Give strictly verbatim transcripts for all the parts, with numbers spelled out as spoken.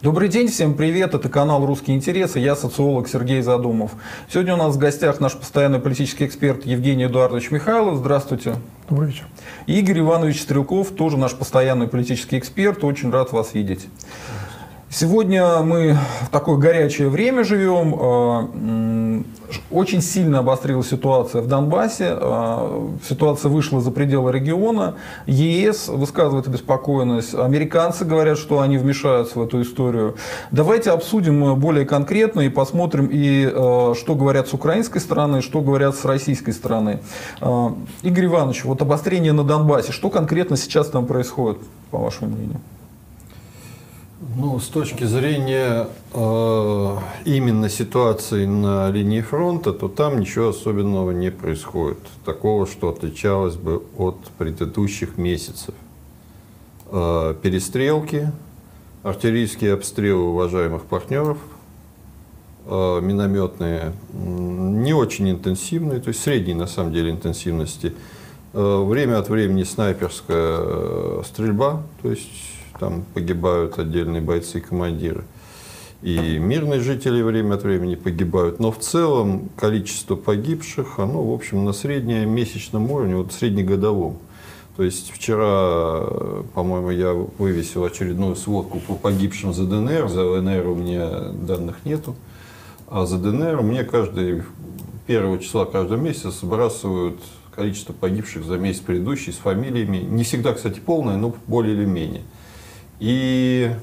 Добрый день, всем привет, это канал «Русские интересы», я социолог Сергей Задумов. Сегодня у нас в гостях наш постоянный политический эксперт Евгений Эдуардович Михайлов. Здравствуйте. Добрый вечер. И Игорь Иванович Стрелков, тоже наш постоянный политический эксперт, очень рад вас видеть. Сегодня мы в такое горячее время живем. Очень сильно обострилась ситуация в Донбассе. Ситуация вышла за пределы региона. ЕС высказывает обеспокоенность. Американцы говорят, что они вмешаются в эту историю. Давайте обсудим более конкретно и посмотрим, и что говорят с украинской стороны, и что говорят с российской стороны. Игорь Иванович, вот обострение на Донбассе. Что конкретно сейчас там происходит, по вашему мнению? Ну, с точки зрения э, именно ситуации на линии фронта, то там ничего особенного не происходит. Такого, что отличалось бы от предыдущих месяцев. Э, перестрелки, артиллерийские обстрелы уважаемых партнеров, э, минометные, не очень интенсивные, то есть средней на самом деле интенсивности. Э, время от времени снайперская стрельба, то есть там погибают отдельные бойцы и командиры. И мирные жители время от времени погибают. Но в целом количество погибших, оно, в общем, на среднемесячном уровне, вот среднегодовом. То есть вчера, по-моему, я вывесил очередную сводку по погибшим за ДНР. За ЛНР у меня данных нету. А за ДНР мне каждый первого числа каждого месяца сбрасывают количество погибших за месяц предыдущий с фамилиями. Не всегда, кстати, полное, но более или менее. И,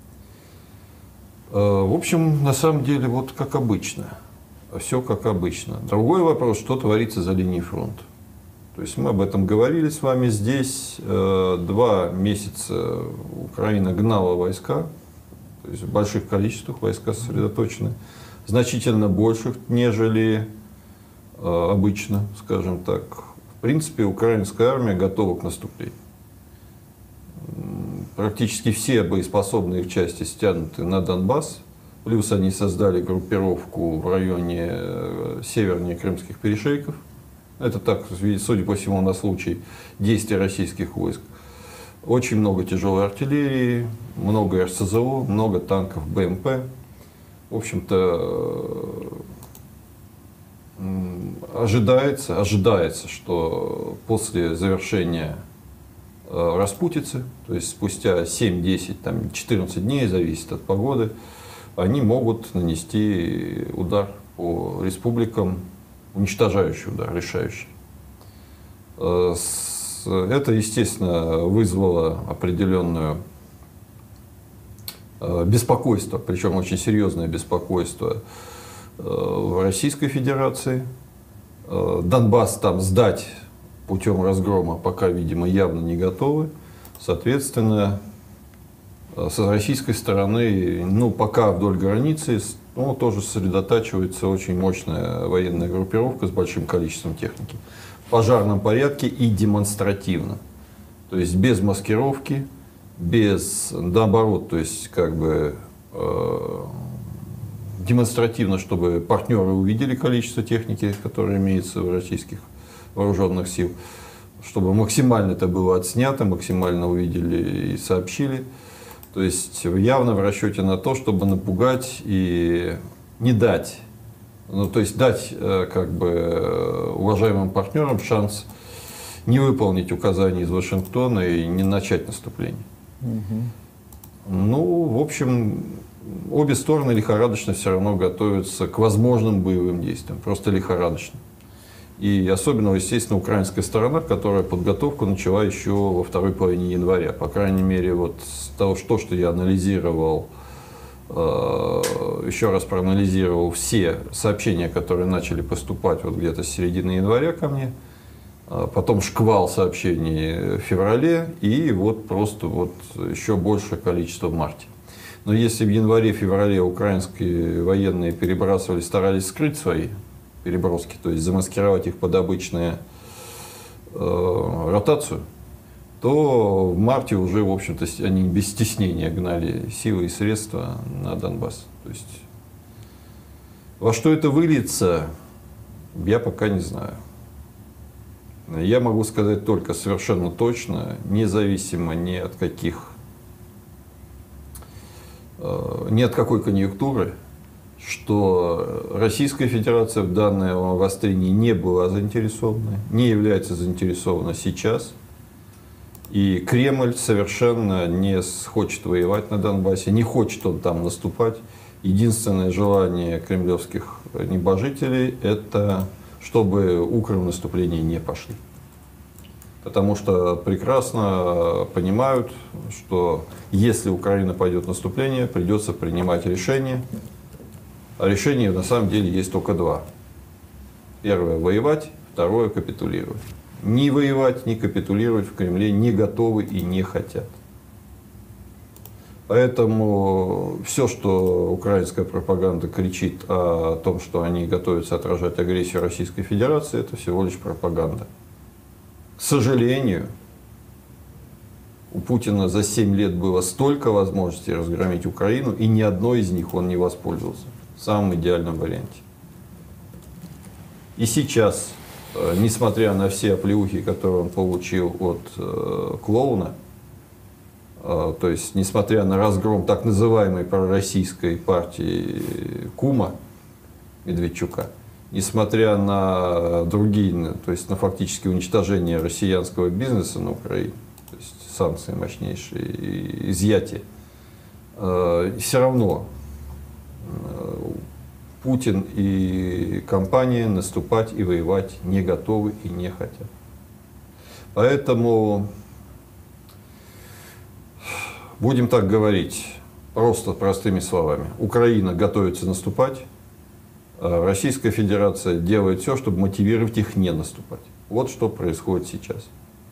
э, в общем, на самом деле, вот как обычно, все как обычно. Другой вопрос, что творится за линией фронта. То есть мы об этом говорили с вами здесь. Э, два месяца Украина гнала войска, то есть в больших количествах войска сосредоточены, значительно больших, нежели э, обычно, скажем так. В принципе, украинская армия готова к наступлению. Практически все боеспособные их части стянуты на Донбасс. Плюс они создали группировку в районе севернее Крымских перешейков. Это так, судя по всему, на случай действий российских войск. Очень много тяжелой артиллерии, много эр эс зэ о, много танков бэ эм пэ. В общем-то, ожидается, ожидается, что после завершения распутицы, то есть спустя семь, десять, там, четырнадцать дней, зависит от погоды, они могут нанести удар по республикам, уничтожающий удар, решающий. Это, естественно, вызвало определенное беспокойство, причем очень серьезное беспокойство в Российской Федерации. Донбасс там сдать путем разгрома пока, видимо, явно не готовы. Соответственно, с российской стороны, ну, пока вдоль границы, ну, тоже сосредотачивается очень мощная военная группировка с большим количеством техники. В пожарном порядке и демонстративно. То есть без маскировки, без, наоборот, то есть как бы э, демонстративно, чтобы партнеры увидели количество техники, которое имеется в российских вооруженных сил, чтобы максимально это было отснято, максимально увидели и сообщили. То есть явно в расчете на то, чтобы напугать и не дать, ну, то есть дать как бы уважаемым партнерам шанс не выполнить указания из Вашингтона и не начать наступление. Угу. Ну, в общем, обе стороны лихорадочно все равно готовятся к возможным боевым действиям, просто лихорадочно. И особенно, естественно, украинская сторона, которая подготовку начала еще во второй половине января. По крайней мере, вот с того, что, что я анализировал, э, еще раз проанализировал все сообщения, которые начали поступать вот где-то с середины января ко мне, э, потом шквал сообщений в феврале и вот просто вот еще большее количество в марте. Но если в январе-феврале украинские военные перебрасывали, старались скрыть свои переброски, то есть замаскировать их под обычную э, ротацию, то в марте уже, в общем-то, они без стеснения гнали силы и средства на Донбасс. То есть во что это выльется, я пока не знаю. Я могу сказать только совершенно точно, независимо ни от каких нет такой конъюнктуры, что Российская Федерация в данном обострении не была заинтересована, не является заинтересована сейчас. И Кремль совершенно не хочет воевать на Донбассе, не хочет он там наступать. Единственное желание кремлевских небожителей – это чтобы укрнаступления не пошли. Потому что прекрасно понимают, что если Украина пойдет в наступление, придется принимать решение. А решений на самом деле есть только два. Первое – воевать, второе – капитулировать. Ни воевать, ни капитулировать в Кремле не готовы и не хотят. Поэтому все, что украинская пропаганда кричит о том, что они готовятся отражать агрессию Российской Федерации, это всего лишь пропаганда. К сожалению, у Путина за семь лет было столько возможностей разгромить Украину, и ни одной из них он не воспользовался в самом идеальном варианте. И сейчас, несмотря на все оплеухи, которые он получил от э, клоуна, э, то есть несмотря на разгром так называемой пророссийской партии Кума Медведчука, несмотря на другие, то есть на фактически уничтожение россиянского бизнеса на Украине, то есть санкции мощнейшие, изъятие, э, все равно э, Путин и компания наступать и воевать не готовы и не хотят. Поэтому будем так говорить, просто простыми словами. Украина готовится наступать, а Российская Федерация делает все, чтобы мотивировать их не наступать. Вот что происходит сейчас.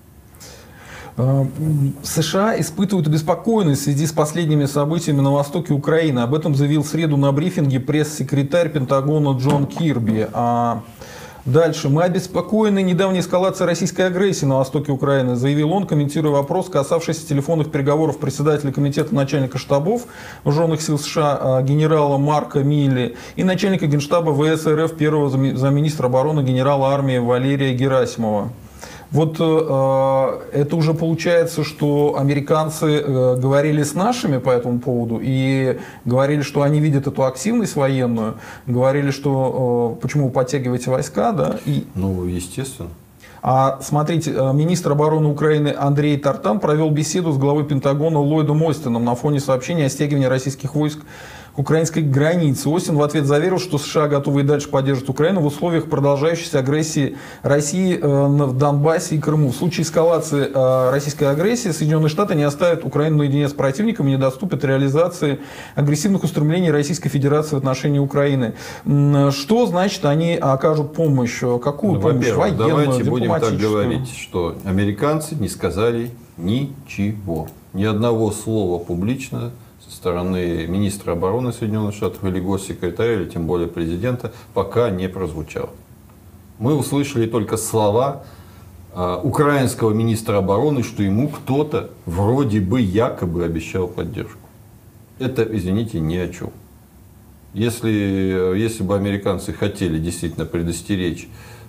США испытывают обеспокоенность в связи с последними событиями на востоке Украины. Об этом заявил в среду на брифинге пресс-секретарь Пентагона Джон Кирби. А дальше. «Мы обеспокоены недавней эскалацией российской агрессии на востоке Украины», заявил он, комментируя вопрос, касавшийся телефонных переговоров председателя комитета начальника штабов вооруженных сил США генерала Марка Милли и начальника генштаба ВС РФ первого замминистра обороны генерала армии Валерия Герасимова. Вот э, это уже получается, что американцы э, говорили с нашими по этому поводу и говорили, что они видят эту активность военную, говорили, что э, почему вы подтягиваете войска, да? И... Ну, естественно. А смотрите, министр обороны Украины Андрей Тартан провел беседу с главой Пентагона Ллойдом Остином на фоне сообщения о стягивании российских войск к украинской границе. Остин в ответ заверил, что США готовы и дальше поддерживать Украину в условиях продолжающейся агрессии России в Донбассе и Крыму. В случае эскалации российской агрессии Соединенные Штаты не оставят Украину наедине с противником и не доступят реализации агрессивных устремлений Российской Федерации в отношении Украины. Что значит они окажут помощь? Какую ну, помощь? Военную, давайте будем так дипломатическую? говорить, что американцы не сказали ничего. Ни одного слова публично со стороны министра обороны Соединенных Штатов или госсекретаря, или тем более президента, пока не прозвучало. Мы услышали только слова э, украинского министра обороны, что ему кто-то вроде бы якобы обещал поддержку. Это, извините, ни о чем. Если, если бы американцы хотели действительно предостеречь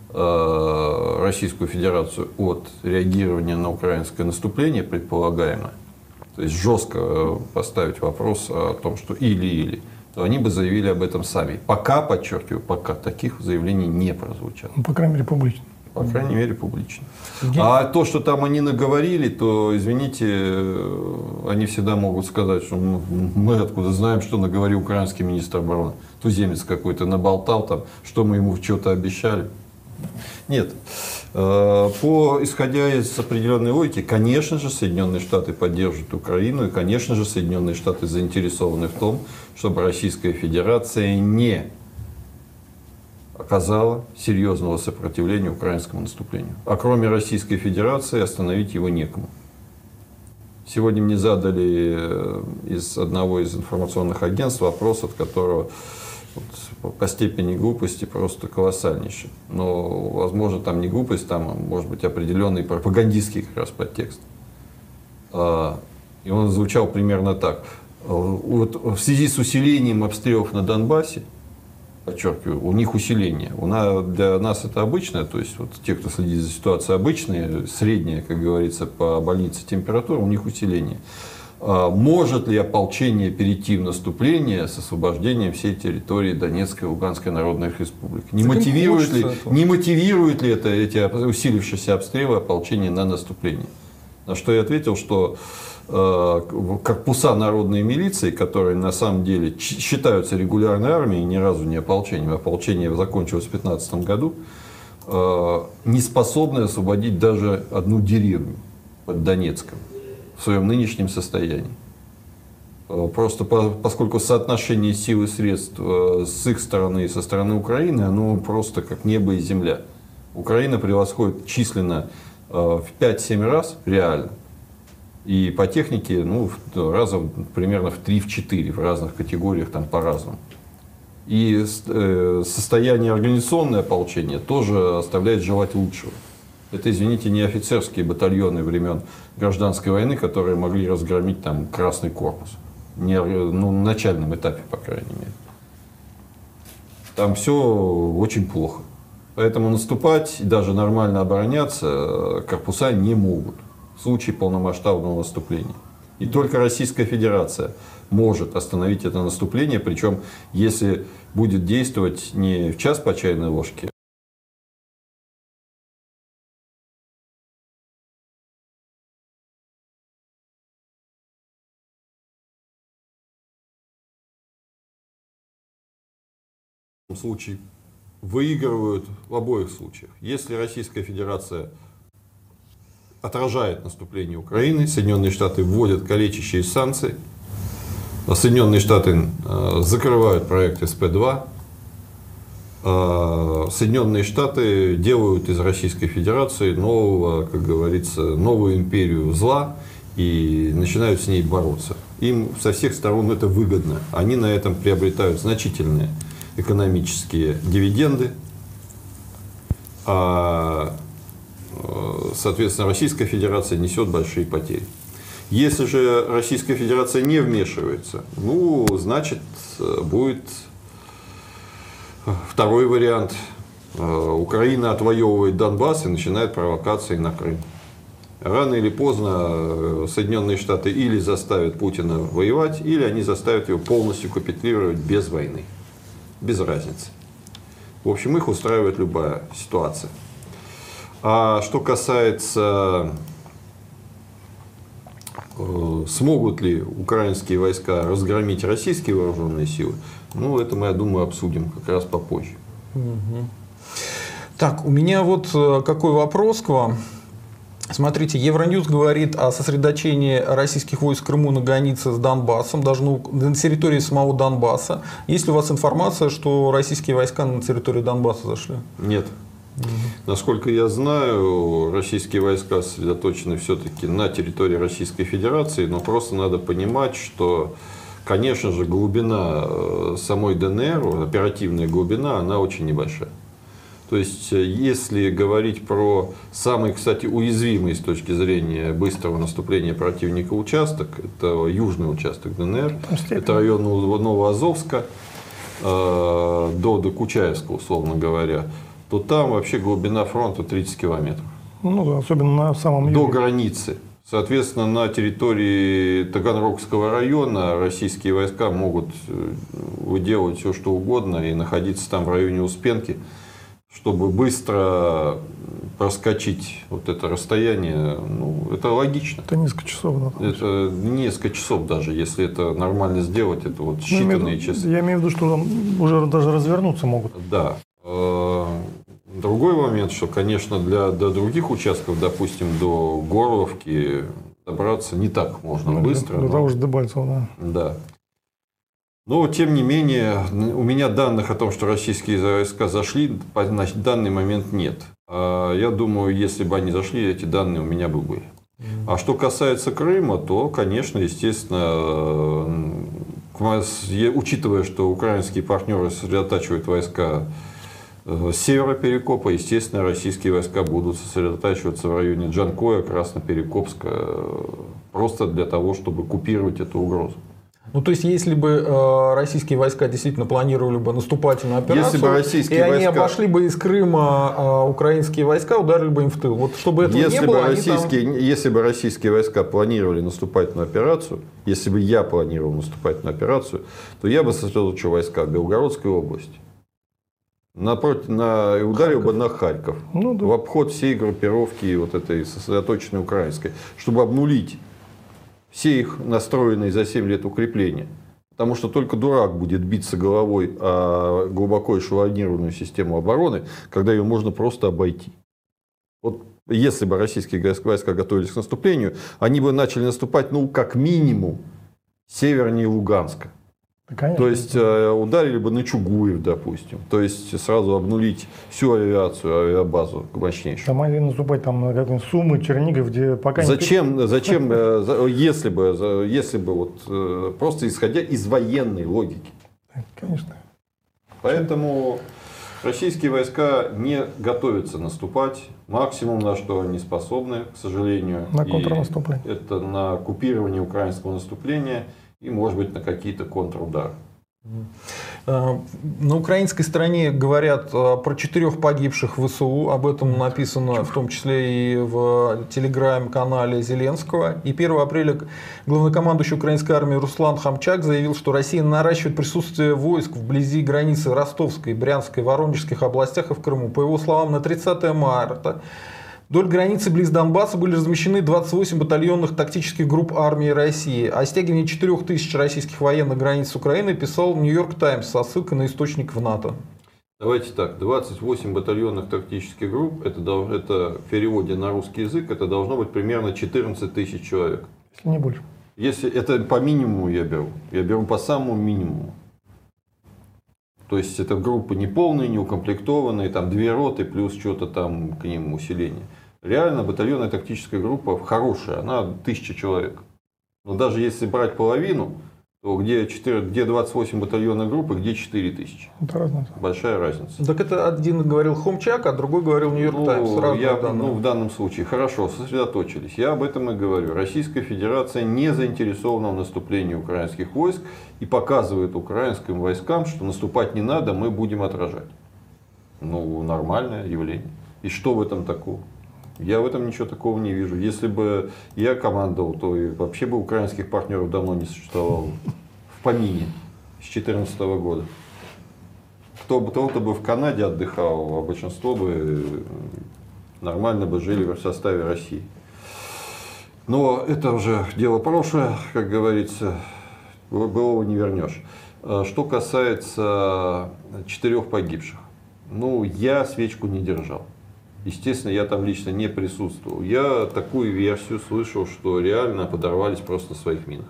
э, Российскую Федерацию от реагирования на украинское наступление, предполагаемое, то есть жестко поставить вопрос о том, что или-или, то они бы заявили об этом сами. Пока, подчеркиваю, пока таких заявлений не прозвучало. Ну, по крайней мере, публично. По крайней мере, публично. А то, что там они наговорили, то, извините, они всегда могут сказать, что мы откуда знаем, что наговорил украинский министр обороны. Туземец какой-то наболтал там, что мы ему что-то обещали. Нет. По, исходя из определенной логики, конечно же, Соединенные Штаты поддержат Украину, и, конечно же, Соединенные Штаты заинтересованы в том, чтобы Российская Федерация не оказала серьезного сопротивления украинскому наступлению. А кроме Российской Федерации остановить его некому. Сегодня мне задали из одного из информационных агентств вопрос, от которого вот, по степени глупости просто колоссальнейший. Но, возможно, там не глупость, там может быть определенный пропагандистский как раз подтекст. И он звучал примерно так. Вот в связи с усилением обстрелов на Донбассе, подчеркиваю, у них усиление. У нас, для нас это обычное, то есть вот те, кто следит за ситуацией, обычные, средняя, как говорится, по больнице температура, у них усиление. Может ли ополчение перейти в наступление с освобождением всей территории Донецкой и Луганской народных республик? Не мотивирует ли, не мотивирует ли это эти усилившиеся обстрелы ополчения на наступление? На что я ответил, что э, корпуса народной милиции, которые на самом деле считаются регулярной армией, ни разу не ополчением, ополчение закончилось в две тысячи пятнадцатом году, э, не способны освободить даже одну деревню под Донецком в своем нынешнем состоянии. Просто по, поскольку соотношение сил и средств с их стороны и со стороны Украины, оно просто как небо и земля. Украина превосходит численно в пять-семь раз реально. И по технике, ну, раза примерно в три-четыре, в разных категориях там по-разному. И состояние организационное ополчения тоже оставляет желать лучшего. Это, извините, не офицерские батальоны времен гражданской войны, которые могли разгромить там Красный корпус. Не, ну, на начальном этапе, по крайней мере. Там все очень плохо. Поэтому наступать и даже нормально обороняться корпуса не могут в случае полномасштабного наступления. И только Российская Федерация может остановить это наступление, причем если будет действовать не в час по чайной ложке, в случае выигрывают в обоих случаях. Если Российская Федерация отражает наступление Украины, Соединенные Штаты вводят калечащие санкции, Соединенные Штаты закрывают проект эс пэ два, Соединенные Штаты делают из Российской Федерации нового, как говорится, новую империю зла и начинают с ней бороться. Им со всех сторон это выгодно. Они на этом приобретают значительные экономические дивиденды, а, соответственно, Российская Федерация несет большие потери. Если же Российская Федерация не вмешивается, ну, значит, будет второй вариант. Украина отвоевывает Донбасс и начинает провокации на Крым. Рано или поздно Соединенные Штаты или заставят Путина воевать, или они заставят его полностью капитулировать без войны. Без разницы. В общем, их устраивает любая ситуация. А что касается, э, смогут ли украинские войска разгромить российские вооруженные силы, ну, это мы, я думаю, обсудим как раз попозже. Угу. Так, у меня вот какой вопрос к вам. Смотрите, Евроньюз говорит о сосредоточении российских войск в Крыму на границе с Донбассом, даже на территории самого Донбасса. Есть ли у вас информация, что российские войска на территорию Донбасса зашли? Нет. Угу. Насколько я знаю, российские войска сосредоточены все-таки на территории Российской Федерации, но просто надо понимать, что, конечно же, глубина самой дэ эн эр, оперативная глубина, она очень небольшая. То есть, если говорить про самый, кстати, уязвимый с точки зрения быстрого наступления противника участок, это южный участок дэ эн эр, это район Новоазовска э, до Докучаевска, условно говоря, то там вообще глубина фронта тридцать километров. Ну да, особенно на самом юге. До границы. Соответственно, на территории Таганрогского района российские войска могут выделывать все, что угодно и находиться там в районе Успенки, чтобы быстро проскочить вот это расстояние. Ну, это логично. Это несколько часов. Да, это несколько часов даже, если это нормально сделать, это вот считанные ну, я часы. Я имею в виду, что там уже даже развернуться могут. Да. Другой момент, что, конечно, для, для других участков, допустим, до Горловки добраться не так можно ну, быстро. До того же Дебальцева, да. Да. Но, тем не менее, у меня данных о том, что российские войска зашли, на данный момент нет. Я думаю, если бы они зашли, эти данные у меня бы были. Mm-hmm. А что касается Крыма, то, конечно, естественно, учитывая, что украинские партнеры сосредотачивают войска с севера Перекопа, естественно, российские войска будут сосредотачиваться в районе Джанкоя, Красноперекопска, просто для того, чтобы купировать эту угрозу. Ну, то есть, если бы э, российские войска действительно планировали бы наступательную операцию, Если бы российские и они войска... обошли бы из Крыма э, украинские войска, ударили бы им в тыл. Вот чтобы этого если не бы было, российские, они там... Если бы российские войска планировали наступательную операцию, если бы я планировал наступательную операцию, то я бы сосредоточил войска в Белгородской области. Напротив, на, ударил Харьков. бы на Харьков. Ну, да. В обход всей группировки вот этой сосредоточенной украинской, чтобы обнулить все их настроенные за семь лет укрепления. Потому что только дурак будет биться головой о глубоко эшелонированную систему обороны, когда ее можно просто обойти. Вот если бы российские войска готовились к наступлению, они бы начали наступать, ну, как минимум, севернее Луганска. Да, конечно. То есть э, ударили бы на Чугуев, допустим. То есть сразу обнулить всю авиацию, авиабазу мощнейшую. Там могли наступать там, на какие-нибудь Сумы, Чернигов, где пока не... Зачем, зачем э, если бы, если бы вот, э, просто исходя из военной логики. Конечно. Поэтому российские войска не готовятся наступать. Максимум, на что они способны, к сожалению, На и контрнаступление. это на купирование украинского наступления и, может быть, на какие-то контрудары. На украинской стороне говорят про четырех погибших в ВСУ. Об этом написано в том числе и в телеграм-канале Зеленского. И первого апреля главнокомандующий украинской армии Руслан Хамчак заявил, что Россия наращивает присутствие войск вблизи границы Ростовской, Брянской, Воронежских областях и в Крыму. По его словам, на тридцатое марта вдоль границы близ Донбасса были размещены двадцать восемь батальонных тактических групп армии России. О стягивании четырёх тысяч российских военных границ с Украиной писал Нью-Йорк Таймс со ссылкой на источник в НАТО. Давайте так, двадцать восемь батальонных тактических групп, это, это в переводе на русский язык, это должно быть примерно четырнадцать тысяч человек. Если не больше. Если это по минимуму я беру, я беру по самому минимуму. То есть это группы не полные, не укомплектованные, там две роты плюс что-то там к ним усиление. Реально батальонная тактическая группа хорошая, она тысяча человек. Но даже если брать половину, то где, четыре, где двадцать восемь батальонных групп, и где четыре тысячи. Это разница. Большая разница. Так это один говорил Хомчак, а другой говорил Нью-Йорк Ну, Таймс. я, ну, в данном случае, хорошо, сосредоточились. Я об этом и говорю. Российская Федерация не заинтересована в наступлении украинских войск и показывает украинским войскам, что наступать не надо, мы будем отражать. Ну, нормальное явление. И что в этом такого? Я в этом ничего такого не вижу. Если бы я командовал, то и вообще бы украинских партнеров давно не существовало. В помине с две тысячи четырнадцатого года. Кто-то кто бы в Канаде отдыхал, а большинство бы нормально бы жили в составе России. Но это уже дело прошлое, как говорится, былого не вернешь. Что касается четырех погибших. Ну, я свечку не держал. Естественно, я там лично не присутствовал. Я такую версию слышал, что реально подорвались просто на своих минах.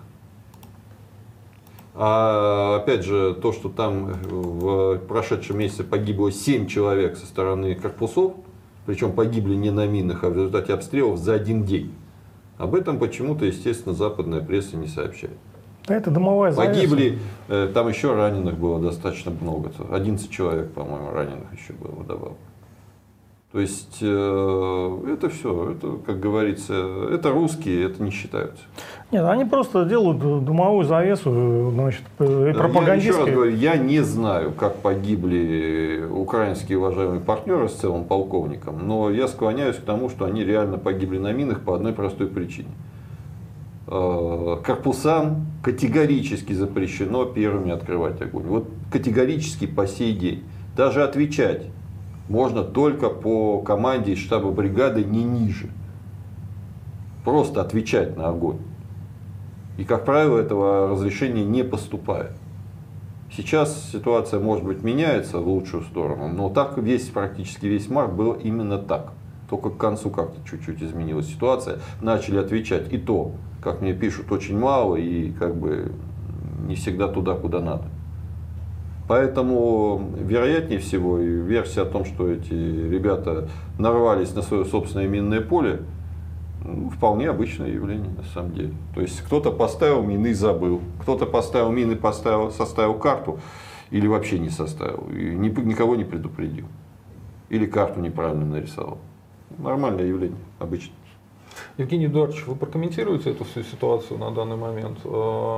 А опять же, то, что там в прошедшем месяце погибло семь человек со стороны корпусов, причем погибли не на минах, а в результате обстрелов за один день. Об этом почему-то, естественно, западная пресса не сообщает. Да это дымовая завеса. Погибли, там еще раненых было достаточно много. одиннадцать человек, по-моему, раненых еще было вдобавок. То есть это все, это, как говорится, это русские, это не считаются. Нет, они просто делают дымовую завесу, значит, пропагандистские. Я еще раз говорю, я не знаю, как погибли украинские уважаемые партнеры с целым полковником, но я склоняюсь к тому, что они реально погибли на минах по одной простой причине. Корпусам категорически запрещено первыми открывать огонь. Вот категорически по сей день. Даже отвечать можно только по команде из штаба бригады, не ниже. Просто отвечать на огонь. И, как правило, этого разрешения не поступает. Сейчас ситуация, может быть, меняется в лучшую сторону, но так весь, практически весь март был именно так. Только к концу как-то чуть-чуть изменилась ситуация. Начали отвечать. И то, как мне пишут, очень мало и как бы не всегда туда, куда надо. Поэтому, вероятнее всего, и версия о том, что эти ребята нарвались на свое собственное минное поле, ну, вполне обычное явление на самом деле. То есть кто-то поставил мины и забыл, кто-то поставил мины, поставил, составил карту или вообще не составил, и никого не предупредил. Или карту неправильно нарисовал. Нормальное явление, обычно. Евгений Эдуардович, вы прокомментируете эту всю ситуацию на данный момент?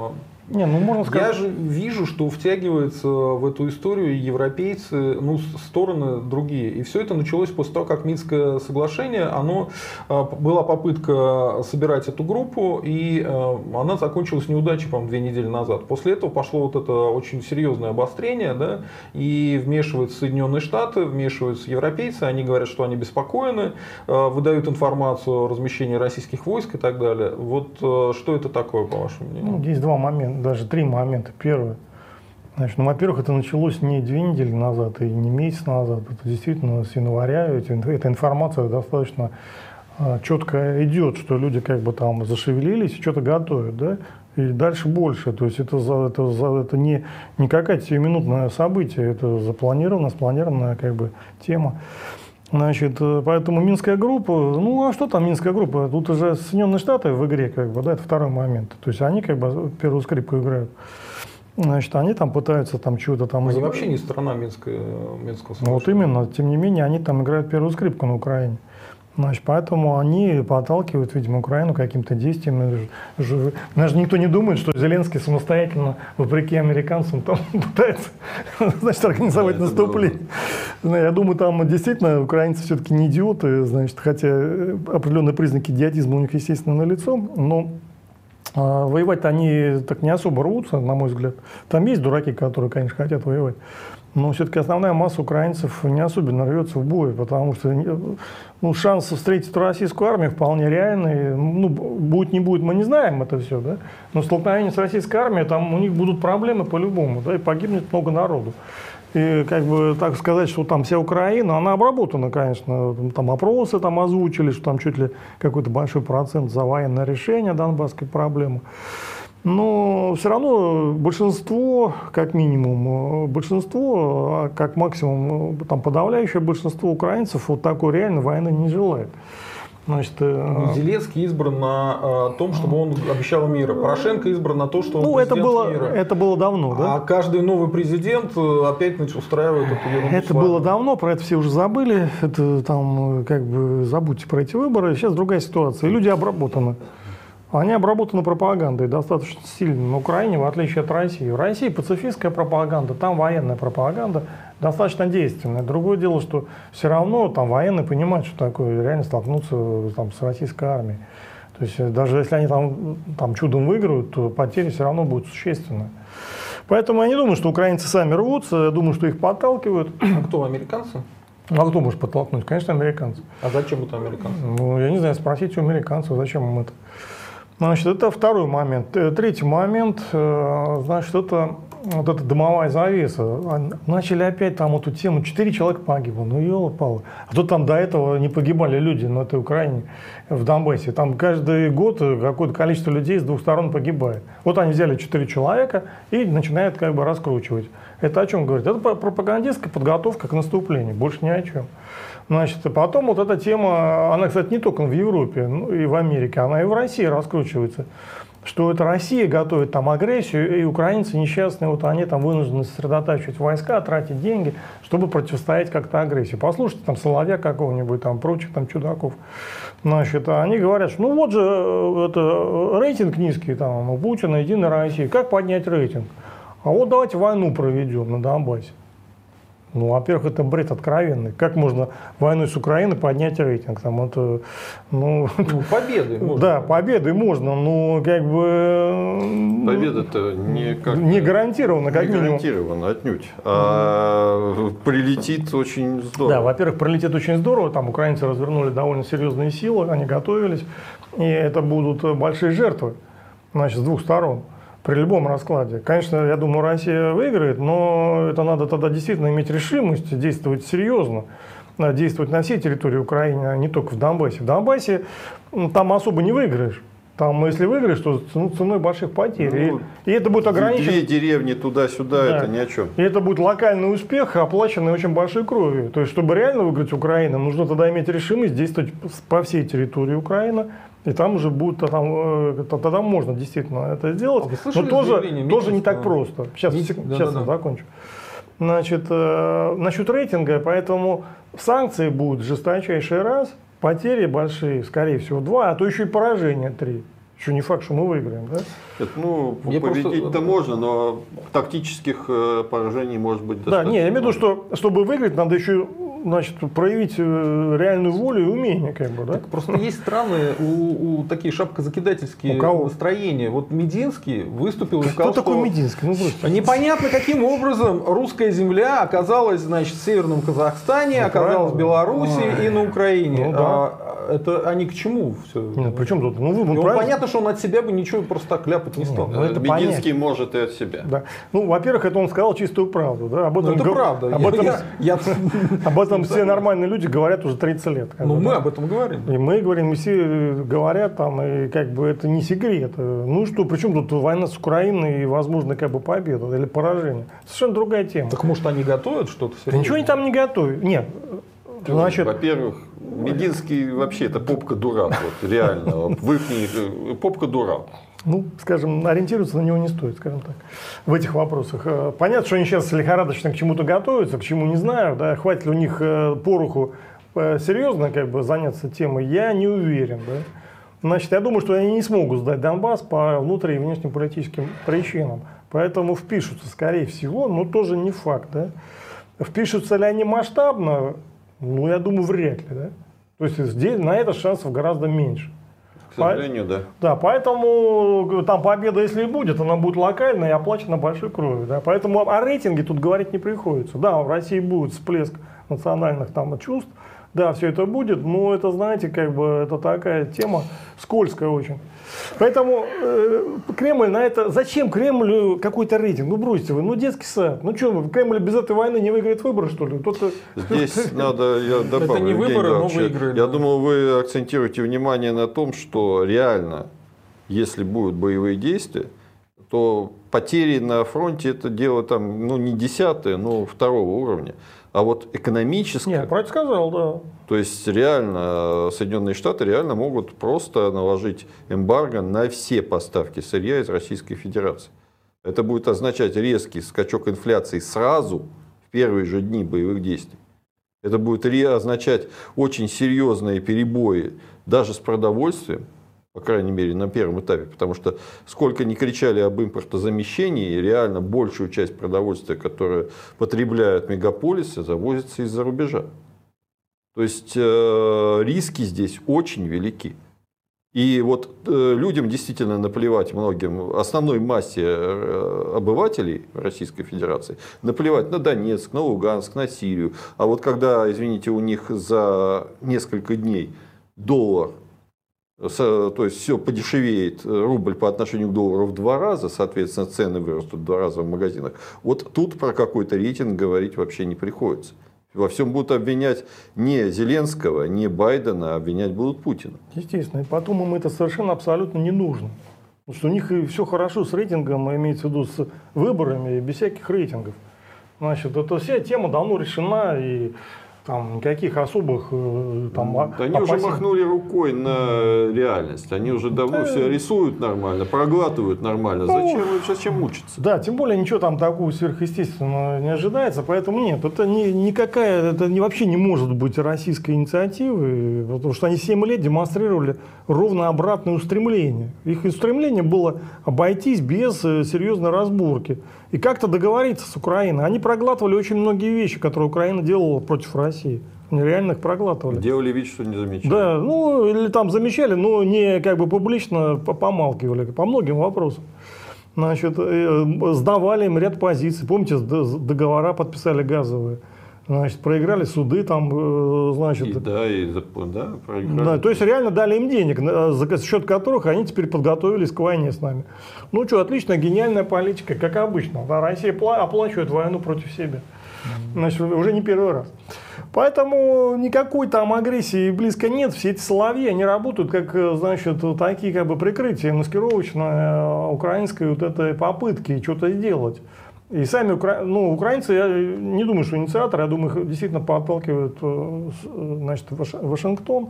Не, ну можно сказать... Я же вижу, что втягиваются в эту историю европейцы, ну, стороны другие. И все это началось после того, как Минское соглашение, оно, была попытка собирать эту группу, и она закончилась неудачей, по-моему, две недели назад. После этого пошло вот это очень серьезное обострение, да, и вмешиваются Соединенные Штаты, вмешиваются европейцы, они говорят, что они беспокоены, выдают информацию о размещении российских войск и так далее. Вот что это такое, по вашему мнению? Ну, есть два момента, даже три момента. Первое. Значит, ну, во-первых, это началось не две недели назад и не месяц назад. Это действительно с января. Эти, эта информация достаточно а, четко идет, что люди как бы там зашевелились и что-то готовят, да? И дальше больше. То есть это, за, это, за, это не, не какая-то сиюминутное событие, это запланированная, спланированная как бы тема. Значит, поэтому Минская группа, ну а что там Минская группа? Тут уже Соединенные Штаты в игре, как бы, да, это второй момент. То есть они как бы первую скрипку играют. Значит, они там пытаются там чего-то там... Они вообще не страна Минская, Минского соглашения. Ну, вот именно, тем не менее, они там играют первую скрипку на Украине. Значит, поэтому они подталкивают, видимо, Украину каким-то действием. Даже никто не думает, что Зеленский самостоятельно, вопреки американцам, там пытается, значит, организовать наступление. Я думаю, там действительно украинцы все-таки не идиоты, значит, хотя определенные признаки идиотизма у них, естественно, налицо, но а, воевать-то они так не особо рвутся, на мой взгляд. Там есть дураки, которые, конечно, хотят воевать. Но все-таки основная масса украинцев не особенно рвется в бой, потому что ну, шанс встретить российскую армию вполне реальный. Ну, будет, не будет, мы не знаем это все, да? Но столкновение с российской армией, там у них будут проблемы по-любому, да, и погибнет много народу. И как бы так сказать, что там вся Украина, она обработана, конечно, там опросы там озвучили, что там чуть ли какой-то большой процент за военное решение донбасской проблемы. Но все равно большинство, как минимум, большинство, а как максимум, там подавляющее большинство украинцев вот такой реально войны не желает. Значит, Зеленский избран на том, чтобы он обещал мир. Порошенко избран на то, что он ну, президент это было, мира. Это было давно, да? А каждый новый президент опять устраивает эту ерунду. Это было давно, про это все уже забыли. Это там, как бы, забудьте про эти выборы. Сейчас другая ситуация. И люди обработаны. Они обработаны пропагандой достаточно сильно на Украине, в отличие от России. В России пацифистская пропаганда, там военная пропаганда достаточно действенная. Другое дело, что все равно там военные понимают, что такое реально столкнуться там, с российской армией. То есть даже если они там, там чудом выиграют, то потери все равно будут существенные. Поэтому я не думаю, что украинцы сами рвутся, я думаю, что их подталкивают. А кто, американцы? Ну, а кто может подтолкнуть? Конечно, американцы. А зачем это американцы? Ну, я не знаю, спросите у американцев, зачем им это. Значит, это второй момент. Третий момент, значит, это вот эта дымовая завеса. Начали опять там эту тему, четыре человека погибло, ну ёлы-палы. А то там до этого не погибали люди на этой Украине, в Донбассе. Там каждый год какое-то количество людей с двух сторон погибает. Вот они взяли четыре человека и начинают как бы раскручивать. Это о чем говорит? Это пропагандистская подготовка к наступлению, больше ни о чем. Значит, потом вот эта тема, она, кстати, не только в Европе ну, и в Америке, она и в России раскручивается, что это Россия готовит там агрессию, и украинцы несчастные, вот они там вынуждены сосредотачивать войска, тратить деньги, чтобы противостоять как-то агрессии. Послушайте там Соловья какого-нибудь, там прочих там чудаков. Значит, они говорят, что ну вот же это, рейтинг низкий там у Путина, Единой России, как поднять рейтинг? А вот давайте войну проведем на Донбассе. Ну, во-первых, это бред откровенный. Как можно войной с Украиной поднять рейтинг? Там это, ну, ну, победой можно. Да, победой можно, но как бы... Победа-то не, как не гарантирована, как не минимум. гарантирована, отнюдь. А прилетит очень здорово. Да, во-первых, прилетит очень здорово. Там украинцы развернули довольно серьезные силы, они готовились. И это будут большие жертвы, значит, с двух сторон. При любом раскладе. Конечно, я думаю, Россия выиграет, но это надо тогда действительно иметь решимость действовать серьезно, действовать на всей территории Украины, а не только в Донбассе. В Донбассе ну, там особо не выиграешь. Там, если выиграешь, то ну, ценой больших потерь. Ну, и, и это будет ограничено. Две деревни туда-сюда, да. Это ни о чем. И это будет локальный успех, оплаченный очень большой кровью. То есть, чтобы реально выиграть Украину, нужно тогда иметь решимость действовать по всей территории Украины. И там уже будет, там, тогда можно действительно это сделать. А но тоже, тоже не так просто. Сейчас, Мит... сейчас да, да, я да. закончу. Значит, э, насчет рейтинга, поэтому санкции будут жесточайший раз, потери большие, скорее всего, два, а то еще и поражения три. Еще не факт, что мы выиграем, да? Нет, ну, Я победить-то просто... можно, но тактических э, поражений может быть Да, достаточно. не, я имею в виду, что чтобы выиграть, надо еще, значит, проявить э, реальную волю и умение, как бы, да? Так просто есть страны, у, у такие шапкозакидательские У кого? настроения. Вот Мединский выступил и Кто сказал, такой что Мединский? Ну, просто. непонятно, каким образом русская земля оказалась, значит, в Северном Казахстане, Ну, оказалась в правильно. Беларуси А, и на Украине. ну, да. А, это они к чему все? Нет, при чем тут? Ну, вы, И ну, он правильно? понятно, что он от себя бы ничего просто так ляпать не стал. Ну, это Мединский может и от себя. Да. Ну, во-первых, это он сказал чистую правду, да? Об этом, Ну, это го- правда. Об Я- этом, я- я- об этом все нормальные люди говорят уже тридцать лет. как Ну, бы, мы да. об этом говорим. И мы говорим, и все говорят там, и как бы это не секрет. Ну что, причем тут война с Украиной и, возможно, как бы победа или поражение. Совершенно другая тема. Так может они готовят что-то? Да ничего они там не готовят. Нет. Значит, Во-первых, Мединский вообще это попка-дурак, вот, реально. В их попка-дурак. ну, скажем, ориентироваться на него не стоит, скажем так, в этих вопросах. Э, Понятно, что они сейчас лихорадочно к чему-то готовятся, к чему не знаю, да, хватит ли у них э, пороху э, серьезно как бы заняться темой, я не уверен, да. Значит, я думаю, что они не смогут сдать Донбасс по внутренним и внешнеполитическим причинам, поэтому впишутся, скорее всего, но тоже не факт, да. Впишутся ли они масштабно, ну, я думаю, вряд ли, да. То есть здесь на это шансов гораздо меньше. К сожалению, да. Да, поэтому там победа, если и будет, она будет локальная и оплачена большой кровью. Да? Поэтому о рейтинге тут говорить не приходится. Да, в России будет всплеск национальных там чувств, да, все это будет, но это, знаете, как бы это такая тема скользкая очень. Поэтому э, Кремль на это... Зачем Кремлю какой-то рейтинг? Ну бросьте вы, ну детский сад. Ну что, Кремль без этой войны не выиграет выборы, что ли? Кто-то... Здесь надо, я добавлю, Это не Евгений выборы, но Иванович, выиграли. Я думаю, вы акцентируете внимание на том, что реально, если будут боевые действия, то потери на фронте это дело там, ну, не десятое, но второго уровня. А вот экономическое... Нет, правильно сказал, да. То есть реально Соединенные Штаты реально могут просто наложить эмбарго на все поставки сырья из Российской Федерации. Это будет означать резкий скачок инфляции сразу, в первые же дни боевых действий. Это будет означать очень серьезные перебои даже с продовольствием, по крайней мере на первом этапе, потому что сколько ни кричали об импортозамещении, реально большую часть продовольствия, которое потребляют мегаполисы, завозится из-за рубежа. То есть э, риски здесь очень велики. И вот э, людям действительно наплевать, многим, основной массе э, обывателей Российской Федерации, наплевать на Донецк, на Луганск, на Сирию. А вот когда, извините, у них за несколько дней доллар, то есть все подешевеет, рубль по отношению к доллару в два раза, соответственно, цены вырастут в два раза в магазинах. Вот тут про какой-то рейтинг говорить вообще не приходится. Во всем будут обвинять не Зеленского, не Байдена, а обвинять будут Путина. Естественно. И потом им это совершенно абсолютно не нужно. Потому что у них и все хорошо с рейтингом, имеется в виду с выборами, и без всяких рейтингов. Значит, эта вся тема давно решена, и там никаких особых там, Да они уже махнули рукой на реальность. Они уже давно да. все рисуют нормально, проглатывают нормально. Ну, зачем им зачем мучиться? Да, тем более ничего там такого сверхъестественного не ожидается. Поэтому нет, это не, никакая, это не, вообще не может быть российской инициативой, потому что они семь лет демонстрировали ровно обратное устремление. Их устремление было обойтись без серьезной разборки и как-то договориться с Украиной. Они проглатывали очень многие вещи, которые Украина делала против России. Они реально их проглатывали. Делали вид, что не замечали. Да, ну или там замечали, но не как бы публично помалкивали по многим вопросам. Значит, сдавали им ряд позиций. Помните, договора подписали газовые. Значит, проиграли суды там, значит. И, да, и да, проиграли. Да, то есть реально дали им денег, за счет которых они теперь подготовились к войне с нами. Ну что, отличная, гениальная политика, как обычно. Да, Россия оплачивает войну против себя. Значит, уже не первый раз. Поэтому никакой там агрессии близко нет. Все эти соловьи, они работают как, значит, такие как бы прикрытия маскировочные украинской вот этой попытки что-то сделать. И сами укра... ну, украинцы, я не думаю, что инициаторы, я думаю, их действительно подталкивают, значит, Вашингтон.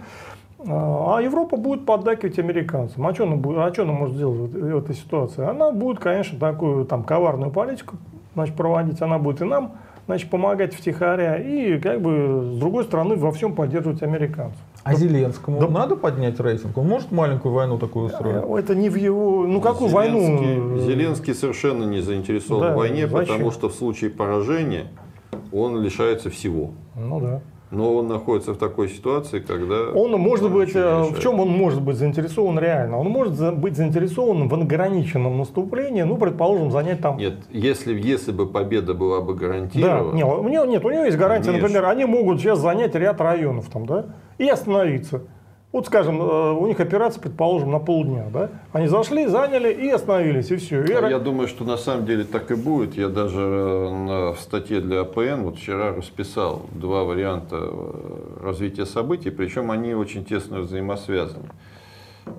А Европа будет поддакивать американцам. А что она, будет, а что она может сделать в этой ситуации? Она будет, конечно, такую там коварную политику, значит, проводить. Она будет и нам значит, помогать втихаря и, как бы, с другой стороны, во всем поддерживать американцев. А Зеленскому Да. надо поднять рейтинг? Он может маленькую войну такую устроить? Это не в его... Ну, какую Зеленский, войну? Зеленский совершенно не заинтересован Да, в войне, зачем? потому что в случае поражения он лишается всего. Ну да. Но он находится в такой ситуации, когда... Он может быть, ничего не э, в решает. чем он может быть заинтересован реально? Он может за- быть заинтересован в ограниченном наступлении, ну, предположим, занять там... Нет, если, если бы победа была бы Да, гарантирована... не, у него, нет, у него есть гарантия, Конечно. например, они могут сейчас занять ряд районов там, да, и остановиться. Вот, скажем, э, у них операция, предположим, на полдня, да? Они зашли, заняли и остановились, и все. И А ра- я думаю, что на самом деле так и будет. Я даже э, на- в статье для АПН вот вчера расписал два варианта э, развития событий, причем они очень тесно взаимосвязаны. Э,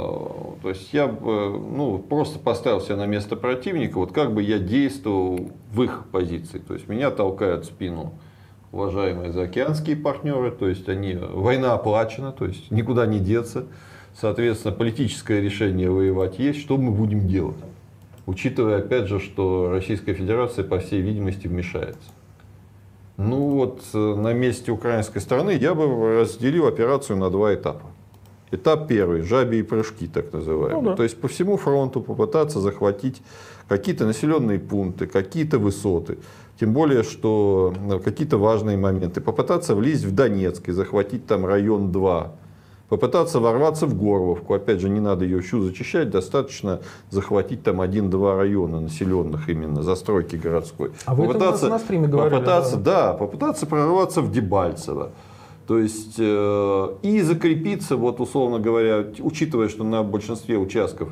То есть я бы, ну, просто поставил себя на место противника, вот как бы я действовал в их позиции. То есть меня толкают в спину уважаемые заокеанские партнеры, то есть они, война оплачена, то есть никуда не деться. Соответственно, политическое решение воевать есть. Что мы будем делать? Учитывая, опять же, что Российская Федерация, по всей видимости, вмешается. Ну вот, э, на месте украинской стороны я бы разделил операцию на два этапа. Этап первый, жабьи прыжки, так называемые. Ну да. То есть по всему фронту попытаться захватить какие-то населенные пункты, какие-то высоты. Тем более, что ну, какие-то важные моменты. Попытаться влезть в Донецк и захватить там район два. Попытаться ворваться в Горловку. Опять же, не надо ее всю зачищать, достаточно захватить там один-два района населенных именно, застройки городской. А вы это у нас на стриме говорили, попытаться, да. да, попытаться прорваться в Дебальцево. То есть, э, и закрепиться, вот условно говоря, учитывая, что на большинстве участков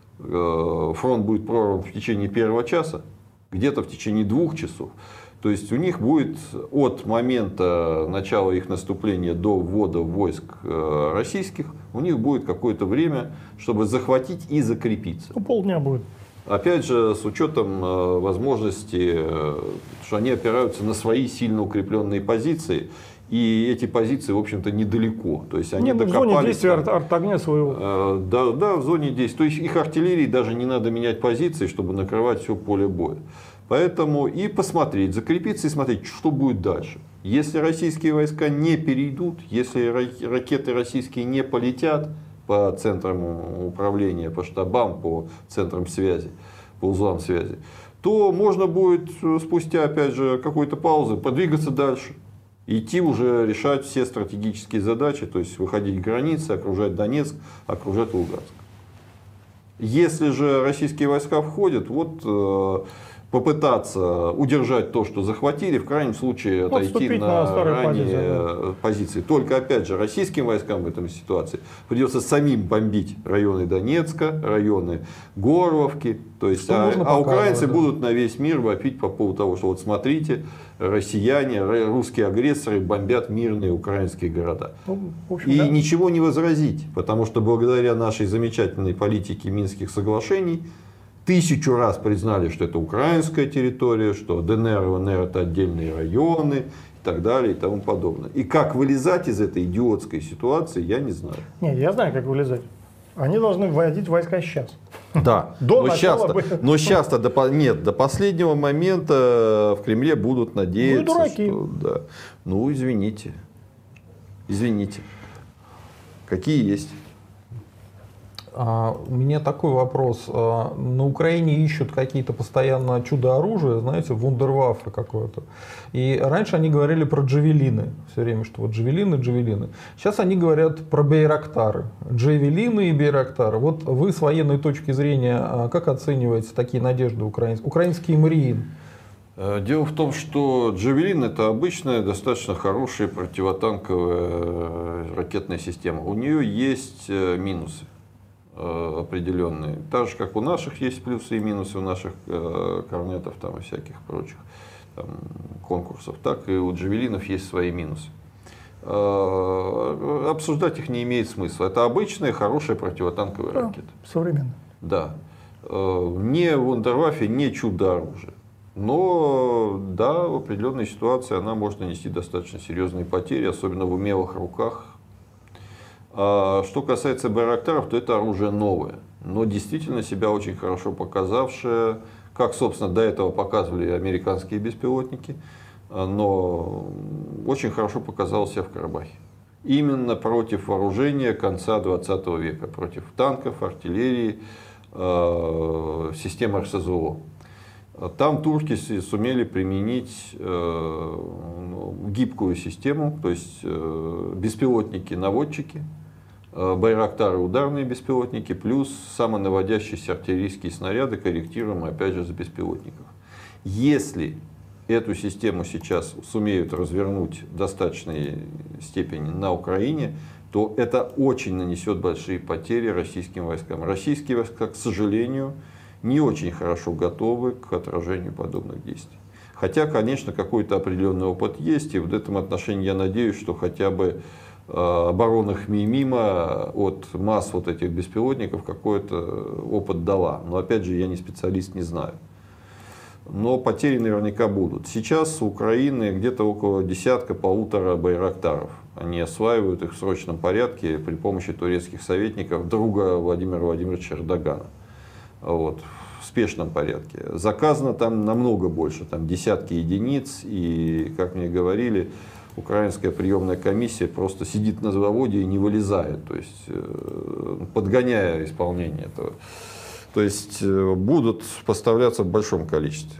э, фронт будет прорван в течение первого часа, где-то в течение двух часов. То есть у них будет от момента начала их наступления до ввода войск э, российских, у них будет какое-то время, чтобы захватить и закрепиться. Ну, полдня будет. Опять же, с учетом э, возможности, э, что они опираются на свои сильно укрепленные позиции, и эти позиции, в общем-то, недалеко. То есть они Нет, ну, в докопались зоне действия там, арт- артогня своего. э, да, да, в зоне действия. То есть их артиллерии даже не надо менять позиции, чтобы накрывать все поле боя. Поэтому и посмотреть, закрепиться и смотреть, что будет дальше. Если российские войска не перейдут, если ра- ракеты российские не полетят по центрам управления, по штабам, по центрам связи, по узлам связи, то можно будет спустя, опять же, какой-то паузы подвигаться дальше. Идти уже решать все стратегические задачи, то есть выходить к границе, окружать Донецк, окружать Луганск. Если же российские войска входят, вот э, попытаться удержать то, что захватили, в крайнем случае отойти Отступить на, на старые ранние позиции, позиции. Только, опять же, российским войскам в этой ситуации придется самим бомбить районы Донецка, районы Горловки. То есть, Что а, нужно а показывать, украинцы да. будут на весь мир вопить по поводу того, что вот смотрите, россияне, р- русские агрессоры бомбят мирные украинские города. Ну, в общем, И да. ничего не возразить, потому что благодаря нашей замечательной политике Минских соглашений тысячу раз признали, что это украинская территория, что ДНР и ЛНР это отдельные районы и так далее и тому подобное. И как вылезать из этой идиотской ситуации, я не знаю. Не, я знаю, как вылезать. Они должны вводить войска сейчас. Да, До но начала сейчас-то, бы- но сейчас-то до, по- нет, до последнего момента в Кремле будут надеяться, Ну и дураки. что да. Ну, извините, извините, какие есть. А, у меня такой вопрос. А, на Украине ищут какие-то постоянно чудо-оружия, знаете, вундерваффе какое-то. И раньше они говорили про джавелины. Все время, что вот джавелины, джавелины. Сейчас они говорят про бейрактары. Джавелины и бейрактары. Вот вы с военной точки зрения, а, как оцениваете такие надежды украинские? Украинский Мариин. Э, Дело в том, что Джавелин это обычная, достаточно хорошая противотанковая э, ракетная система. У нее есть э, минусы э, определенные. Так же, как у наших есть плюсы и минусы, у наших э, корнетов там, и всяких прочих там, конкурсов, так и у Джавелинов есть свои минусы. Э, Обсуждать их не имеет смысла. Это обычная, хорошая противотанковая Да, ракета. современно. Да. Э, Не вундерваффе, не чудо-оружие. Но да, в определенной ситуации она может нанести достаточно серьезные потери, особенно в умелых руках. А что касается байрактаров, то это оружие новое, но действительно себя очень хорошо показавшее, как, собственно, до этого показывали американские беспилотники, но очень хорошо показал себя в Карабахе. Именно против вооружения конца двадцатого века, против танков, артиллерии, систем эр эс зэ о. Там турки сумели применить гибкую систему, то есть беспилотники-наводчики, байрактары ударные беспилотники, плюс самонаводящиеся артиллерийские снаряды, корректируемые опять же за беспилотников. Если эту систему сейчас сумеют развернуть в достаточной степени на Украине, то это очень нанесет большие потери российским войскам. Российские войска, к сожалению, не очень хорошо готовы к отражению подобных действий. Хотя, конечно, какой-то определенный опыт есть, и в этом отношении я надеюсь, что хотя бы оборона Хмеймима от масс вот этих беспилотников какой-то опыт дала. Но опять же, я не специалист, не знаю. Но потери наверняка будут. Сейчас у Украины где-то около десятка-полутора байрактаров. Они осваивают их в срочном порядке при помощи турецких советников друга Владимира Владимировича Эрдогана. Вот, в спешном порядке. Заказано там намного больше, там десятки единиц. И, как мне говорили, украинская приемная комиссия просто сидит на заводе и не вылезает, то есть подгоняя исполнение этого. То есть будут поставляться в большом количестве.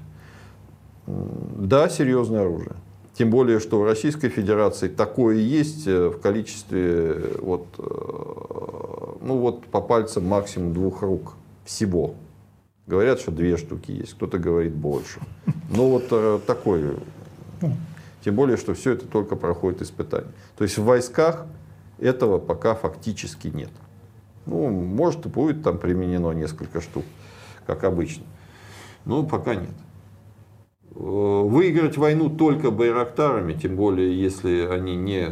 Да, серьезное оружие. Тем более, что в Российской Федерации такое есть в количестве вот, ну вот по пальцам максимум двух рук всего. Говорят, что две штуки есть, кто-то говорит больше. Но вот такой. Тем более, что все это только проходит испытания. То есть в войсках этого пока фактически нет. Ну, может, и будет там применено несколько штук, как обычно. Но пока нет. Выиграть войну только байрактарами, тем более, если они не,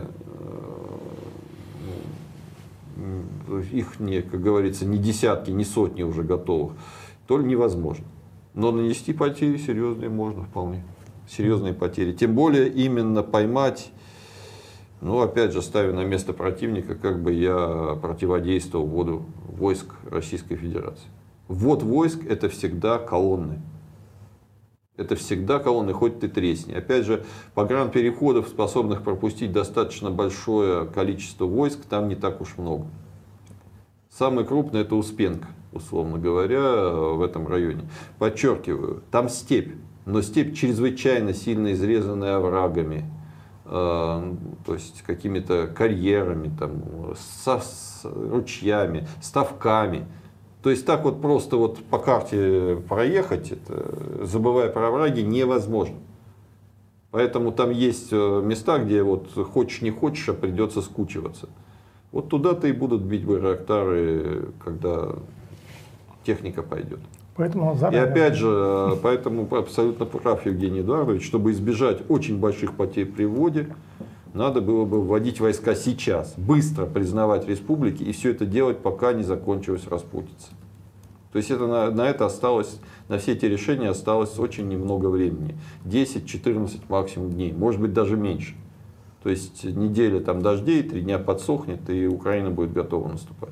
их не, как говорится, не десятки, не сотни уже готовых, то невозможно. Но нанести потери серьезные можно вполне. Серьезные потери. Тем более именно поймать, ну опять же ставя на место противника, как бы я противодействовал вводу войск Российской Федерации. Ввод войск это всегда колонны. Это всегда колонны, хоть ты тресни. Опять же, погранпереходов, способных пропустить достаточно большое количество войск, там не так уж много. Самый крупный это Успенка, условно говоря, в этом районе. Подчеркиваю, там степь. Но степь чрезвычайно сильно изрезанная оврагами, э, то есть какими-то карьерами, там, со, с ручьями, ставками. То есть так вот просто вот по карте проехать, это, забывая про овраги, невозможно. Поэтому там есть места, где вот хочешь не хочешь, а придется скучиваться. Вот туда-то и будут бить байрактары, когда техника пойдет. Поэтому и опять же, поэтому абсолютно прав Евгений Эдуардович, чтобы избежать очень больших потерь при вводе, надо было бы вводить войска сейчас, быстро признавать республики и все это делать, пока не закончилась распутица. То есть это, на, на это осталось, на все эти решения осталось очень немного времени. десять-четырнадцать максимум дней, может быть даже меньше. То есть неделя там дождей, три дня подсохнет и Украина будет готова наступать.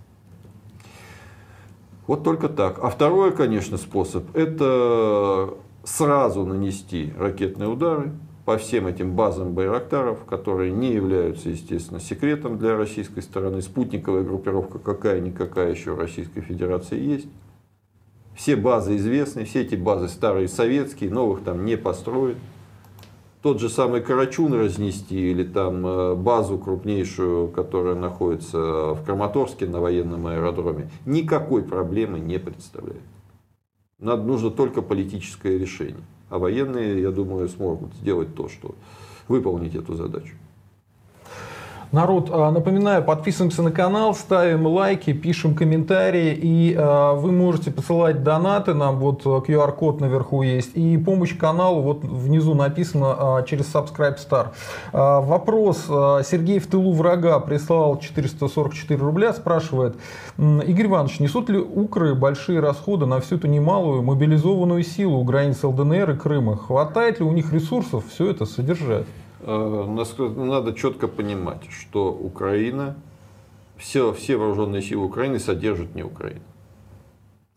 Вот только так. А второй, конечно, способ, это сразу нанести ракетные удары по всем этим базам байрактаров, которые не являются, естественно, секретом для российской стороны. Спутниковая группировка какая-никакая еще в Российской Федерации есть. Все базы известны, все эти базы старые советские, новых там не построят. Тот же самый Карачун разнести или там базу крупнейшую, которая находится в Краматорске на военном аэродроме, никакой проблемы не представляет. Надо, нужно только политическое решение. А военные, я думаю, смогут сделать то, что выполнить эту задачу. Народ, напоминаю, подписываемся на канал, ставим лайки, пишем комментарии, и э, вы можете посылать донаты, нам вот ку ар код наверху есть, и помощь каналу вот внизу написано э, через Subscribe.Star. Э, вопрос, э, Сергей в тылу врага прислал четыреста сорок четыре рубля, спрашивает: Игорь Иванович, несут ли укры большие расходы на всю эту немалую мобилизованную силу у границ эл дэ эн эр и Крыма? Хватает ли у них ресурсов все это содержать? Надо четко понимать, что Украина, все, все вооруженные силы Украины содержат не Украину.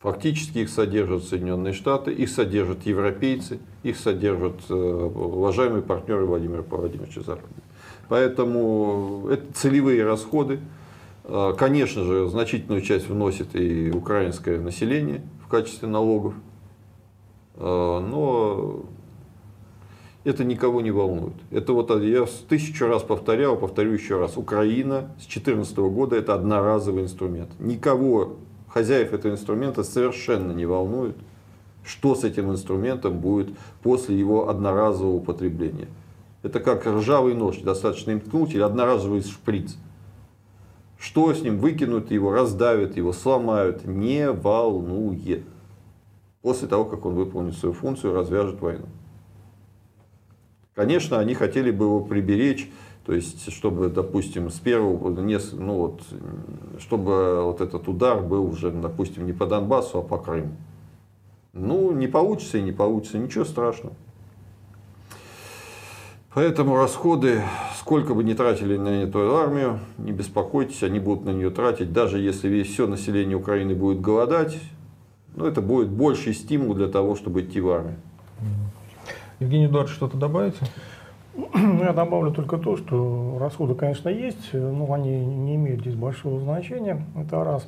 Фактически их содержат Соединенные Штаты, их содержат европейцы, их содержат э, уважаемые партнеры Владимира Владимировича Запада. Поэтому это целевые расходы. Э, конечно же, значительную часть вносит и украинское население в качестве налогов. Э, но это никого не волнует. Это вот я тысячу раз повторял, повторю еще раз. Украина с две тысячи четырнадцатого года это одноразовый инструмент. Никого, хозяев этого инструмента, совершенно не волнует, что с этим инструментом будет после его одноразового употребления. Это как ржавый нож, достаточно им ткнуть, или одноразовый шприц. Что с ним, выкинут его, раздавят его, сломают, не волнует. После того, как он выполнит свою функцию, развяжет войну. Конечно, они хотели бы его приберечь, то есть, чтобы, допустим, с первого, ну вот, чтобы вот этот удар был уже, допустим, не по Донбассу, а по Крыму. Ну, не получится и не получится, ничего страшного. Поэтому расходы, сколько бы ни тратили на эту армию, не беспокойтесь, они будут на нее тратить, даже если весь все население Украины будет голодать, ну, это будет больший стимул для того, чтобы идти в армию. Евгений Эдуардович, что-то добавите? Ну, я добавлю только то, что расходы, конечно, есть, но они не имеют здесь большого значения. Это раз.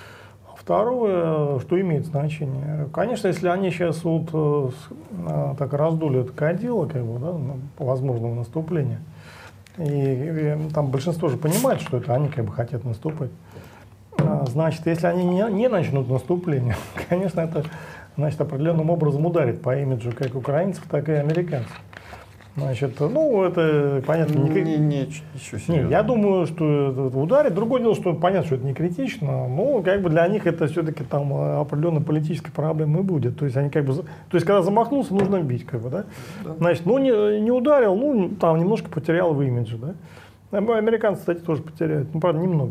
Второе, что имеет значение. Конечно, если они сейчас вот так раздули это кадило, как бы, да, по возможному наступлению, и, и там большинство же понимает, что это они как бы хотят наступать. Значит, если они не, не начнут наступление, конечно, это значит, определенным образом ударит по имиджу как украинцев, так и американцев. Значит, ну, это понятно. Не, не, не, ничего не, я думаю, что это ударит. Другое дело, что понятно, что это не критично, но как бы для них это все-таки там определенной политической проблемой будет. То есть они как бы, то есть когда замахнулся, нужно бить, как бы, да? Да. Значит, ну не, не ударил, ну там немножко потерял в имидже, да? Американцы, кстати, тоже потеряют, ну правда немного.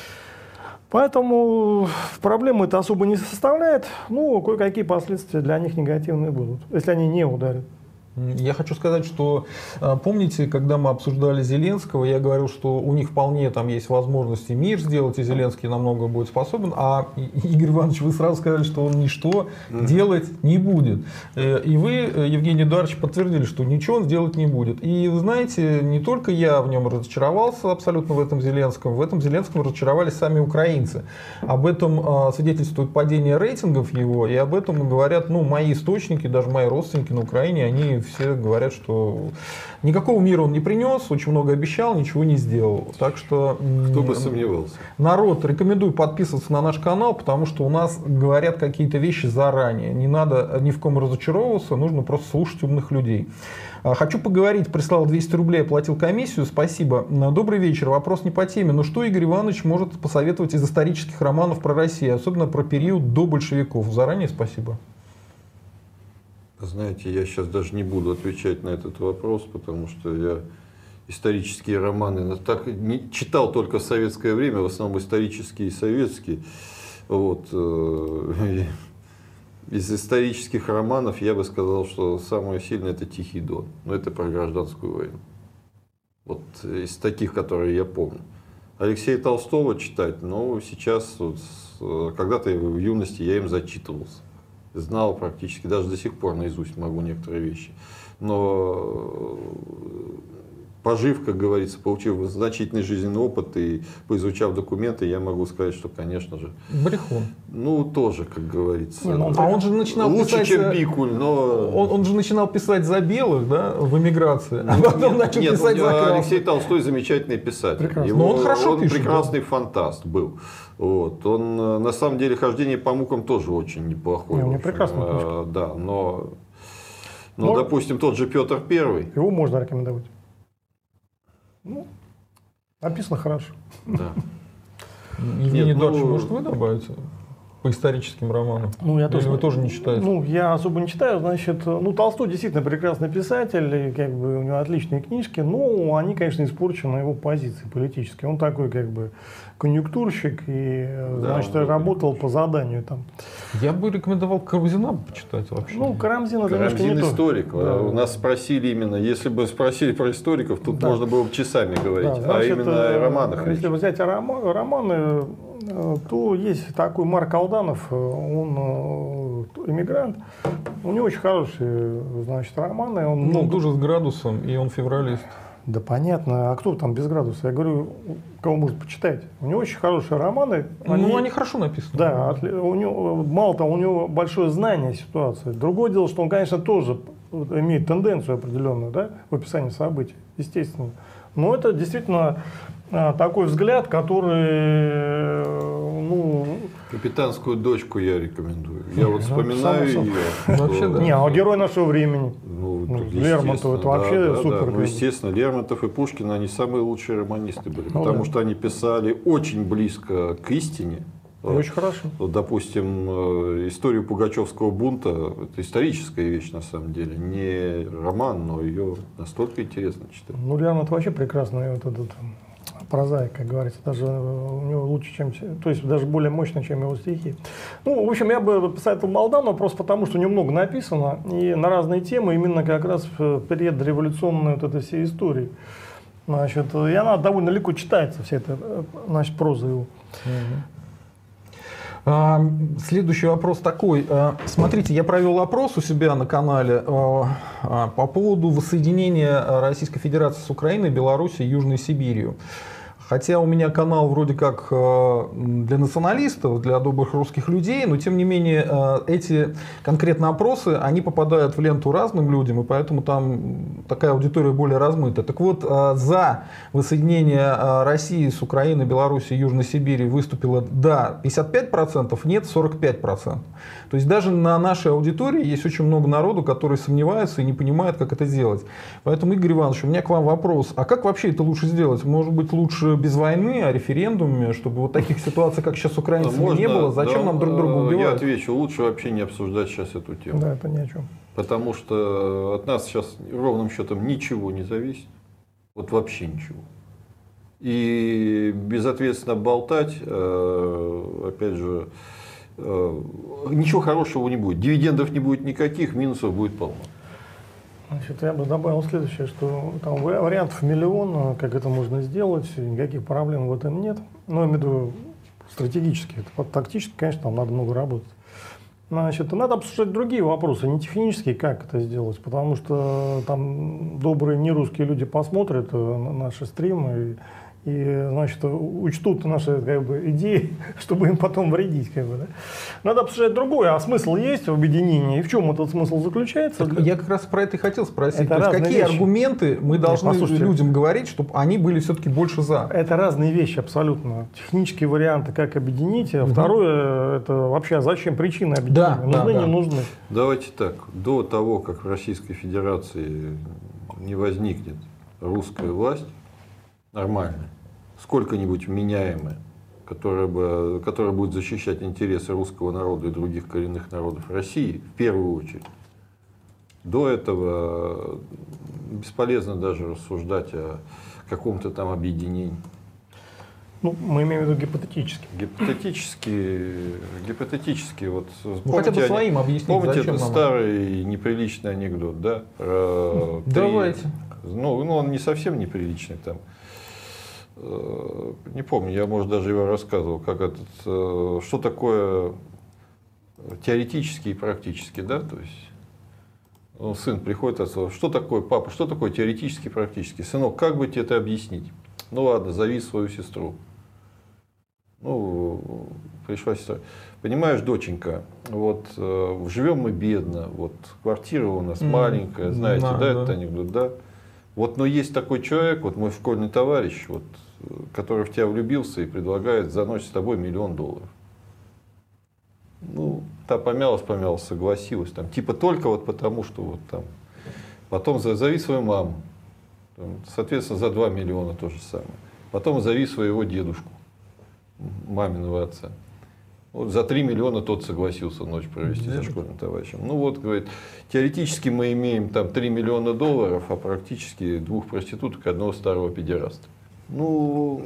Поэтому проблемы это особо не составляет, ну кое-какие последствия для них негативные будут, если они не ударят. Я хочу сказать, что помните, когда мы обсуждали Зеленского, я говорил, что у них вполне там есть возможности мир сделать, и Зеленский намного будет способен, а Игорь Иванович, вы сразу сказали, что он ничто mm-hmm. делать не будет. И вы, Евгений Эдуардович, подтвердили, что ничего он сделать не будет. И вы знаете, не только я в нем разочаровался абсолютно в этом Зеленском, в этом Зеленском разочаровались сами украинцы. Об этом свидетельствует падение рейтингов его, и об этом говорят, ну, мои источники, даже мои родственники на Украине, они все говорят, что никакого мира он не принес, очень много обещал, ничего не сделал. Так что кто бы сомневался. Народ, рекомендую подписываться на наш канал, потому что у нас говорят какие-то вещи заранее. Не надо ни в ком разочаровываться, нужно просто слушать умных людей. Хочу поговорить, прислал двести рублей, оплатил комиссию, спасибо. Добрый вечер, вопрос не по теме, но что Игорь Иванович может посоветовать из исторических романов про Россию, особенно про период до большевиков? Заранее спасибо. Знаете, я сейчас даже не буду отвечать на этот вопрос, потому что я исторические романы так, не, читал только в советское время, в основном исторические и советские. Вот. Из исторических романов я бы сказал, что самое сильное это «Тихий Дон». Но это про гражданскую войну. Вот из таких, которые я помню. Алексея Толстого читать, но сейчас, вот, когда-то в юности я им зачитывался. Знал практически, даже до сих пор наизусть могу некоторые вещи. Но пожив, как говорится, получив значительный жизненный опыт и поизучав документы, я могу сказать, что, конечно же... Брехун. Ну, тоже, как говорится. Не, ну, а он же начинал лучше, писать... чем Пикуль, но... Он, он же начинал писать за белых, да, в эмиграции, а потом нет, начал нет, писать за красных. Алексей Толстой замечательный писатель. Его, но он хорошо он пишет, прекрасный да. фантаст был. Вот. Он, на самом деле, «Хождение по мукам» тоже очень неплохой. Не, прекрасная книжка. Да, но, но, но, допустим, тот же Петр Первый. Его можно рекомендовать. Ну, написано хорошо. Да. Евгений Эдуардович, ну, может, вы добавите по историческим романам? Ну, я Или тоже, вы тоже не читаете? Ну, я особо не читаю. Значит, ну, Толстой действительно прекрасный писатель, и, как бы, у него отличные книжки, но они, конечно, испорчены его позиции политические. Он такой, как бы, конъюнктурщик и, да, значит, работал по заданию там. Я бы рекомендовал Карамзина почитать вообще. Ну, Карамзин, это Карамзин не историк. Да. У нас спросили именно, если бы спросили про историков, тут да. можно было бы часами говорить, да, значит, а именно о романах. Если взять романы, романы то есть такой Марк Алданов, он иммигрант, у него очень хорошие, значит, романы. Он Ну, много... тоже с градусом, и он февралист. Да понятно, а кто там без градуса? Я говорю, кого может почитать. У него очень хорошие романы. Они... Ну, они хорошо написаны. Да, у него, мало того, у него большое знание ситуации. Другое дело, что он, конечно, тоже имеет тенденцию определенную, да, в описании событий, естественно. Но это действительно такой взгляд, который, ну... Капитанскую дочку я рекомендую. Я вот вспоминаю ну, ее. Вообще, да. Не, а герой нашего времени. Ну, Ну, так, Лермонтов, это да, вообще да, супер. Да. Ну, естественно, Лермонтов и Пушкин, они самые лучшие романисты были. Ну, потому да. что они писали очень близко к истине. Очень хорошо. Вот, допустим, историю Пугачевского бунта, это историческая вещь на самом деле, не роман, но ее настолько интересно читать. Ну, Лермонтов вообще прекрасный вот этот прозаик, как говорится, даже у него лучше, чем, то есть даже более мощно, чем его стихи. Ну, в общем, я бы посоветовал Молданова просто потому, что у него много написано и на разные темы, именно как раз в период революционной вот этой всей истории. Значит, и она довольно легко читается, вся эта, значит, проза его. Следующий вопрос такой. Смотрите, я провел опрос у себя на канале по поводу воссоединения Российской Федерации с Украиной, Белоруссией и Южной Сибирью. Хотя у меня канал вроде как для националистов, для добрых русских людей, но тем не менее эти конкретно опросы, они попадают в ленту разным людям, и поэтому там такая аудитория более размыта. Так вот, за воссоединение России с Украиной, Белоруссией и Южной Сибири выступило да пятьдесят пять процентов, нет сорок пять процентов. То есть даже на нашей аудитории есть очень много народу, которые сомневаются и не понимают, как это сделать. Поэтому, Игорь Иванович, у меня к вам вопрос. А как вообще это лучше сделать? Может быть, лучше без войны, а референдумами, чтобы вот таких ситуаций, как сейчас с украинцами, Можно, не было? Зачем да, нам друг друга убивать? Я отвечу, лучше вообще не обсуждать сейчас эту тему. Да, это ни о чем. Потому что от нас сейчас ровным счетом ничего не зависит. Вот вообще ничего. И безответственно болтать, опять же, ничего хорошего не будет. Дивидендов не будет никаких, минусов будет полно. Значит, я бы добавил следующее, что там вариантов миллион, как это можно сделать, никаких проблем в этом нет. Но я имею в виду стратегически, это тактически, конечно, там надо много работать. Значит, надо обсуждать другие вопросы, не технические, как это сделать, потому что там добрые нерусские люди посмотрят наши стримы и, и значит, учтут наши как бы, идеи, чтобы им потом вредить. Как бы, да? Надо обсуждать другое, а смысл есть в объединении, и в чем этот смысл заключается? Так я как раз про это и хотел спросить. Это То есть какие вещи. аргументы мы должны Нет, людям говорить, чтобы они были все-таки больше за? Это разные вещи абсолютно. Технические варианты, как объединить. А угу. Второе, это вообще зачем причины объединения? Да, нужны, да, не да. нужны. Давайте так. До того, как в Российской Федерации не возникнет русская власть, нормальная, сколько-нибудь вменяемая, которая, бы, которая будет защищать интересы русского народа и других коренных народов России, в первую очередь. До этого бесполезно даже рассуждать о каком-то там объединении. Ну, мы имеем в виду гипотетически. Гипотетически, гипотетически, вот ну, хотя бы своим объяснить, помните зачем этот нам? Старый неприличный анекдот, да? Про Давайте. Три, ну, ну, он не совсем неприличный там. Не помню, я, может, даже его рассказывал, как этот, что такое теоретически и практически, да, то есть ну, сын приходит от слова, что такое, папа, что такое теоретически и практически, сынок, как бы тебе это объяснить? Ну ладно, зови свою сестру. Ну, пришла сестра. Понимаешь, доченька, вот живем мы бедно, вот квартира у нас маленькая, знаете, да, да, этот анекдот, да? Вот, но есть такой человек, вот мой школьный товарищ, вот, который в тебя влюбился и предлагает за ночь с тобой миллион долларов. Ну, та помялась, помялась, согласилась. Там, типа только вот потому, что вот там. Потом зови свою маму. Там, соответственно, за два миллиона то же самое. Потом зови своего дедушку, маминого отца. Вот за три миллиона тот согласился ночь провести за школьным товарищем. Ну вот, говорит, теоретически мы имеем там три миллиона долларов, а практически двух проституток и одного старого педераста. Ну,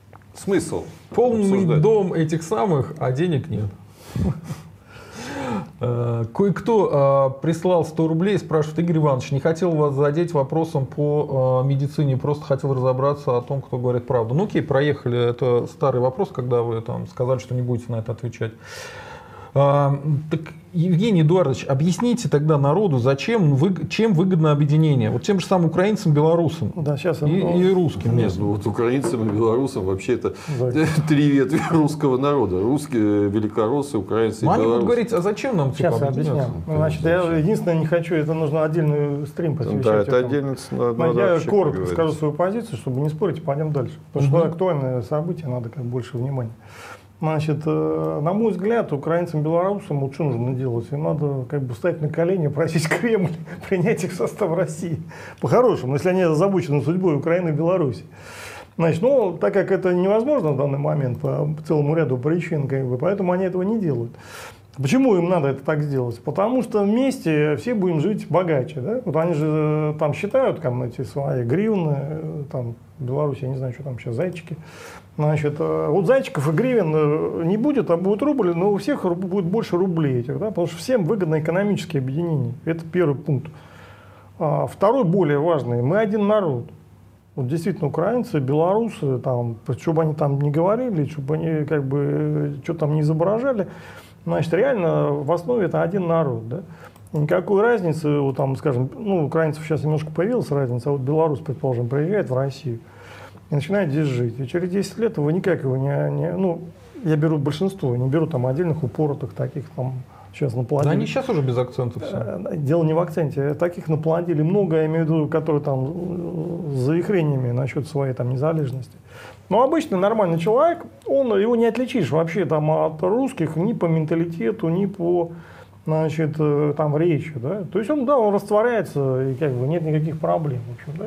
смысл полный обсуждать. Дом этих самых, а денег нет. Кое-кто э, прислал сто рублей и спрашивает: Игорь Иванович, не хотел вас задеть вопросом по э, медицине, просто хотел разобраться о том, кто говорит правду. Ну окей, проехали, это старый вопрос, когда вы там сказали, что не будете на это отвечать. А, так, Евгений Эдуардович, объясните тогда народу, зачем, вы, чем выгодно объединение? Вот тем же самым украинцам, белорусам да, сейчас, и, ну, и русским. Нет, ну вот украинцам и белорусам вообще это да. три ветви русского народа. Русские, великороссы, украинцы и Но они белорусы. будут говорить, а зачем нам типа, Сейчас я объединяться? объясню. Ну, значит, я единственное не хочу, это нужно отдельный стрим посвящать. Да, это этому. отдельно надо, Но надо я вообще коротко поговорить. скажу свою позицию, чтобы не спорить, пойдем дальше. Потому Мгм. что актуальное событие, надо как больше внимания. Значит, э, на мой взгляд, украинцам, белорусам вот что нужно делать? Им надо как бы встать на колени, просить Кремль принять их в состав России. По-хорошему, если они озабочены судьбой Украины и Беларуси. Значит, ну, так как это невозможно в данный момент по целому ряду причин, как бы, поэтому они этого не делают. Почему им надо это так сделать? Потому что вместе все будем жить богаче. Да? Вот они же там считают там, эти свои гривны, там, в Беларуси, я не знаю, что там сейчас, зайчики. Значит, вот зайчиков и гривен не будет, а будет рубль, но у всех будет больше рублей этих, да? Потому что всем выгодно экономические объединения. Это первый пункт. А второй, более важный, мы один народ. Вот действительно, украинцы, белорусы, там, чтобы они там не говорили, чтобы они как бы что там не изображали, значит, реально в основе это один народ, да? Никакой разницы, вот там, скажем, ну, украинцев сейчас немножко появилась разница, а вот белорус, предположим, приезжает в Россию и начинает здесь жить. И через десять лет его никак его не, не ну, я беру большинство, не беру там отдельных упоротых таких там, сейчас наплодили. Да они сейчас уже без акцента все. Дело не в акценте, таких наплодили много, я имею в виду, которые там с завихрениями насчет своей там незалежности. Но обычный нормальный человек, он, его не отличишь вообще там от русских ни по менталитету, ни по, значит, там речи, да. То есть он, да, он растворяется и как бы нет никаких проблем, в общем, да.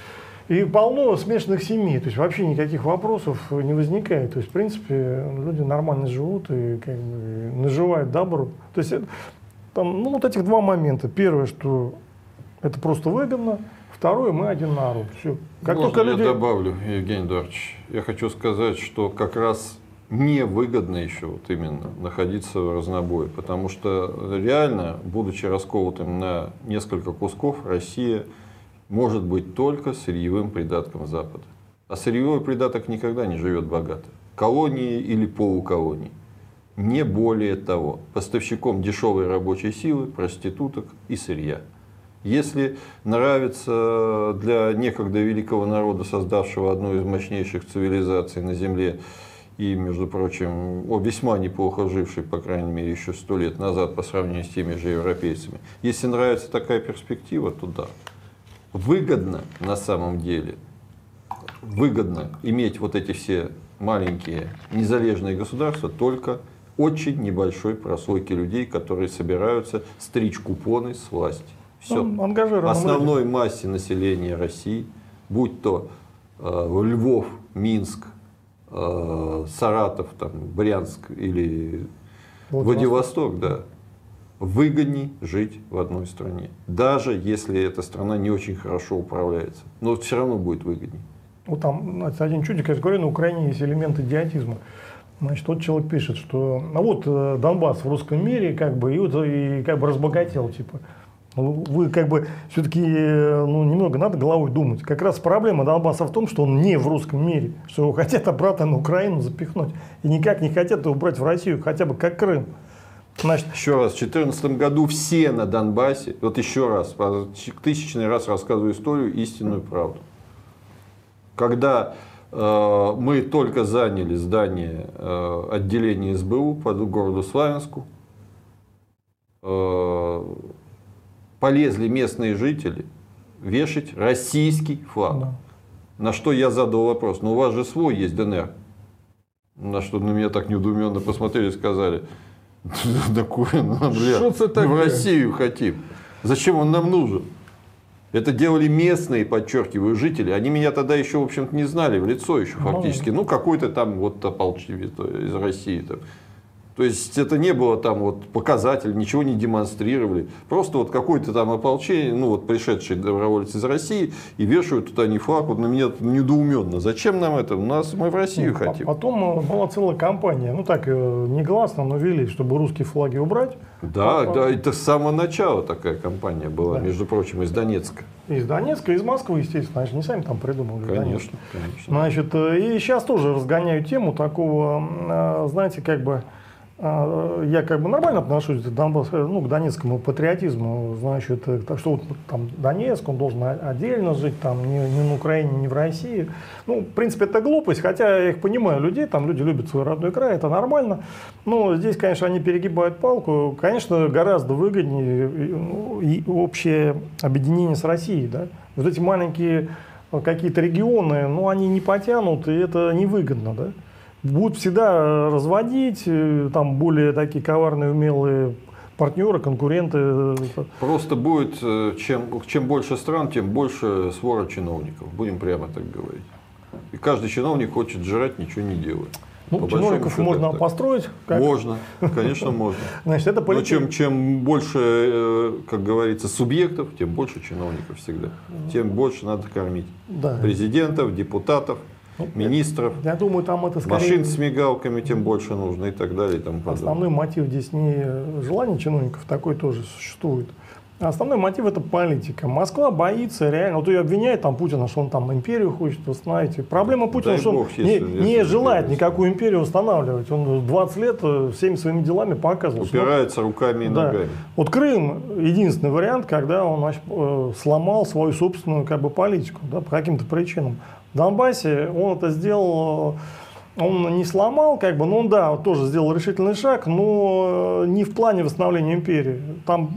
И полно смешанных семей, то есть вообще никаких вопросов не возникает. То есть, в принципе, люди нормально живут и как бы наживают добро. То есть, там, ну, вот этих два момента. Первое, что это просто выгодно. Второе, мы один народ. Все. Как Можно только я люди... добавлю, Евгений Эдуардович? Я хочу сказать, что как раз невыгодно еще вот именно находиться в разнобое. Потому что реально, будучи расколотым на несколько кусков, Россия может быть только сырьевым придатком Запада. А сырьевой придаток никогда не живет богато. Колонии или полуколонии. Не более того. Поставщиком дешевой рабочей силы, проституток и сырья. Если нравится для некогда великого народа, создавшего одну из мощнейших цивилизаций на Земле, и, между прочим, о, весьма неплохо живший, по крайней мере, еще сто лет назад по сравнению с теми же европейцами, если нравится такая перспектива, то да. Выгодно на самом деле, выгодно иметь вот эти все маленькие незалежные государства только очень небольшой прослойки людей, которые собираются стричь купоны с власти. Все. Основной массе населения России, будь то э, Львов, Минск, э, Саратов, там, Брянск или Владивосток, Владивосток, да, выгодней жить в одной стране. Даже если эта страна не очень хорошо управляется. Но все равно будет выгодней. Вот там один чудик, я же говорю, на Украине есть элемент идиотизма. Значит, вот человек пишет, что а вот Донбасс в русском мире как бы, и, вот, и как бы разбогател, типа. Вы как бы все-таки ну, немного надо головой думать. Как раз проблема Донбасса в том, что он не в русском мире, что его хотят обратно на Украину запихнуть. И никак не хотят его брать в Россию, хотя бы как Крым. Значит, еще раз, в две тысячи четырнадцатом году все на Донбассе, вот еще раз, тысячный раз рассказываю историю, истинную правду. Когда э, мы только заняли здание э, отделения эс бэ у по городу Славянску, э, полезли местные жители вешать российский флаг. Да. На что я задал вопрос, ну у вас же свой есть дэ эн эр. На что на меня так недоуменно посмотрели и сказали: да куда нам, бля, мы в Россию хотим. Зачем он нам нужен? Это делали местные, подчеркиваю, жители. Они меня тогда еще, в общем-то, не знали в лицо еще фактически. Ну, какой-то там вот ополченец из России. Там. То есть это не было там вот показатель, ничего не демонстрировали. Просто вот какой-то там ополчение, ну вот пришедшие добровольцы из России, и вешают тут они флаг. Вот на меня недоуменно. Зачем нам это? У нас мы в Россию ну, хотим. Потом была целая кампания, ну так негласно, но вели, чтобы русские флаги убрать. Да, а, да, это с самого начала такая кампания была, да. Между прочим, из Донецка. Из Донецка, из Москвы, естественно, они не сами там придумали. Конечно, конечно. Значит, и сейчас тоже разгоняют тему такого, знаете, как бы, я как бы нормально отношусь к, Донбассу, ну, к донецкому патриотизму, значит, так что вот там Донецк, он должен отдельно жить, там, не, не на Украине, не в России. Ну, в принципе, это глупость, хотя я их понимаю, людей, там люди любят свой родной край, это нормально. Но здесь, конечно, они перегибают палку. Конечно, гораздо выгоднее ну, и общее объединение с Россией, да. Вот эти маленькие какие-то регионы, ну, они не потянут, и это невыгодно, да. Будут всегда разводить, там более такие коварные, умелые партнеры, конкуренты. Просто будет, чем, чем больше стран, тем больше свора чиновников, будем прямо так говорить. И каждый чиновник хочет жрать, ничего не делает. Ну, чиновников можно построить? Как? Можно, конечно, можно. Значит, это Но чем, чем больше, как говорится, субъектов, тем больше чиновников всегда. Тем больше надо кормить. Да. Президентов, депутатов. Министров, я думаю, там это скорее... машин с мигалками тем больше нужно и так далее. И тому основной мотив здесь не желание чиновников, такой тоже существует. Основной мотив это политика. Москва боится реально, вот ее обвиняет там Путина, что он там империю хочет восстановить. Проблема Путина, что он Бог, не, если, не если желает никакую империю восстанавливать. Он двадцать лет всеми своими делами показывал. Упирается что, руками и да. ногами. Вот Крым единственный вариант, когда он значит, сломал свою собственную как бы, политику да, по каким-то причинам. В Донбассе он это сделал, он не сломал, как бы, но он, да, тоже сделал решительный шаг, но не в плане восстановления империи. Там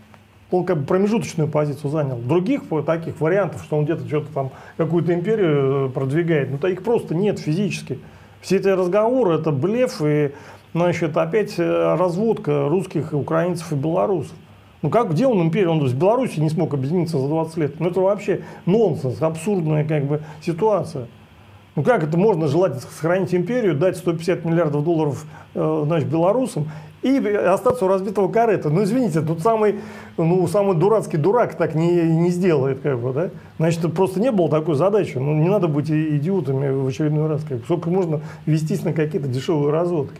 он как бы промежуточную позицию занял. Других таких вариантов, что он где-то что-то там, какую-то империю продвигает, ну, то их просто нет физически. Все эти разговоры, это блеф и, значит, опять разводка русских, украинцев и белорусов. Ну как, где он империя? Он в Беларуси не смог объединиться за двадцать лет. Ну это вообще нонсенс, абсурдная как бы ситуация. Ну как это можно желать сохранить империю, дать сто пятьдесят миллиардов долларов э, значит, белорусам и остаться у разбитого корыта? Ну извините, тут самый, ну, самый дурацкий дурак так не, не сделает. Как бы, да? Значит, просто не было такой задачи. Ну не надо быть идиотами в очередной раз. Как бы. Сколько можно вестись на какие-то дешевые разводки.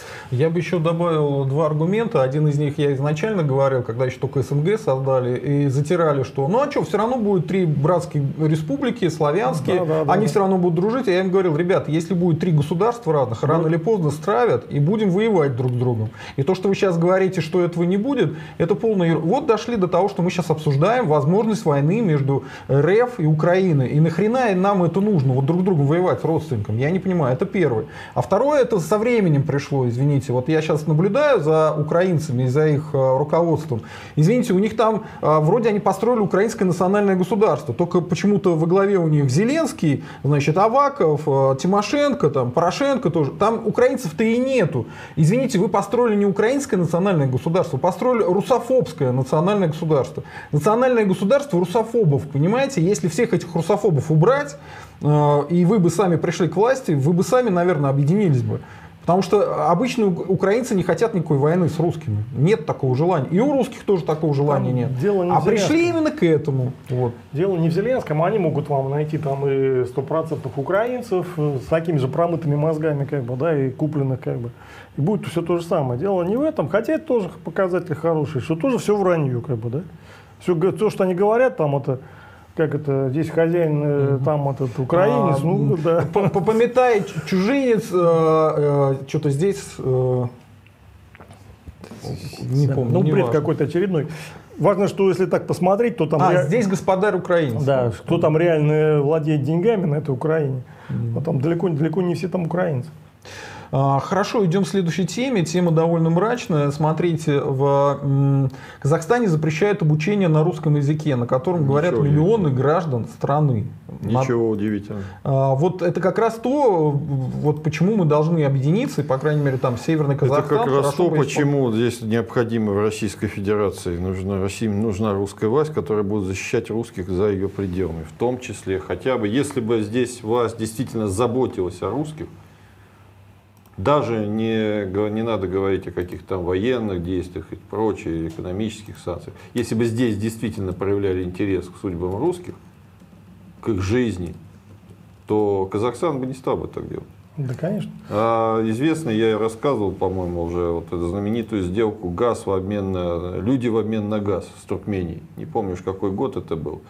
Я бы еще добавил два аргумента. Один из них я изначально говорил, когда еще только СНГ создали и затирали, что ну а что, все равно будет три братские республики, славянские, да, да, да, они да. все равно будут дружить. Я им говорил, ребята, если будет три государства разных, рано или поздно стравят и будем воевать друг с другом. И то, что вы сейчас говорите, что этого не будет, это полная... Вот дошли до того, что мы сейчас обсуждаем возможность войны между РФ и Украиной. И нахрена нам это нужно, вот друг с другом воевать с родственниками? Я не понимаю, это первое. А второе, это со временем пришло, извините. Вот я сейчас наблюдаю за украинцами и за их э, руководством. Извините, у них там, э, вроде они построили украинское национальное государство, только почему-то во главе у них Зеленский, значит, Аваков, э, Тимошенко, там, Порошенко тоже. Там украинцев-то и нету. Извините, вы построили не украинское национальное государство, построили русофобское национальное государство. Национальное государство русофобов, понимаете? Если всех этих русофобов убрать, э, и вы бы сами пришли к власти, вы бы сами, наверное, объединились бы. Потому что обычно украинцы не хотят никакой войны с русскими. Нет такого желания. И у русских тоже такого желания там нет. Дело не а пришли именно к этому. Вот. Дело не в Зеленском. Они могут вам найти там и стопроцентных украинцев с такими же промытыми мозгами, как бы, да, и купленных, как бы. И будет все то же самое. Дело не в этом. Хотя это тоже показатель хороший, что тоже все вранье, как бы, да. Все то, что они говорят, там это. Как это, здесь хозяин, mm-hmm. там этот украинец, а, ну да. Пометай, чужинец, э, э, что-то здесь, э, не помню. Ну, не бред какой-то очередной. Важно, что если так посмотреть, то там... А, ре... здесь господарь украинец. Да, кто там реально владеет деньгами на этой Украине. Mm-hmm. А там далеко, далеко не все там украинцы. Хорошо, идем к следующей теме. Тема довольно мрачная. Смотрите, в Казахстане запрещают обучение на русском языке, на котором Ничего говорят миллионы граждан страны. Ничего удивительного. Вот это как раз то, вот почему мы должны объединиться, и, по крайней мере, там Северный Казахстан. Это как раз то, почему здесь необходимо в Российской Федерации, нужна, России, нужна русская власть, которая будет защищать русских за ее пределами. В том числе, хотя бы, если бы здесь власть действительно заботилась о русских, Даже не, не надо говорить о каких-то там военных действиях и прочее, экономических санкциях. Если бы здесь действительно проявляли интерес к судьбам русских, к их жизни, то Казахстан бы не стал бы так делать. Да, конечно. А, известно, я рассказывал, по-моему, уже вот эту знаменитую сделку газ в обмен на, люди в обмен на газ с Туркменией. Не помнишь, какой год это был.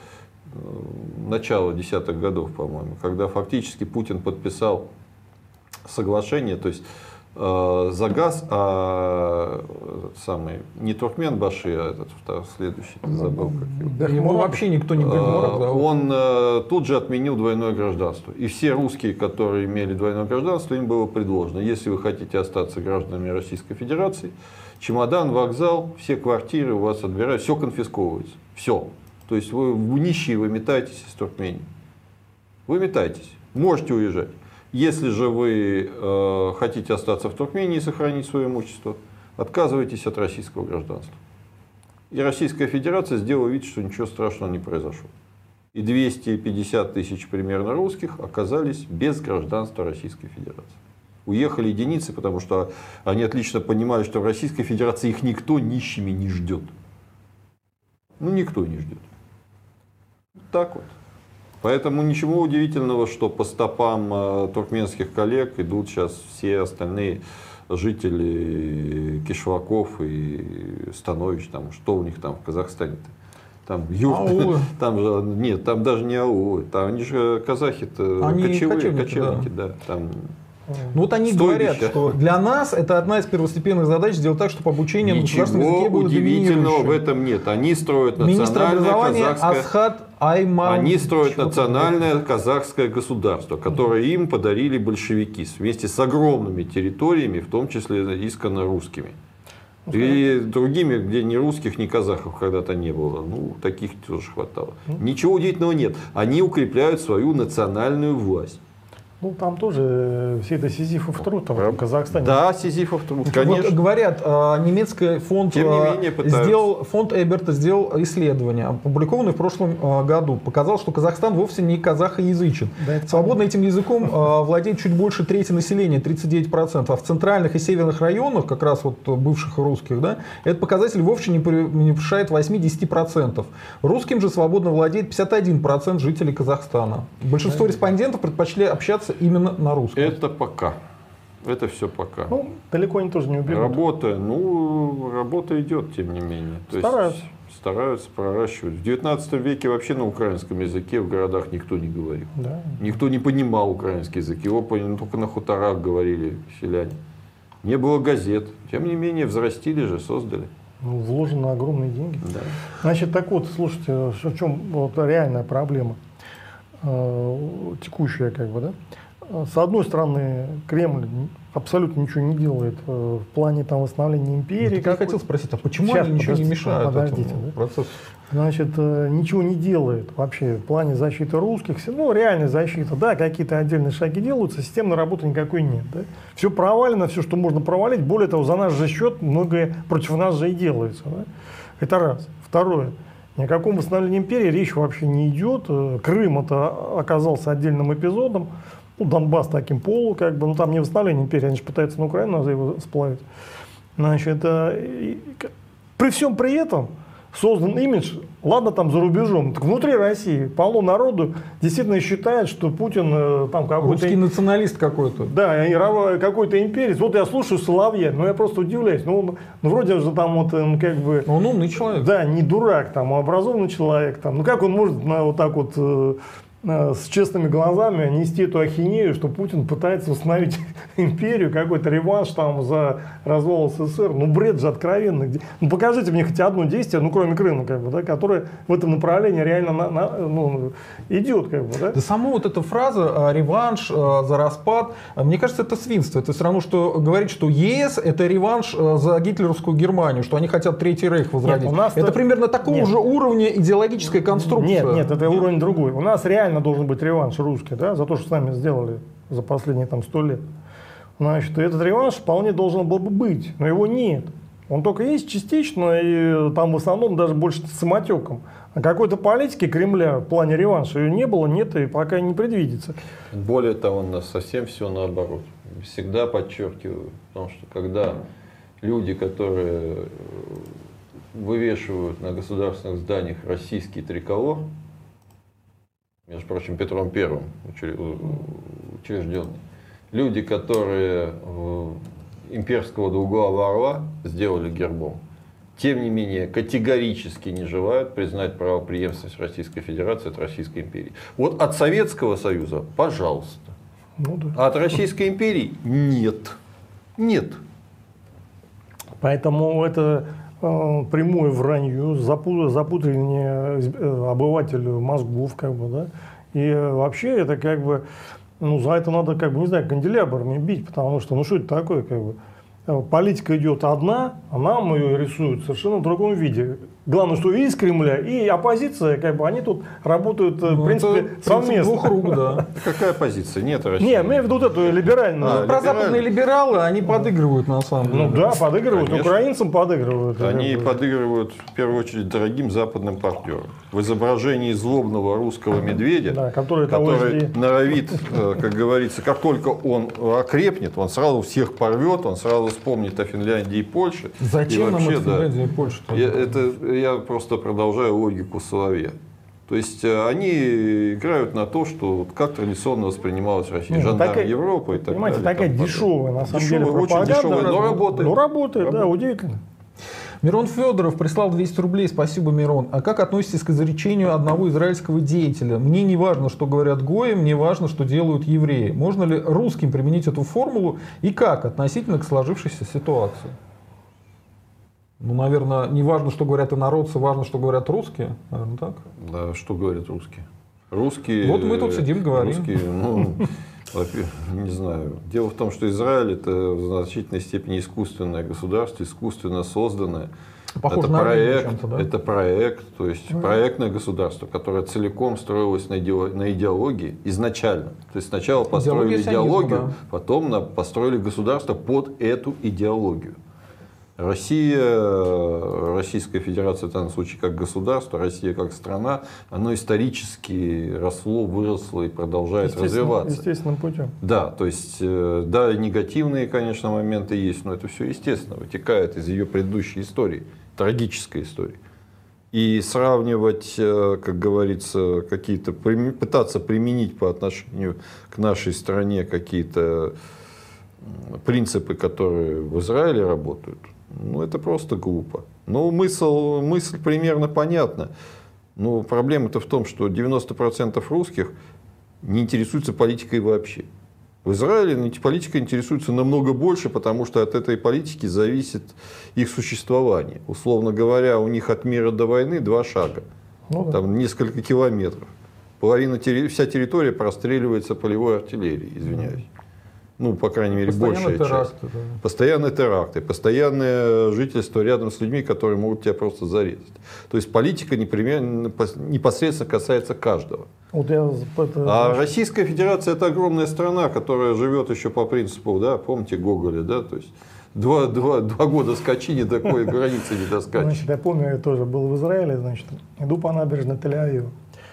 Начало десятых годов, по-моему, когда фактически Путин подписал соглашение, то есть э, за газ, а самый не Туркменбаши, а этот второй, следующий, забыл как его. Да, ему вообще никто не говорит. Э, он э, тут же отменил двойное гражданство. И все русские, которые имели двойное гражданство, им было предложено: если вы хотите остаться гражданами Российской Федерации, чемодан, вокзал, все квартиры у вас отбирают, все конфисковывается. Все. То есть вы нищие, вы метаетесь из Туркмении. Вы метаетесь. Можете уезжать. Если же вы э, хотите остаться в Туркмении и сохранить свое имущество, отказывайтесь от российского гражданства. И Российская Федерация сделала вид, что ничего страшного не произошло. И двести пятьдесят тысяч примерно русских оказались без гражданства Российской Федерации. Уехали единицы, потому что они отлично понимали, что в Российской Федерации их никто нищими не ждет. Ну, никто не ждет. Так вот. Поэтому ничего удивительного, что по стопам э, туркменских коллег идут сейчас все остальные жители Кишлаков и Станович. Там, что у них там в Казахстане-то? Там юрты, там же, нет, там даже не аулы, там они же казахи-то кочевые, кочевники, да. Да, там. Ну вот они говорят, что для нас это одна из первостепенных задач сделать так, чтобы обучение на государственном языке было доминирующим. Ничего удивительного в этом нет. Они строят национальное казахское... Асхат Айман... Они строят национальное казахское государство, которое им подарили большевики вместе с огромными территориями, в том числе исконно русскими. И другими, где ни русских, ни казахов когда-то не было. Ну, таких тоже хватало. Ничего удивительного нет. Они укрепляют свою национальную власть. Ну, там тоже все это Сизифов труд там, в Казахстане. Да, Сизифов труд, конечно. Вот, говорят, немецкий фонд, Тем не менее, сделал, фонд Эберта сделал исследование, опубликованное в прошлом году. Показал, что Казахстан вовсе не казахоязычен. Да, свободно этим языком владеет чуть больше трети населения, тридцать девять процентов. А в центральных и северных районах, как раз вот бывших русских, да, этот показатель вовсе не превышает восемь-десять процентов. Русским же свободно владеет пятьдесят один процент жителей Казахстана. Большинство да. респондентов предпочли общаться именно на русском. Это пока. Это все пока. Ну, далеко они тоже не убегут. Работа, ну, работа идет, тем не менее. То стараются. Есть, стараются проращивать. В девятнадцатом веке вообще на украинском языке в городах никто не говорил. Да. Никто не понимал украинский язык. Его только на хуторах говорили селяне. Не было газет. Тем не менее, взрастили же, создали. Ну, вложены огромные деньги. Да. Значит, так вот, слушайте, в чем вот реальная проблема э, текущая, как бы, да? С одной стороны, Кремль абсолютно ничего не делает в плане там восстановления империи. Вот я хотел спросить, а почему Сейчас, они ничего не мешают подождите, этому да? процессу? Значит, ничего не делает вообще в плане защиты русских. Ну, реальная защита, да, какие-то отдельные шаги делаются, системной работы никакой нет. Да? Все провалено, все, что можно провалить. Более того, за наш же счет многое против нас же и делается. Да? Это раз. Второе. Ни о каком восстановлении империи речь вообще не идет. Крым это оказался отдельным эпизодом. Ну, Донбасс таким полу, как бы, ну там не восстановление империи, они же пытаются на Украину, надо его сплавить. Значит, э, при всем при этом создан имидж, ладно там за рубежом, так внутри России полно народу действительно считает, что Путин э, там какой-то... Русский националист какой-то. Да, какой-то имперец. Вот я слушаю Соловья, но я просто удивляюсь. Ну, ну вроде же там вот он как бы... Он умный человек. Да, не дурак, там, а образованный человек. Там. Ну как он может на, вот так вот... Э, с честными глазами нести эту ахинею, что Путин пытается установить империю, какой-то реванш там за развал СССР. Ну, бред же откровенный. Ну, покажите мне хотя одно действие, ну, кроме Крыма, как бы, да, которое в этом направлении реально на, на, ну, идет. Как бы, да? Да сама вот эта фраза «реванш за распад», мне кажется, это свинство. Это все равно, что говорить, что ЕС – это реванш за гитлеровскую Германию, что они хотят Третий Рейх возродить. Нет, у нас это, это примерно такого нет. же уровня идеологическая конструкция. Нет, нет, это нет. уровень другой. У нас реально должен быть реванш русский, да, за то, что с нами сделали за последние там сто лет. Значит, этот реванш вполне должен был бы быть, но его нет. Он только есть частично, и там в основном даже больше самотеком. А какой-то политики Кремля в плане реванша ее не было, нет и пока не предвидится. Более того, у нас совсем все наоборот. всегда подчеркиваю, потому что когда люди, которые вывешивают на государственных зданиях российский триколор, между прочим, Петром Первым учрежденный, люди, которые имперского двуглавого орла сделали гербом, тем не менее категорически не желают признать правопреемственность Российской Федерации от Российской империи. Вот от Советского Союза, пожалуйста. Ну, да. А от Российской империи нет. Нет. Поэтому это э, прямое вранье, запутывание э, обывателю мозгов, как бы, да. И э, вообще это как бы, ну, за это надо, как бы, не знаю, канделябрами бить, потому что, ну, что это такое, как бы. Политика идет одна, а нам ее рисуют совершенно в другом виде. Главное, что и из Кремля, и оппозиция, как бы, они тут работают, ну, в принципе, совместно. Двух рук, да. Какая оппозиция? Нет России. Не, имею в виду вот эту либеральную. А, прозападные либералы, они подыгрывают на самом деле. Ну да, подыгрывают, конечно. Украинцам подыгрывают. Они подыгрывают, в первую очередь, дорогим западным партнерам. В изображении злобного русского медведя, да, который, который норовит, как говорится, как только он окрепнет, он сразу всех порвет, он сразу вспомнит о Финляндии и Польше. Зачем и нам вообще, это Финляндия и Польша? Я, это, я просто продолжаю логику Соловья. То есть они играют на то, что как традиционно воспринималась Россия. Нет, жандарм такая, Европы и так понимаете, далее. Такая дешевая, на самом дешевая, деле, очень дешевая, но работает. Ну, работает, да, удивительно. Мирон Федоров прислал двести рублей. Спасибо, Мирон. А как относитесь к изречению одного израильского деятеля? Мне не важно, что говорят гои, мне важно, что делают евреи. Можно ли русским применить эту формулу и как относительно к сложившейся ситуации? Ну, наверное, не важно, что говорят инородцы, важно, что говорят русские. Наверное, так? Да, что говорят русские? Русские... Вот мы тут сидим, говорим. Русские, ну, не знаю. Дело в том, что Израиль это в значительной степени искусственное государство, искусственно созданное. Похоже это на проект, да? это проект, то есть mm. проектное государство, которое целиком строилось на, иде, на идеологии изначально. То есть сначала построили идеологию, да. потом на, построили государство под эту идеологию. Россия, Российская Федерация в данном случае как государство, Россия как страна, оно исторически росло, выросло и продолжает развиваться. Естественным путем. Да, то есть, да, негативные, конечно, моменты есть, но это все естественно, вытекает из ее предыдущей истории, трагической истории. И сравнивать, как говорится, какие-то, пытаться применить по отношению к нашей стране какие-то принципы, которые в Израиле работают, ну, это просто глупо. Ну, мысль, мысль примерно понятна. Но проблема-то в том, что девяносто процентов русских не интересуются политикой вообще. В Израиле политика интересуется намного больше, потому что от этой политики зависит их существование. Условно говоря, у них от мира до войны два шага. Ну, да. Там несколько километров. Половина, вся территория простреливается полевой артиллерией, извиняюсь. Ну, по крайней мере, большая часть. Теракты, да. Постоянные теракты, постоянное жительство рядом с людьми, которые могут тебя просто зарезать. То есть политика непременно, непосредственно касается каждого. Вот я, это, а Российская Федерация — это огромная страна, которая живет еще по принципу, да, помните Гоголя, да, то есть два, два, два года скачи, не такой границы не доскачешь. Значит, я помню, я тоже был в Израиле, значит, иду по набережной Тель-Авива,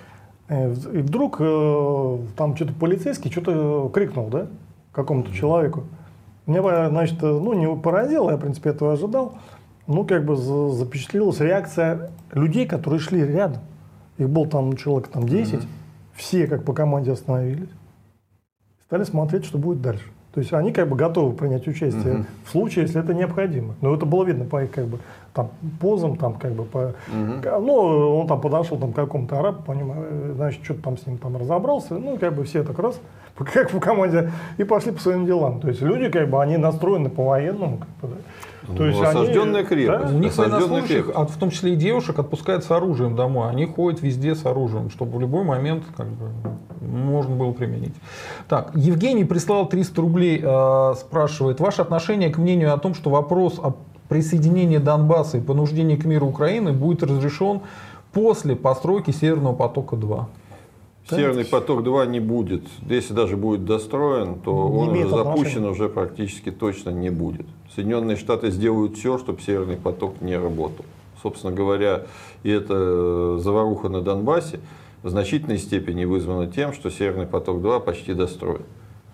и вдруг там что-то полицейский что-то крикнул, да, какому-то человеку. Меня, значит, ну, не поразило, я, в принципе, этого ожидал. Ну, как бы запечатлелась реакция людей, которые шли рядом. Их было там человек там десять. Mm-hmm. Все, как по команде, остановились. Стали смотреть, что будет дальше. То есть они как бы готовы принять участие mm-hmm. в случае, если это необходимо. Но это было видно по их как бы там позам, там как бы по. Mm-hmm. Ну, он там подошел там, к какому-то арабу, понимаю, значит, что-то там с ним там разобрался. Ну, как бы все так раз, как по команде, и пошли по своим делам. То есть люди, как бы, они настроены по-военному, как бы, да. То есть осажденная они, крепость. Да? У них военнослужащих, в том числе и девушек, отпускают с оружием домой. Они ходят везде с оружием, чтобы в любой момент как бы, можно было применить. Так, Евгений прислал триста рублей, э, спрашивает, ваше отношение к мнению о том, что вопрос о присоединении Донбасса и понуждении к миру Украины будет разрешен после постройки Северного потока-два? Северный поток-два не будет. Если даже будет достроен, то не он уже запущен, уже практически точно не будет. Соединенные Штаты сделают все, чтобы Северный поток не работал. Собственно говоря, и эта заваруха на Донбассе в значительной степени вызвана тем, что Северный поток-два почти достроен.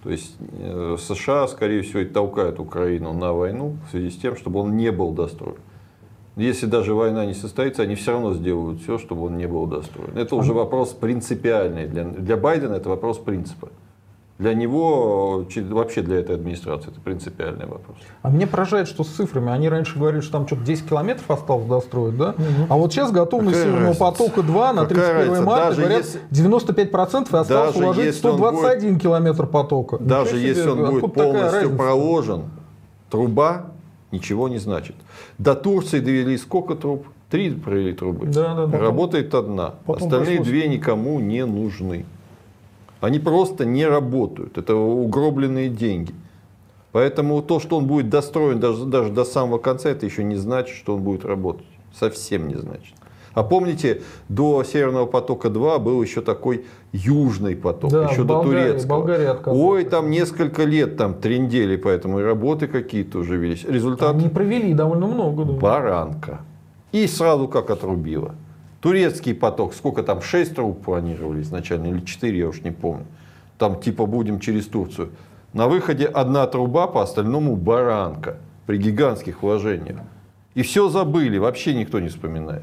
То есть э, США, скорее всего, и толкают Украину на войну в связи с тем, чтобы он не был достроен. Если даже война не состоится, они все равно сделают все, чтобы он не был достроен. Это уже вопрос принципиальный. Для, для Байдена это вопрос принципа. Для него, вообще для этой администрации, это принципиальный вопрос. А мне поражает, что с цифрами. Они раньше говорили, что там что-то десять километров осталось достроить, да? Угу. А вот сейчас готовность Северного потока два на тридцать первое марта, даже говорят, если... девяносто пять процентов и осталось уложить сто двадцать один будет... километр потока. Даже Ничего если себе, он будет полностью проложен, труба ничего не значит. До Турции довели сколько труб? Три провели трубы. Да, да, да. Работает одна. Потом Остальные пришлось... две никому не нужны. Они просто не работают. Это угробленные деньги. Поэтому то, что он будет достроен даже, даже до самого конца, это еще не значит, что он будет работать. Совсем не значит. А помните, до Северного потока два был еще такой южный поток, да, еще до Болгарии, турецкого. Болгария Ой, там несколько лет там трындели, поэтому и работы какие-то уже велись. Результат... Они провели довольно много. Да. Баранка. И сразу как отрубило. Турецкий поток, сколько там, шесть труб планировали изначально, или четыре, я уж не помню. Там типа будем через Турцию. На выходе одна труба, по остальному баранка. При гигантских вложениях. И все забыли, вообще никто не вспоминает.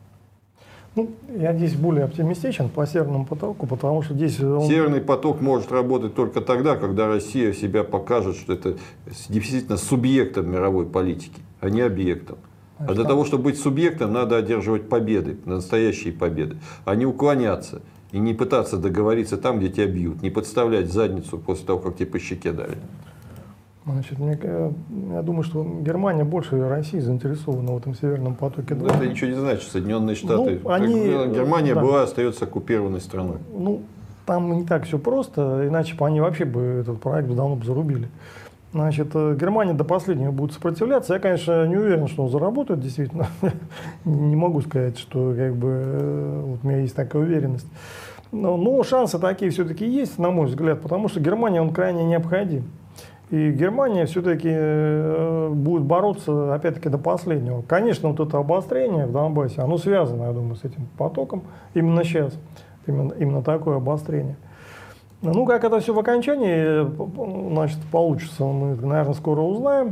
Ну, я здесь более оптимистичен по Северному потоку, потому что здесь... Он... Северный поток может работать только тогда, когда Россия себя покажет, что это действительно субъектом мировой политики, а не объектом. А, а для того, чтобы быть субъектом, надо одерживать победы, настоящие победы, а не уклоняться и не пытаться договориться там, где тебя бьют, не подставлять задницу после того, как тебе по щеке дали. Значит, мне, я думаю, что Германия больше России заинтересована в этом Северном потоке два. Это ничего не значит. Соединенные Штаты. Ну, они, Германия да. была, остается оккупированной страной. Ну, там не так все просто, иначе бы они вообще бы этот проект давно бы зарубили. Значит, Германия до последнего будет сопротивляться. Я, конечно, не уверен, что он заработает, действительно. Не могу сказать, что как бы, вот у меня есть такая уверенность. Но, но шансы такие все-таки есть, на мой взгляд, потому что Германия он крайне необходим. И Германия все-таки будет бороться, опять-таки, до последнего. Конечно, вот это обострение в Донбассе, оно связано, я думаю, с этим потоком именно сейчас. Именно, именно такое обострение. Ну, как это все в окончании, значит, получится, мы, наверное, скоро узнаем.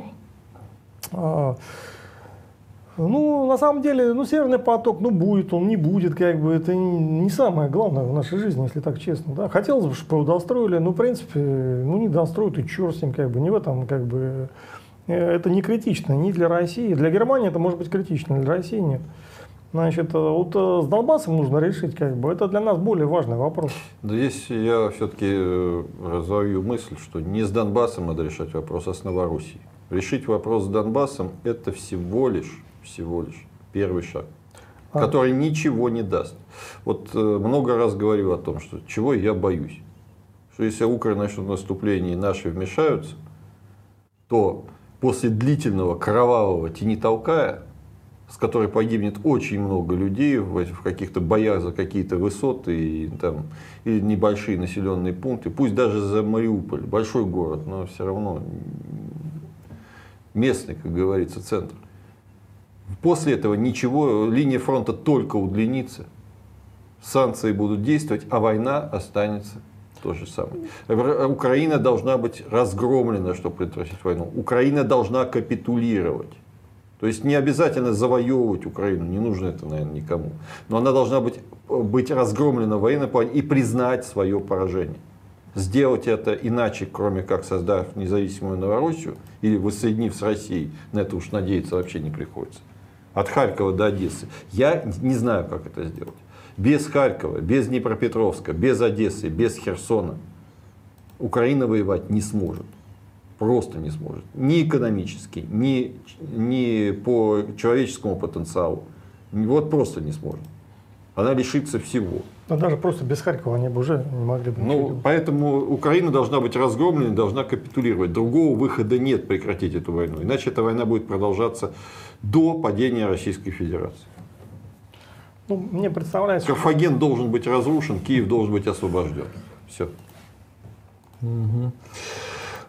Ну, на самом деле, ну, Северный поток, ну, будет он, не будет, как бы, это не самое главное в нашей жизни, если так честно, да. Хотелось бы, чтобы его достроили, но, в принципе, ну, не достроят, и черт с ним, как бы, не в этом, как бы, это не критично ни для России, для Германии это может быть критично, для России нет. Значит, вот с Донбассом нужно решить, как бы, это для нас более важный вопрос. Да здесь я все-таки разовью мысль, что не с Донбассом надо решать вопрос, а с Новороссией. Решить вопрос с Донбассом – это всего лишь всего лишь первый шаг, а. который ничего не даст. Вот э, много раз говорил о том, что чего я боюсь. Что если Украина начнет наступление и наши вмешаются, то после длительного кровавого тяни-толкая, с которой погибнет очень много людей в, в каких-то боях за какие-то высоты и, там, или небольшие населенные пункты, пусть даже за Мариуполь, большой город, но все равно местный, как говорится, центр. После этого ничего, линия фронта только удлинится, санкции будут действовать, а война останется то же самое. Украина должна быть разгромлена, чтобы предотвратить войну. Украина должна капитулировать. То есть не обязательно завоевывать Украину, не нужно это, наверное, никому. Но она должна быть, быть разгромлена в военном плане и признать свое поражение. Сделать это иначе, кроме как создав независимую Новороссию или воссоединив с Россией, на это уж надеяться вообще не приходится. От Харькова до Одессы. Я не знаю, как это сделать. Без Харькова, без Днепропетровска, без Одессы, без Херсона Украина воевать не сможет. Просто не сможет. Ни экономически, ни, ни по человеческому потенциалу. Вот просто не сможет. Она лишится всего. Но даже просто без Харькова они бы уже не могли бы. Ну, поэтому Украина должна быть разгромлена, должна капитулировать. Другого выхода нет прекратить эту войну. Иначе эта война будет продолжаться до падения Российской Федерации. Ну, мне представляется, Карфаген что... должен быть разрушен, Киев должен быть освобожден. Все. Угу.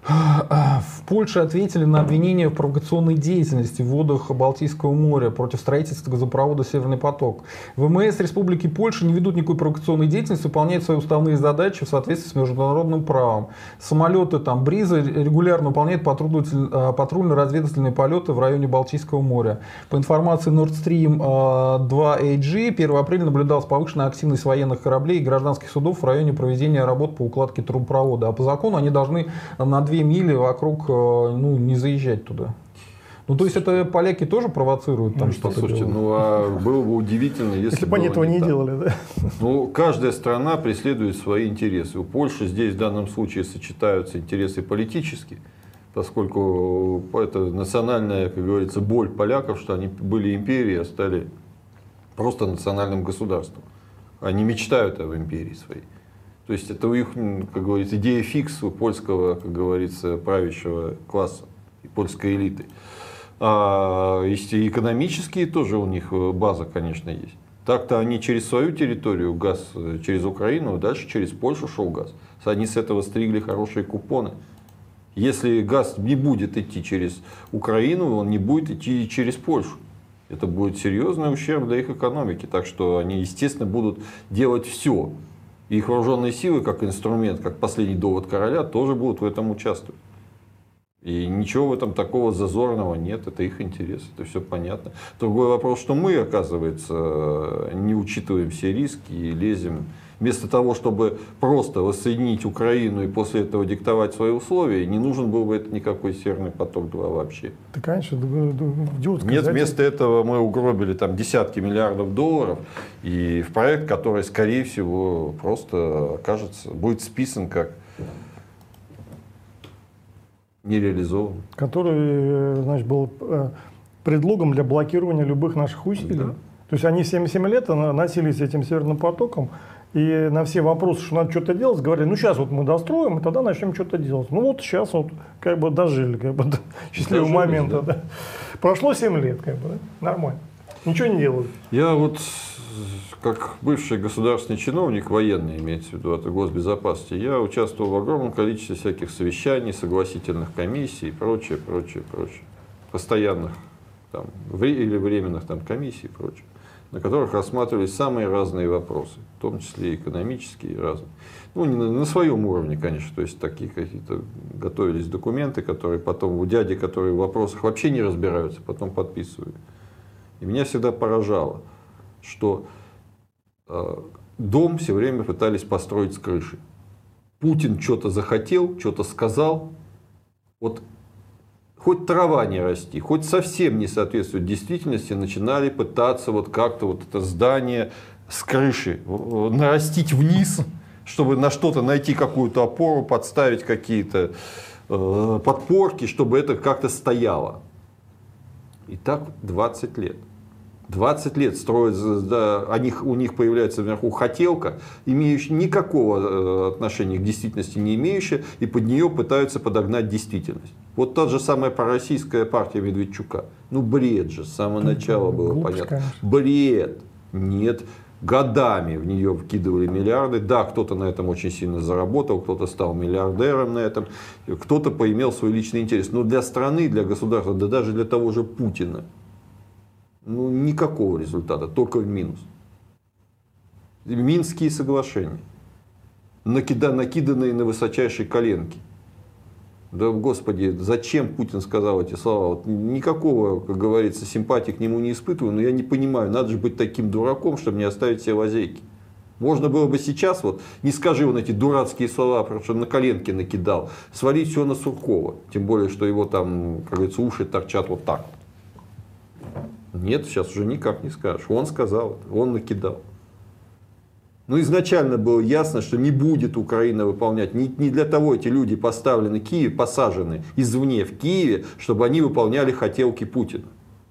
В Польше ответили на обвинение в провокационной деятельности в водах Балтийского моря против строительства газопровода «Северный поток». ВМС Республики Польша не ведут никакой провокационной деятельности, выполняют свои уставные задачи в соответствии с международным правом. Самолеты там Бриза регулярно выполняют патрульно-разведывательные полеты в районе Балтийского моря. По информации Nord Stream два эй джи, первого апреля наблюдалась повышенная активность военных кораблей и гражданских судов в районе проведения работ по укладке трубопровода. А по закону они должны на две мили вокруг, ну, не заезжать туда. Ну, то есть это поляки тоже провоцируют там ну, что-то? Слушайте, делают? ну, а было бы удивительно, если, если бы они этого не так. делали, да? Ну, каждая страна преследует свои интересы. У Польши здесь в данном случае сочетаются интересы политические, поскольку это национальная, как говорится, боль поляков, что они были империей, а стали просто национальным государством. Они мечтают об империи своей. То есть это у них, как говорится, идея фикс у польского, как говорится, правящего класса и польской элиты. А экономические тоже у них база, конечно, есть. Так-то они через свою территорию газ, через Украину, дальше через Польшу шел газ. Они с этого стригли хорошие купоны. Если газ не будет идти через Украину, он не будет идти через Польшу. Это будет серьезный ущерб для их экономики. Так что они, естественно, будут делать все. Их вооруженные силы, как инструмент, как последний довод короля, тоже будут в этом участвовать. И ничего в этом такого зазорного нет, это их интерес, это все понятно. Другой вопрос, что мы, оказывается, не учитываем все риски и лезем. Вместо того, чтобы просто воссоединить Украину и после этого диктовать свои условия, не нужен был бы это никакой Северный поток-два вообще. Да, конечно, идиотская Нет, затея. вместо этого мы угробили там десятки миллиардов долларов и в проект, который, скорее всего, просто окажется, будет списан как нереализован. Который, значит, был предлогом для блокирования любых наших усилий. Да. То есть они семь лет носились этим Северным потоком, и на все вопросы, что надо что-то делать, говорили, ну сейчас вот мы достроим, и тогда начнем что-то делать. Ну вот сейчас вот как бы дожили, как бы до счастливого Дожились, момента. да. Да. Прошло семь лет, как бы, да? Нормально. Ничего не делают. Я вот, как бывший государственный чиновник, военный имеется в виду, от госбезопасности, я участвовал в огромном количестве всяких совещаний, согласительных комиссий и прочее, прочее, прочее. Постоянных там, или временных там, комиссий и прочее, на которых рассматривались самые разные вопросы, в том числе и экономические, и разные. Ну, не на, на своем уровне, конечно, то есть такие какие-то готовились документы, которые потом у дяди, которые в вопросах вообще не разбираются, потом подписывают. И меня всегда поражало, что э, дом все время пытались построить с крыши. Путин что-то захотел, что-то сказал, вот хоть трава не расти, хоть совсем не соответствует действительности, начинали пытаться вот как-то вот это здание с крыши нарастить вниз, чтобы на что-то найти какую-то опору, подставить какие-то э, подпорки, чтобы это как-то стояло. И так двадцать лет. двадцать лет строят, да, у, них, у них появляется наверху хотелка, имеющая никакого отношения к действительности не имеющая, и под нее пытаются подогнать действительность. Вот та же самая пророссийская партия Медведчука. Ну бред же, с самого начала было Глупость, понятно. конечно. Бред. Нет. Годами в нее вкидывали миллиарды. Да, кто-то на этом очень сильно заработал, кто-то стал миллиардером на этом, кто-то поимел свой личный интерес. Но для страны, для государства, да даже для того же Путина, ну, никакого результата, только в минус. Минские соглашения, накида, накиданные на высочайшей коленке. Да, Господи, зачем Путин сказал эти слова? Вот никакого, как говорится, симпатии к нему не испытываю, но я не понимаю, надо же быть таким дураком, чтобы не оставить все лазейки. Можно было бы сейчас, вот, не скажи он эти дурацкие слова, потому что на коленке накидал, свалить все на Суркова. Тем более, что его там, как говорится, уши торчат вот так. Нет, сейчас уже никак не скажешь. Он сказал это, он накидал. Но изначально было ясно, что не будет Украина выполнять. Не, не для того эти люди поставлены в Киеве, посажены извне в Киеве, чтобы они выполняли хотелки Путина.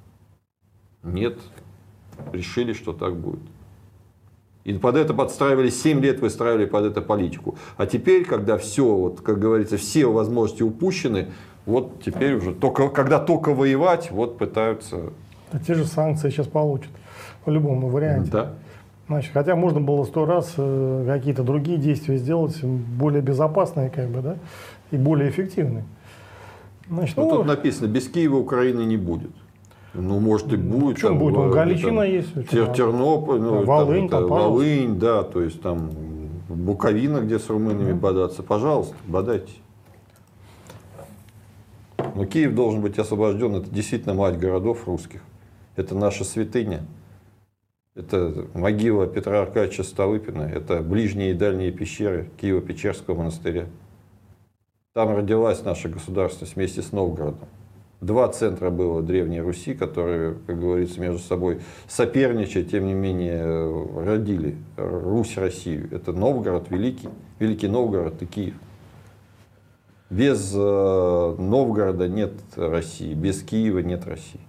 Нет, решили, что так будет. И под это подстраивались, семь лет выстраивали под это политику. А теперь, когда все, вот, как говорится, все возможности упущены, вот теперь уже, только, когда только воевать, вот пытаются... А те же санкции сейчас получат в любом варианте. Да. Значит, хотя можно было сто раз э, какие-то другие действия сделать, более безопасные, как бы, да, и более эффективный. Значит, ну, ну, тут написано, без Киева Украины не будет. Ну, может, и будет. Почему там, будет? Там, Галичина там, есть. Тер, Тернополь, ну, Волынь, там, там, Волынь, да, то есть там Буковина, где с румынами mm-hmm. бодаться. Пожалуйста, бодайтесь. Но Киев должен быть освобожден. Это действительно мать городов русских. Это наша святыня. Это могила Петра Аркадьевича Столыпина. Это ближние и дальние пещеры Киево-Печерского монастыря. Там родилась наша государственность вместе с Новгородом. Два центра было Древней Руси, которые, как говорится, между собой соперничая, тем не менее, родили Русь-Россию. Это Новгород Великий, Великий Новгород и Киев. Без э, Новгорода нет России, без Киева нет России.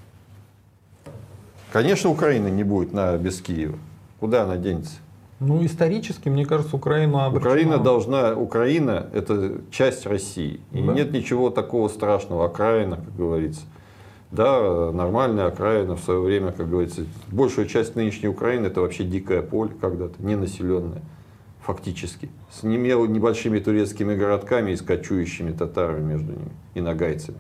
Конечно, Украины не будет на, без Киева. Куда она денется? Ну, исторически, мне кажется, Украина обречена. Украина должна, Украина – это часть России. И да. нет ничего такого страшного. Окраина, как говорится. Да, нормальная окраина в свое время, как говорится. Большая часть нынешней Украины – это вообще дикое поле когда-то, ненаселенное. Фактически. С небольшими турецкими городками и с кочующими татарами между ними. И нагайцами.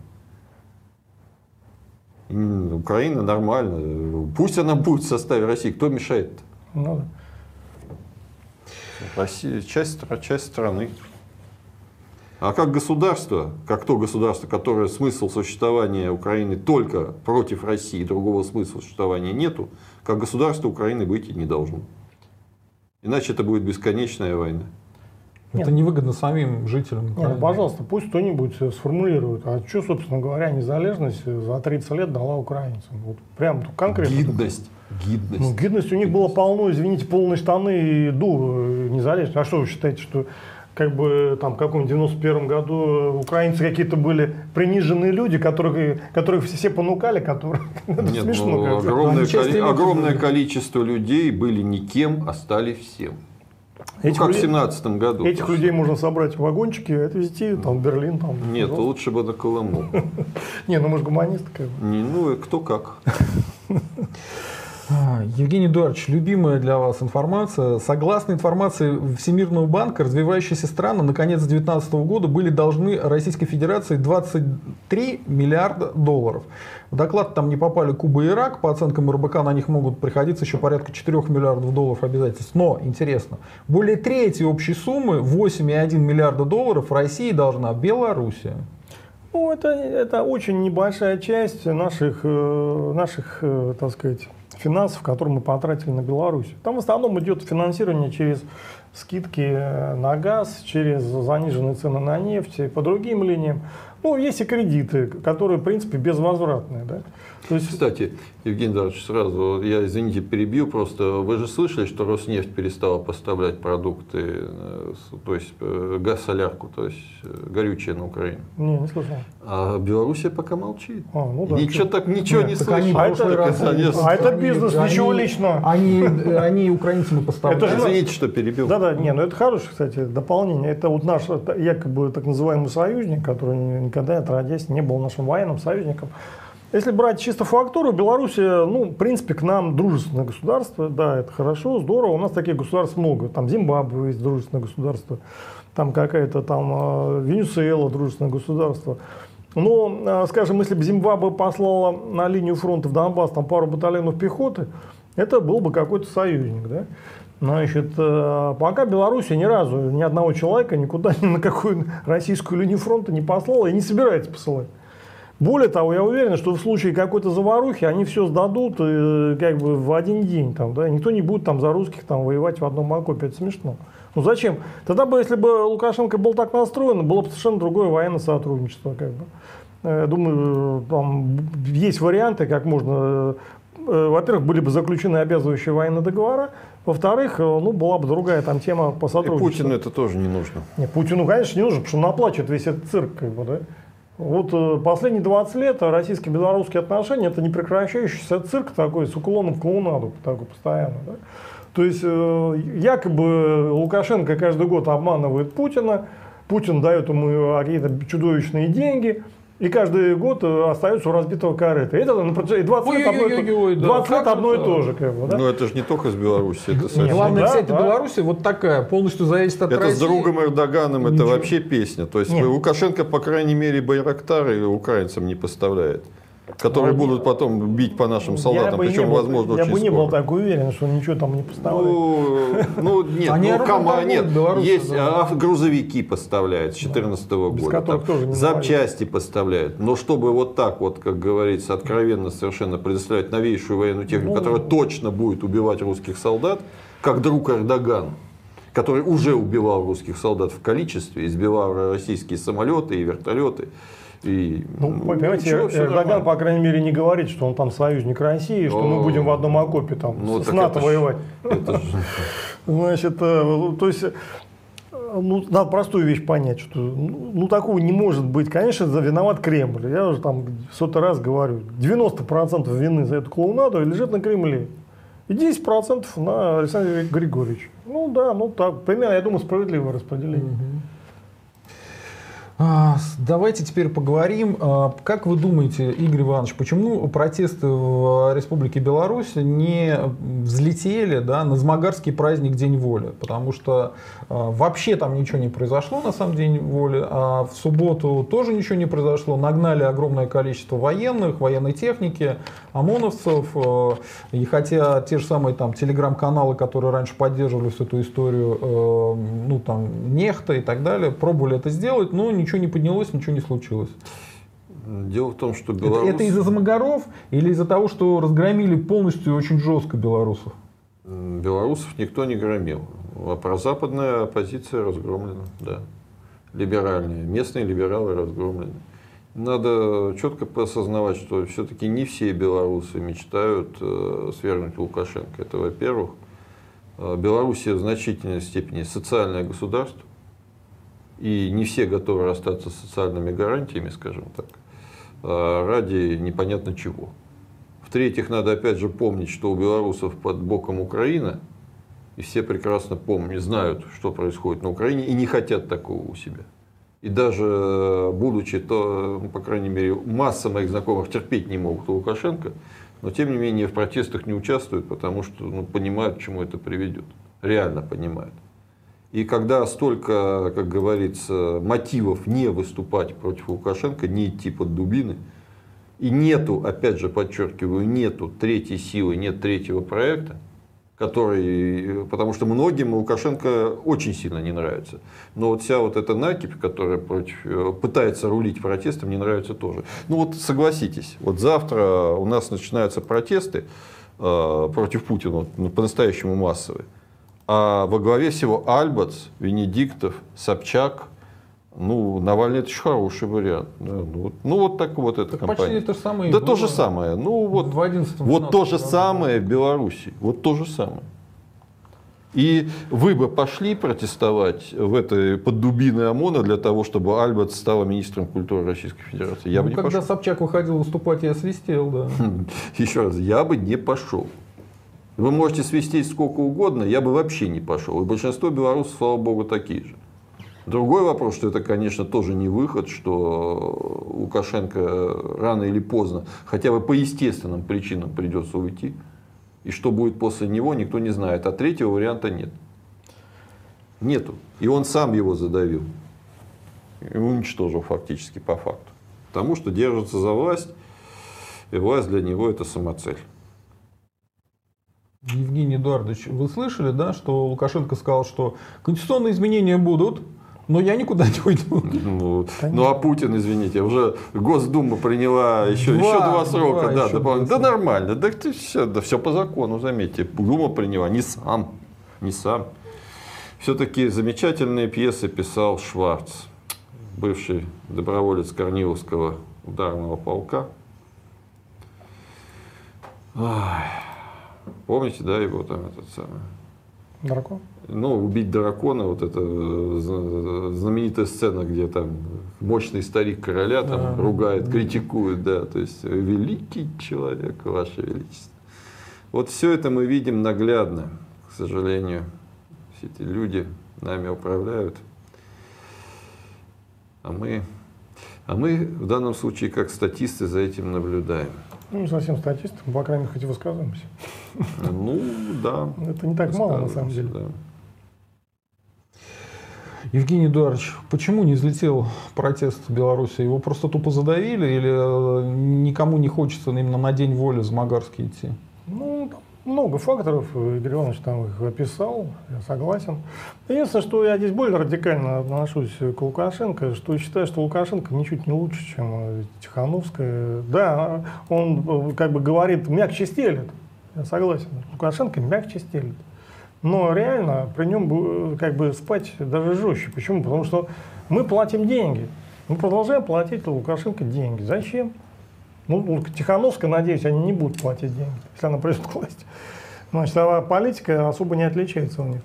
И Украина нормально. Пусть она будет в составе России. Кто мешает-то? Ну, да. Россия, часть, часть страны. А как государство, как то государство, которое смысл существования Украины только против России, другого смысла существования нету, как государство Украины быть и не должно. Иначе это будет бесконечная война. Это Нет. невыгодно самим жителям. Нет, ну, пожалуйста, пусть кто-нибудь сформулирует, а что, собственно говоря, незалежность за тридцать лет дала украинцам? Вот прям конкретно. Гидность. Гидность. Ну, гидность у них было полно, извините, полные штаны и дур незалежность. А что вы считаете, что как бы там в каком-нибудь девяносто первом году украинцы какие-то были приниженные люди, которых, которых все понукали, которые... Нет, смешно. Ну, огромное, коли... огромное количество людей были никем, а стали всем. Этих ну, как людей, в семнадцатом году. Этих людей можно собрать в вагончики и отвезти там, в Берлин. Там, Нет, пожалуйста. лучше бы на Колыму. Не, ну мы же гуманисты как бы. Не, ну, кто как. Евгений Эдуардович, любимая для вас информация. Согласно информации Всемирного банка, развивающиеся страны на конец две тысячи девятнадцатого года были должны Российской Федерации двадцать три миллиарда долларов. В доклад там не попали Куба и Ирак. По оценкам эр бэ ка на них могут приходиться еще порядка четырёх миллиардов долларов обязательств. Но, интересно, более трети общей суммы, восемь целых одна десятая миллиарда долларов, России должна Белоруссия. Ну, это, это очень небольшая часть наших, наших, так сказать, финансов, которые мы потратили на Беларусь. Там в основном идет финансирование через скидки на газ, через заниженные цены на нефть и по другим линиям. Ну, есть и кредиты, которые, в принципе, безвозвратные. Да? То есть... Кстати, Евгений Эдуардович, сразу, я, извините, перебью, просто вы же слышали, что Роснефть перестала поставлять продукты, то есть газ, солярку, то есть горючее на Украину? Не, не слышал. А Белоруссия пока молчит. А, ну да, ничего так, ничего Нет, не так слышит. А это, раз, они, а это бизнес, они, ничего они, личного. Они, они украинцам поставляют. Это же, извините, что перебил. Да-да, не, ну это хорошее, кстати, дополнение. Это вот наш якобы так называемый союзник, который никогда, отродясь, не был нашим военным союзником. Если брать чисто фактуру, Белоруссия, ну, в принципе, к нам дружественное государство, да, это хорошо, здорово, у нас таких государств много, там Зимбабве есть дружественное государство, там какая-то там Венесуэла дружественное государство. Но, скажем, если бы Зимбабве послала на линию фронта в Донбасс там пару батальонов пехоты, это был бы какой-то союзник, да. Значит, пока Белоруссия ни разу ни одного человека никуда, ни на какую российскую линию фронта не послала и не собирается посылать. Более того, я уверен, что в случае какой-то заварухи они все сдадут э, как бы в один день. Там, да? Никто не будет там за русских там, воевать в одном окопе. Это смешно. Ну зачем? Тогда бы, если бы Лукашенко был так настроен, было бы совершенно другое военное сотрудничество. Как бы. Я думаю, там есть варианты, как можно... Во-первых, были бы заключены обязывающие военные договора. Во-вторых, ну, была бы другая там тема по сотрудничеству. И Путину это тоже не нужно. Нет, Путину, конечно, не нужно, потому что он оплачивает весь этот цирк. Как бы, да? Вот последние двадцать лет российско-белорусские отношения — это непрекращающийся цирк такой с уклоном в клоунаду такой постоянно. Да? То есть якобы Лукашенко каждый год обманывает Путина, Путин дает ему какие-то чудовищные деньги, И каждый год остаются у разбитого корыта. Это на протяжении двадцати лет одно, и то, двадцать лет одно и то же. Как бы, да? Но это же не только с Беларуси. Это совсем... Главное, да, кстати, да. Беларусь вот такая, полностью зависит от это России. Это с другом Эрдоганом, это Ничего. вообще песня. То есть Нет. Лукашенко, по крайней мере, байрактары украинцам не поставляет. Которые Ну, будут потом бить по нашим солдатам, я бы причем, не был, возможно, Я очень бы не скоро. был так уверен, что он ничего там не поставляет. Ну, ну нет, Они ну, кама, нет. Беларусь, Есть да. а, грузовики поставляют с две тысячи четырнадцатого Без года, которых там, тоже не запчасти поставляют. Но чтобы вот так вот, как говорится, откровенно совершенно предоставлять новейшую военную технику, Ну, которая точно будет убивать русских солдат, как друг Эрдоган, который уже убивал русских солдат в количестве, избивал российские самолеты и вертолеты. И, Ну, ну, понимаете, ничего, всё Эрдоган, нормально. по крайней мере, не говорит, что он там союзник России, что мы О, будем в одном окопе там ну, с так НАТО это ж- воевать. это ж- Значит, э, то есть, э, ну, надо простую вещь понять, что ну, ну, такого не может быть. Конечно, за виноват Кремль. Я уже там в сотый раз говорю, девяносто процентов вины за эту клоунаду лежит на Кремле. И десять процентов на Александре Григорьевиче. Ну да, ну так, примерно, я думаю, справедливое распределение. А, с- Давайте теперь поговорим. а, Как вы думаете, Игорь Иванович, почему протесты в Республике Беларусь не взлетели, да, на Змагарский праздник День воли? Потому что а, вообще там ничего не произошло на сам День воли, а в субботу тоже ничего не произошло. Нагнали огромное количество военных, военной техники, ОМОНовцев. а, И хотя те же самые там телеграм-каналы, которые раньше поддерживали всю эту историю, э, ну там Нехта и так далее, пробовали это сделать, но ничего не поднялось, ничего не случилось. Дело в том, что Это, Беларусь... это из-за Змагаров или из-за того, что разгромили полностью очень жестко белорусов? Белорусов никто не громил. А прозападная оппозиция разгромлена, да. Либеральная. Местные либералы разгромлены. Надо четко осознавать, что все-таки не все белорусы мечтают э, свергнуть Лукашенко. Это во-первых. Белоруссия в значительной степени социальное государство. И не все готовы расстаться с социальными гарантиями, скажем так, ради непонятно чего. В-третьих, надо опять же помнить, что у белорусов под боком Украина, и все прекрасно помнят, знают, что происходит на Украине, и не хотят такого у себя. И даже будучи, то, ну, по крайней мере, масса моих знакомых терпеть не могут Лукашенко, но тем не менее в протестах не участвуют, потому что ну, понимают, к чему это приведет. Реально понимают. И когда столько, как говорится, мотивов не выступать против Лукашенко, не идти под дубины, и нету, опять же подчеркиваю, нету третьей силы, нет третьего проекта, который, потому что многим Лукашенко очень сильно не нравится. Но вот вся вот эта накипь, которая против, пытается рулить протестом, не нравится тоже. Ну вот согласитесь, вот завтра у нас начинаются протесты э, против Путина, вот, по-настоящему массовые. А во главе всего Альбац, Венедиктов, Собчак. Ну, Навальный это еще хороший вариант. Да, ну, вот, ну, вот так вот эта Так компания. почти то же самое. Да было то же самое. Ну, вот, в одиннадцатом вот то же году. самое в Беларуси. Вот то же самое. И вы бы пошли протестовать в этой под дубиной ОМОНа для того, чтобы Альбац стала министром культуры Российской Федерации? Я Ну, бы не когда пошел. Собчак выходил выступать, я свистел, да. Еще раз, я бы не пошел. Вы можете свистеть сколько угодно, я бы вообще не пошел. И большинство белорусов, слава богу, такие же. Другой вопрос, что это, конечно, тоже не выход, что Лукашенко рано или поздно, хотя бы по естественным причинам придется уйти. И что будет после него, никто не знает. А третьего варианта нет. Нету. И он сам его задавил. И уничтожил фактически по факту. Потому что держится за власть, и власть для него это самоцель. Евгений Эдуардович, вы слышали, да, что Лукашенко сказал, что конституционные изменения будут, но я никуда не уйду. Ну, ну а Путин, извините, уже Госдума приняла еще два, еще два срока. Два, да, еще дополнительно. Да нормально, да, все, да все по закону, заметьте. Дума приняла, не сам. Не сам. Все-таки замечательные пьесы писал Шварц, бывший доброволец Корниловского ударного полка. Ой. Помните, да, его там этот самый? Дракон? Ну, убить дракона, вот эта знаменитая сцена, где там мощный старик короля там а, ругает, да. критикует, да, то есть великий человек, Ваше Величество. Вот все это мы видим наглядно, к сожалению, все эти люди нами управляют, а мы... А мы в данном случае, как статисты, за этим наблюдаем. Ну, не совсем статисты, по крайней мере, хоть и высказываемся. Ну, да. Это не так мало, на самом деле. Да. Евгений Эдуардович, почему не взлетел протест в Беларуси? Его просто тупо задавили или никому не хочется именно на день воли в Магарске идти? Ну, там много факторов, Игорь Иванович там их описал, я согласен. Единственное, что я здесь более радикально отношусь к Лукашенко, что считаю, что Лукашенко ничуть не лучше, чем Тихановская. Да, он как бы говорит, мягче стелет, я согласен, Лукашенко мягче стелет. Но реально при нем как бы спать даже жестче. Почему? Потому что мы платим деньги. Мы продолжаем платить Лукашенко деньги. Зачем? Ну, Тихановская, надеюсь, они не будут платить деньги, если она придет к власти. Значит, а политика особо не отличается у них.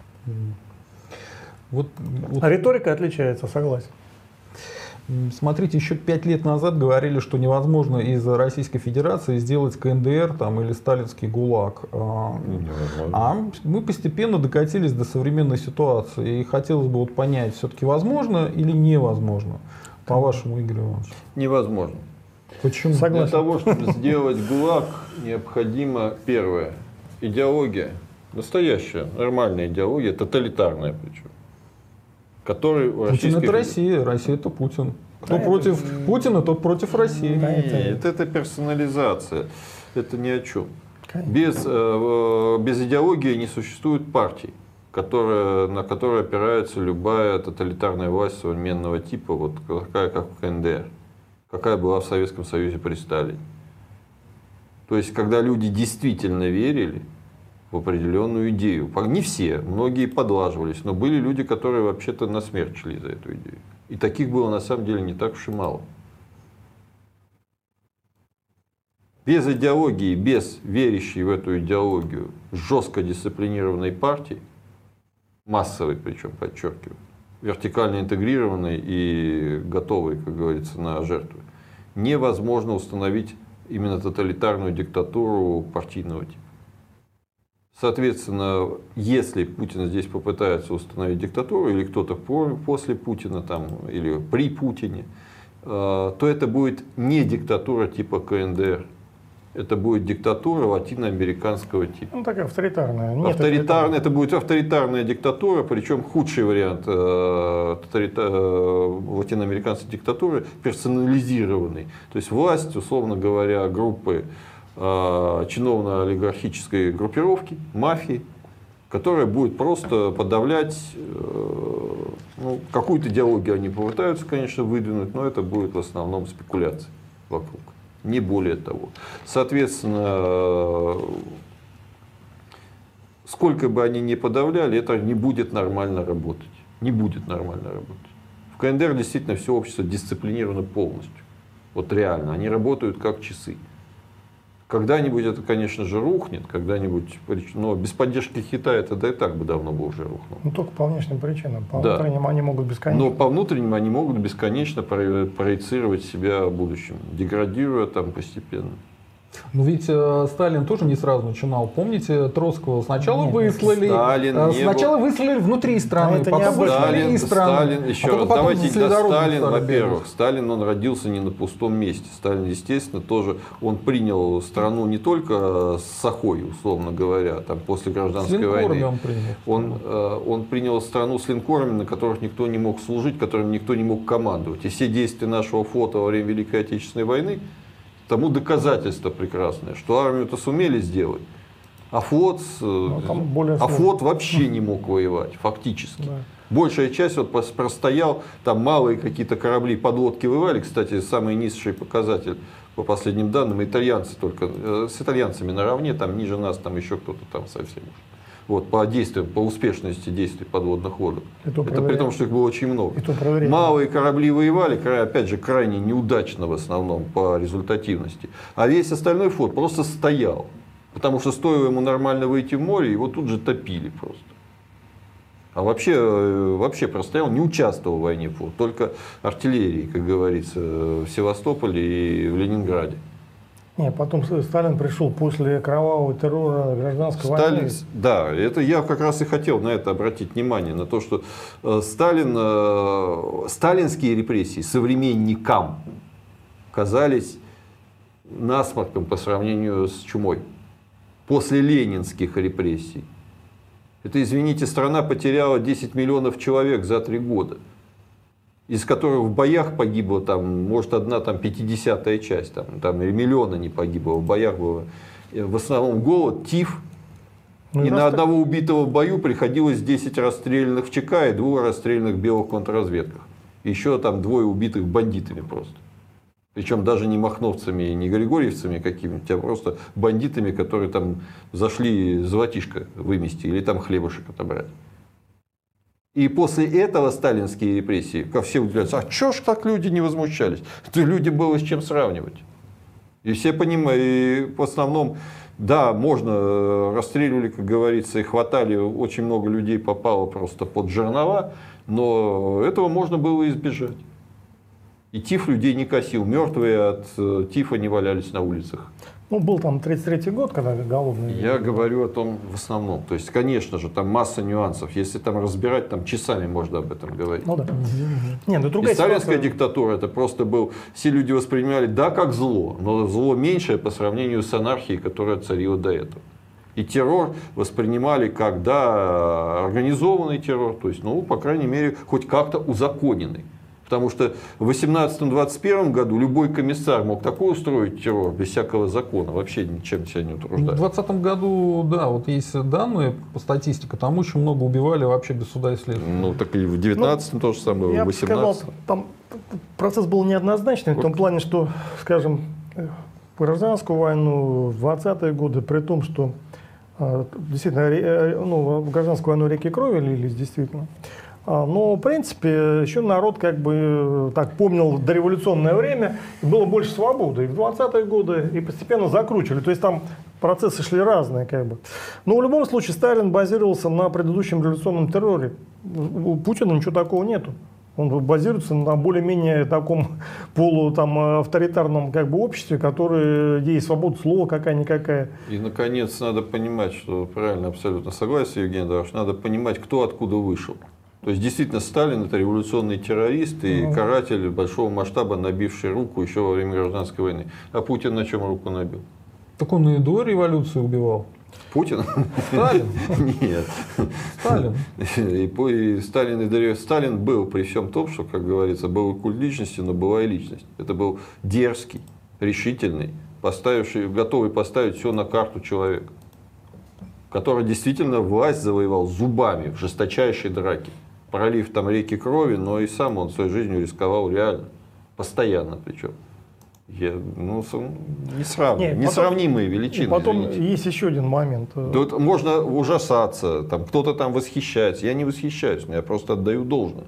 Вот, вот. А риторика отличается, согласен. Смотрите, еще пять лет назад говорили, что невозможно из Российской Федерации сделать КНДР там, или сталинский ГУЛАГ. А мы постепенно докатились до современной ситуации. И хотелось бы вот понять, все-таки возможно или невозможно, по-вашему, Игорь Иванович? Невозможно. Почему? Согласен. Для того, чтобы сделать ГУЛАГ, необходимо, первое, идеология, настоящая, нормальная идеология, тоталитарная причем. Который Путин Российской... это Россия, Россия это Путин. Кто да, против это... Путина, тот против России. Да, Нет, это персонализация, это ни о чем. Конечно. Без, э, без идеологии не существует партий, которая, на которые опирается любая тоталитарная власть современного типа, вот такая, как в КНДР, какая была в Советском Союзе при Сталине. То есть, когда люди действительно верили в определенную идею. Не все, многие подлаживались, но были люди, которые вообще-то на смерть шли за эту идею. И таких было на самом деле не так уж и мало. Без идеологии, без верящей в эту идеологию жестко дисциплинированной партии, массовой причем, подчеркиваю, вертикально интегрированной и готовой, как говорится, на жертву, невозможно установить именно тоталитарную диктатуру партийного типа. Соответственно, если Путин здесь попытается установить диктатуру, или кто-то после Путина там, или при Путине, то это будет не диктатура типа КНДР. Это будет диктатура латиноамериканского типа. Ну, такая авторитарная. Нет, авторитарная, это будет авторитарная диктатура, причем худший вариант э, тоталита, э, латиноамериканской диктатуры, персонализированный. То есть власть, условно говоря, группы э, чиновно-олигархической группировки, мафии, которая будет просто подавлять, э, ну, какую-то идеологию они попытаются, конечно, выдвинуть, но это будет в основном спекуляции вокруг. Не более того. Соответственно, сколько бы они ни подавляли, это не будет нормально работать. Не будет нормально работать. В КНДР действительно все общество дисциплинировано полностью. Вот реально. Они работают как часы. Когда-нибудь это, конечно же, рухнет, когда-нибудь, но без поддержки Китая это да и так бы давно бы уже рухнуло. Ну, только по внешним причинам. По Да. внутренним они могут бесконечно. Но по внутренним они могут бесконечно проецировать себя в будущем, деградируя там постепенно. Ну ведь э, Сталин тоже не сразу начинал. Помните, Троцкого сначала Нет, выслали, Сталин э, не сначала был... выслали внутри страны, А это не потом об этом. выслали Сталин, из страны. Сталин, еще а раз, потом давайте, за да, Слезородом Сталин, стали во-первых, бегать. Сталин, он родился не на пустом месте. Сталин, естественно, тоже, он принял страну не только с Сахой, условно говоря, там, после гражданской С линкорами войны. он принял. Он, э, он принял страну с линкорами, на которых никто не мог служить, которым никто не мог командовать. И все действия нашего флота во время Великой Отечественной войны тому доказательство прекрасное, что армию-то сумели сделать, а флот, Ну, там более а сложно. флот вообще не мог воевать, фактически. Да. Большая часть вот простоял, там малые какие-то корабли, подлодки воевали. Кстати, самый низший показатель по последним данным, итальянцы только, э, с итальянцами наравне, там ниже нас там еще кто-то там совсем. Вот, по действиям, по успешности действий подводных лодок. Это Это при том, что их было очень много. И то проверяем. Малые корабли воевали, край- опять же, крайне неудачно в основном по результативности. А весь остальной флот просто стоял. Потому что стоило ему нормально выйти в море, его тут же топили просто. А вообще, э, вообще простоял, не участвовал в войне флот, только артиллерии, как говорится, в Севастополе и в Ленинграде. Не, потом Сталин пришел после кровавого террора гражданской Сталин, войны. да, это я как раз и хотел на это обратить внимание, на то, что э, Сталин, э, сталинские репрессии современникам казались насморком по сравнению с чумой. После ленинских репрессий. Это, извините, страна потеряла десять миллионов человек за три года. Из которых в боях погибло, там, может, одна там, пятидесятая часть, там, там, или миллиона не погибло, в боях было. В основном голод, тиф. Ну, и на так... одного убитого в бою приходилось десять расстрелянных в ЧК и двое расстрелянных в белых контрразведках. Еще там двое убитых бандитами просто. Причем даже не махновцами, не григорьевцами какими-нибудь, а просто бандитами, которые там зашли золотишко вымести или там хлебушек отобрать. И после этого сталинские репрессии, как все удивляются, а чё ж так люди не возмущались? Это людям было с чем сравнивать. И все понимают, и в основном, да, можно, расстреливали, как говорится, и хватали, очень много людей попало просто под жернова, но этого можно было избежать. И тиф людей не косил, мертвые от тифа не валялись на улицах. Ну, был там тридцать третий год, когда голодный. Я говорю о том в основном. То есть, конечно же, там масса нюансов. Если там разбирать, там часами можно об этом говорить. Ну да. Не, ну, другая и сталинская ситуация... диктатура, это просто был... Все люди воспринимали, да, как зло, но зло меньшее по сравнению с анархией, которая царила до этого. И террор воспринимали как, да, организованный террор. То есть, ну, по крайней мере, хоть как-то узаконенный. Потому что в восемнадцатом двадцать первом году любой комиссар мог такой устроить террор без всякого закона, вообще ничем себя не утруждая. В двадцатом году, да, вот есть данные по статистике, там очень много убивали вообще без суда и следствия. Ну, так и в девятнадцатом ну, то же самое, я в восемнадцатом. Сказал, там процесс был неоднозначный, в том плане, что, скажем, гражданскую войну в двадцатые годы, при том, что действительно, ну, в гражданскую войну реки крови лились, действительно. Но, в принципе, еще народ как бы так помнил дореволюционное время, и было больше свободы и в двадцатые годы, и постепенно закручивали. То есть там процессы шли разные как бы. Но в любом случае Сталин базировался на предыдущем революционном терроре. У Путина ничего такого нету. Он базируется на более-менее таком полу там, авторитарном как бы, обществе, которое, где есть свобода слова какая-никакая. И, наконец, надо понимать, что правильно, абсолютно согласен, Евгений Эдуардович, надо понимать, кто откуда вышел. То есть, действительно, Сталин – это революционный террорист и ну. каратель большого масштаба, набивший руку еще во время гражданской войны. А Путин на чем руку набил? Так он и до революции убивал. Путин? Сталин? Нет. Сталин. И, и Сталин, и до... Сталин был при всем том, что, как говорится, был культ личности, но была и личность. Это был дерзкий, решительный, поставивший, готовый поставить все на карту человек, который действительно власть завоевал зубами в жесточайшей драке. Пролив там реки крови, но и сам он своей жизнью рисковал реально. Постоянно причем. Я, ну, не сравни, Нет, несравнимые потом, величины. Потом извините. есть еще один момент. Тут можно ужасаться, там, кто-то там восхищается. Я не восхищаюсь, я просто отдаю должное.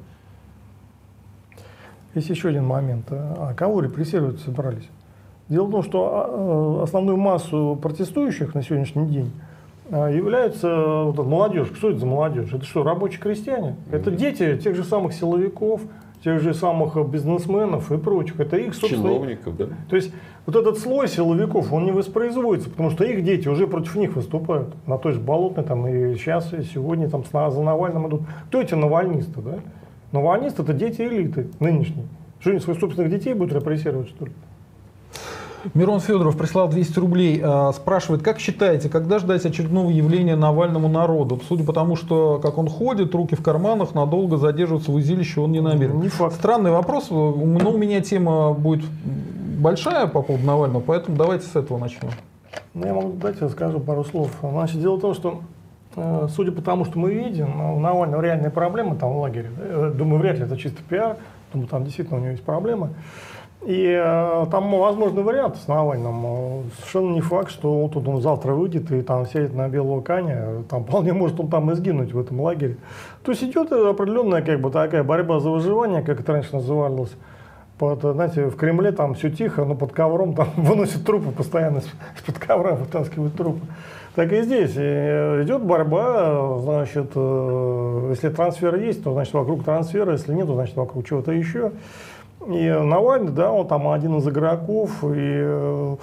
Есть еще один момент. А кого репрессировать собрались? Дело в том, что основную массу протестующих на сегодняшний день является вот, молодежь. Что это за молодежь? Это что, рабочие крестьяне? Mm-hmm. Это дети тех же самых силовиков, тех же самых бизнесменов и прочих. Это их, собственно... Чиновников, да. То есть, вот этот слой силовиков, он не воспроизводится, потому что их дети уже против них выступают. На той же Болотной, там, и сейчас, и сегодня там, за Навальным идут. Кто эти навальнисты, да? Навальнисты – это дети элиты нынешней. Что они своих собственных детей будут репрессировать, что ли? Мирон Федоров прислал двести рублей, спрашивает, как считаете, когда ждать очередного явления Навальному народу? Судя по тому, что как он ходит, руки в карманах, надолго задерживаться в узилище он не намерен. Не факт. Странный вопрос, но у меня тема будет большая по поводу Навального, поэтому давайте с этого начнем. Ну, я могу дать, я скажу пару слов. Значит, дело в том, что, судя по тому, что мы видим, у Навального реальные проблемы там в лагере. Думаю, вряд ли это чисто пиар, думаю, там действительно у него есть проблемы. И э, там возможный вариант с Навальным. Совершенно не факт, что вот он завтра выйдет и там сядет на белого коня. Там вполне может он там и сгинуть в этом лагере. То есть идет определенная как бы такая борьба за выживание, как это раньше называлось. Под, знаете, в Кремле там все тихо, но под ковром там выносят трупы постоянно, из-под ковра вытаскивают трупы. Так и здесь и идет борьба, значит, э, если трансфер есть, то значит вокруг трансфера, если нет, то значит вокруг чего-то еще. И Навальный, да, он там один из игроков, и э,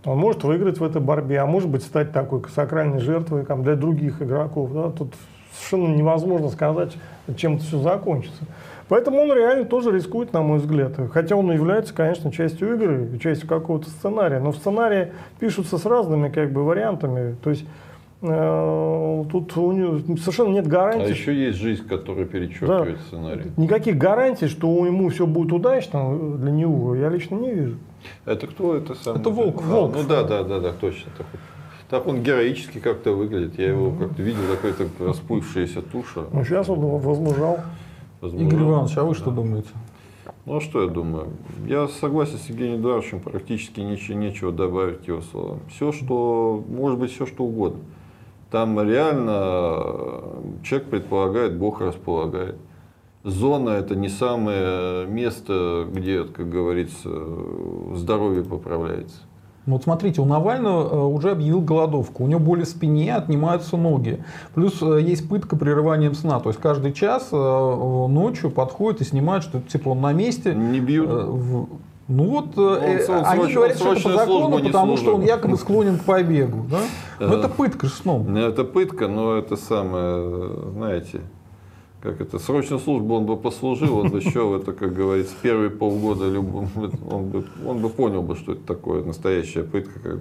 Он может выиграть в этой борьбе, а может быть стать такой сакральной жертвой там, для других игроков. Да? Тут совершенно невозможно сказать, чем это все закончится. Поэтому он реально тоже рискует, на мой взгляд. Хотя он является, конечно, частью игры, частью какого-то сценария. Но в сценарии пишутся с разными как бы, вариантами. То есть э, тут у него совершенно нет гарантий. А еще есть жизнь, которая перечеркивает да. сценарий. Никаких гарантий, что ему все будет удачно для него, я лично не вижу. Это кто это сам? Это Волков. А, Волков. Ну да, да, да, да, точно. Так, так он героически как-то выглядит. Я его как-то видел, такой-то расплывшаяся туша. Ну сейчас он возмужал. возмужал. Игорь Иванович, а вы что думаете? Ну а что я думаю? Я согласен с Евгением Эдуардовичем, практически ничего, нечего добавить к его словам. Все, что, может быть, все, что угодно. Там реально человек предполагает, Бог располагает. Зона – это не самое место, где, как говорится, здоровье поправляется. Ну вот смотрите, у Навального уже объявил голодовку, у него боли в спине, отнимаются ноги. Плюс есть пытка прерыванием сна. То есть каждый час ночью подходит и снимает, что типа он на месте. Не бьют? Ну вот, он, э, он они срочно, говорят, что это по закону, потому служит. Что он якобы склонен к побегу. Да? Но это пытка сном. Это пытка, но это самое, знаете, как это, срочную службу он бы послужил, он бы еще, это, как говорится, первые полгода любым, он бы, он бы понял бы, что это такое настоящая пытка, когда.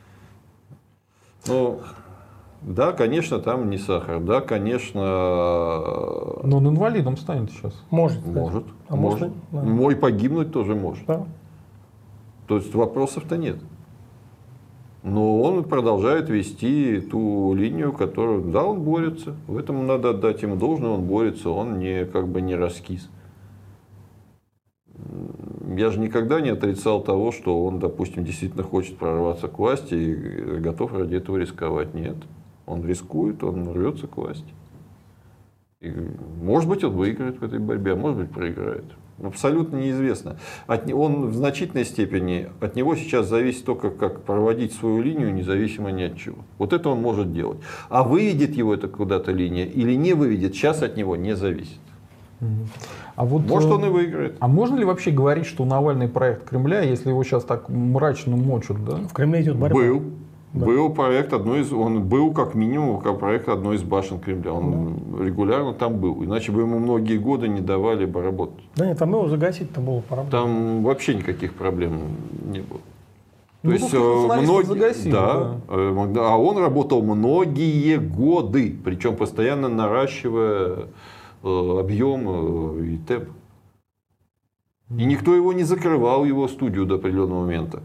Ну, да, конечно, там не сахар, да, конечно. Но он инвалидом станет сейчас. Может. Может. А может. Да. Мой погибнуть тоже может. Да. То есть вопросов-то нет. Но он продолжает вести ту линию, которую, да, он борется. В этом надо отдать ему должное, он борется, он не, как бы не раскис. Я же никогда не отрицал того, что он, допустим, действительно хочет прорваться к власти и готов ради этого рисковать. Нет. Он рискует, он рвется к власти. И, может быть, он выиграет в этой борьбе, а может быть, проиграет. Абсолютно неизвестно. От, он в значительной степени, от него сейчас зависит только, как проводить свою линию, независимо ни от чего. Вот это он может делать. А выведет его это куда-то линия или не выведет, сейчас от него не зависит. А вот, может, он и выиграет. А можно ли вообще говорить, что Навальный проект Кремля, если его сейчас так мрачно мочат? Да? В Кремле идет борьба. Был. Да. Был проект одной из, он был как минимум как проект одной из башен Кремля. Он да. регулярно там был. Иначе бы ему многие годы не давали бы работать. Да нет, там его загасить-то было проблем. Там вообще никаких проблем не было. Ну, То есть многие, загасили, да, да. А он работал многие годы, причем постоянно наращивая объем и темп. И никто его не закрывал, его студию до определенного момента.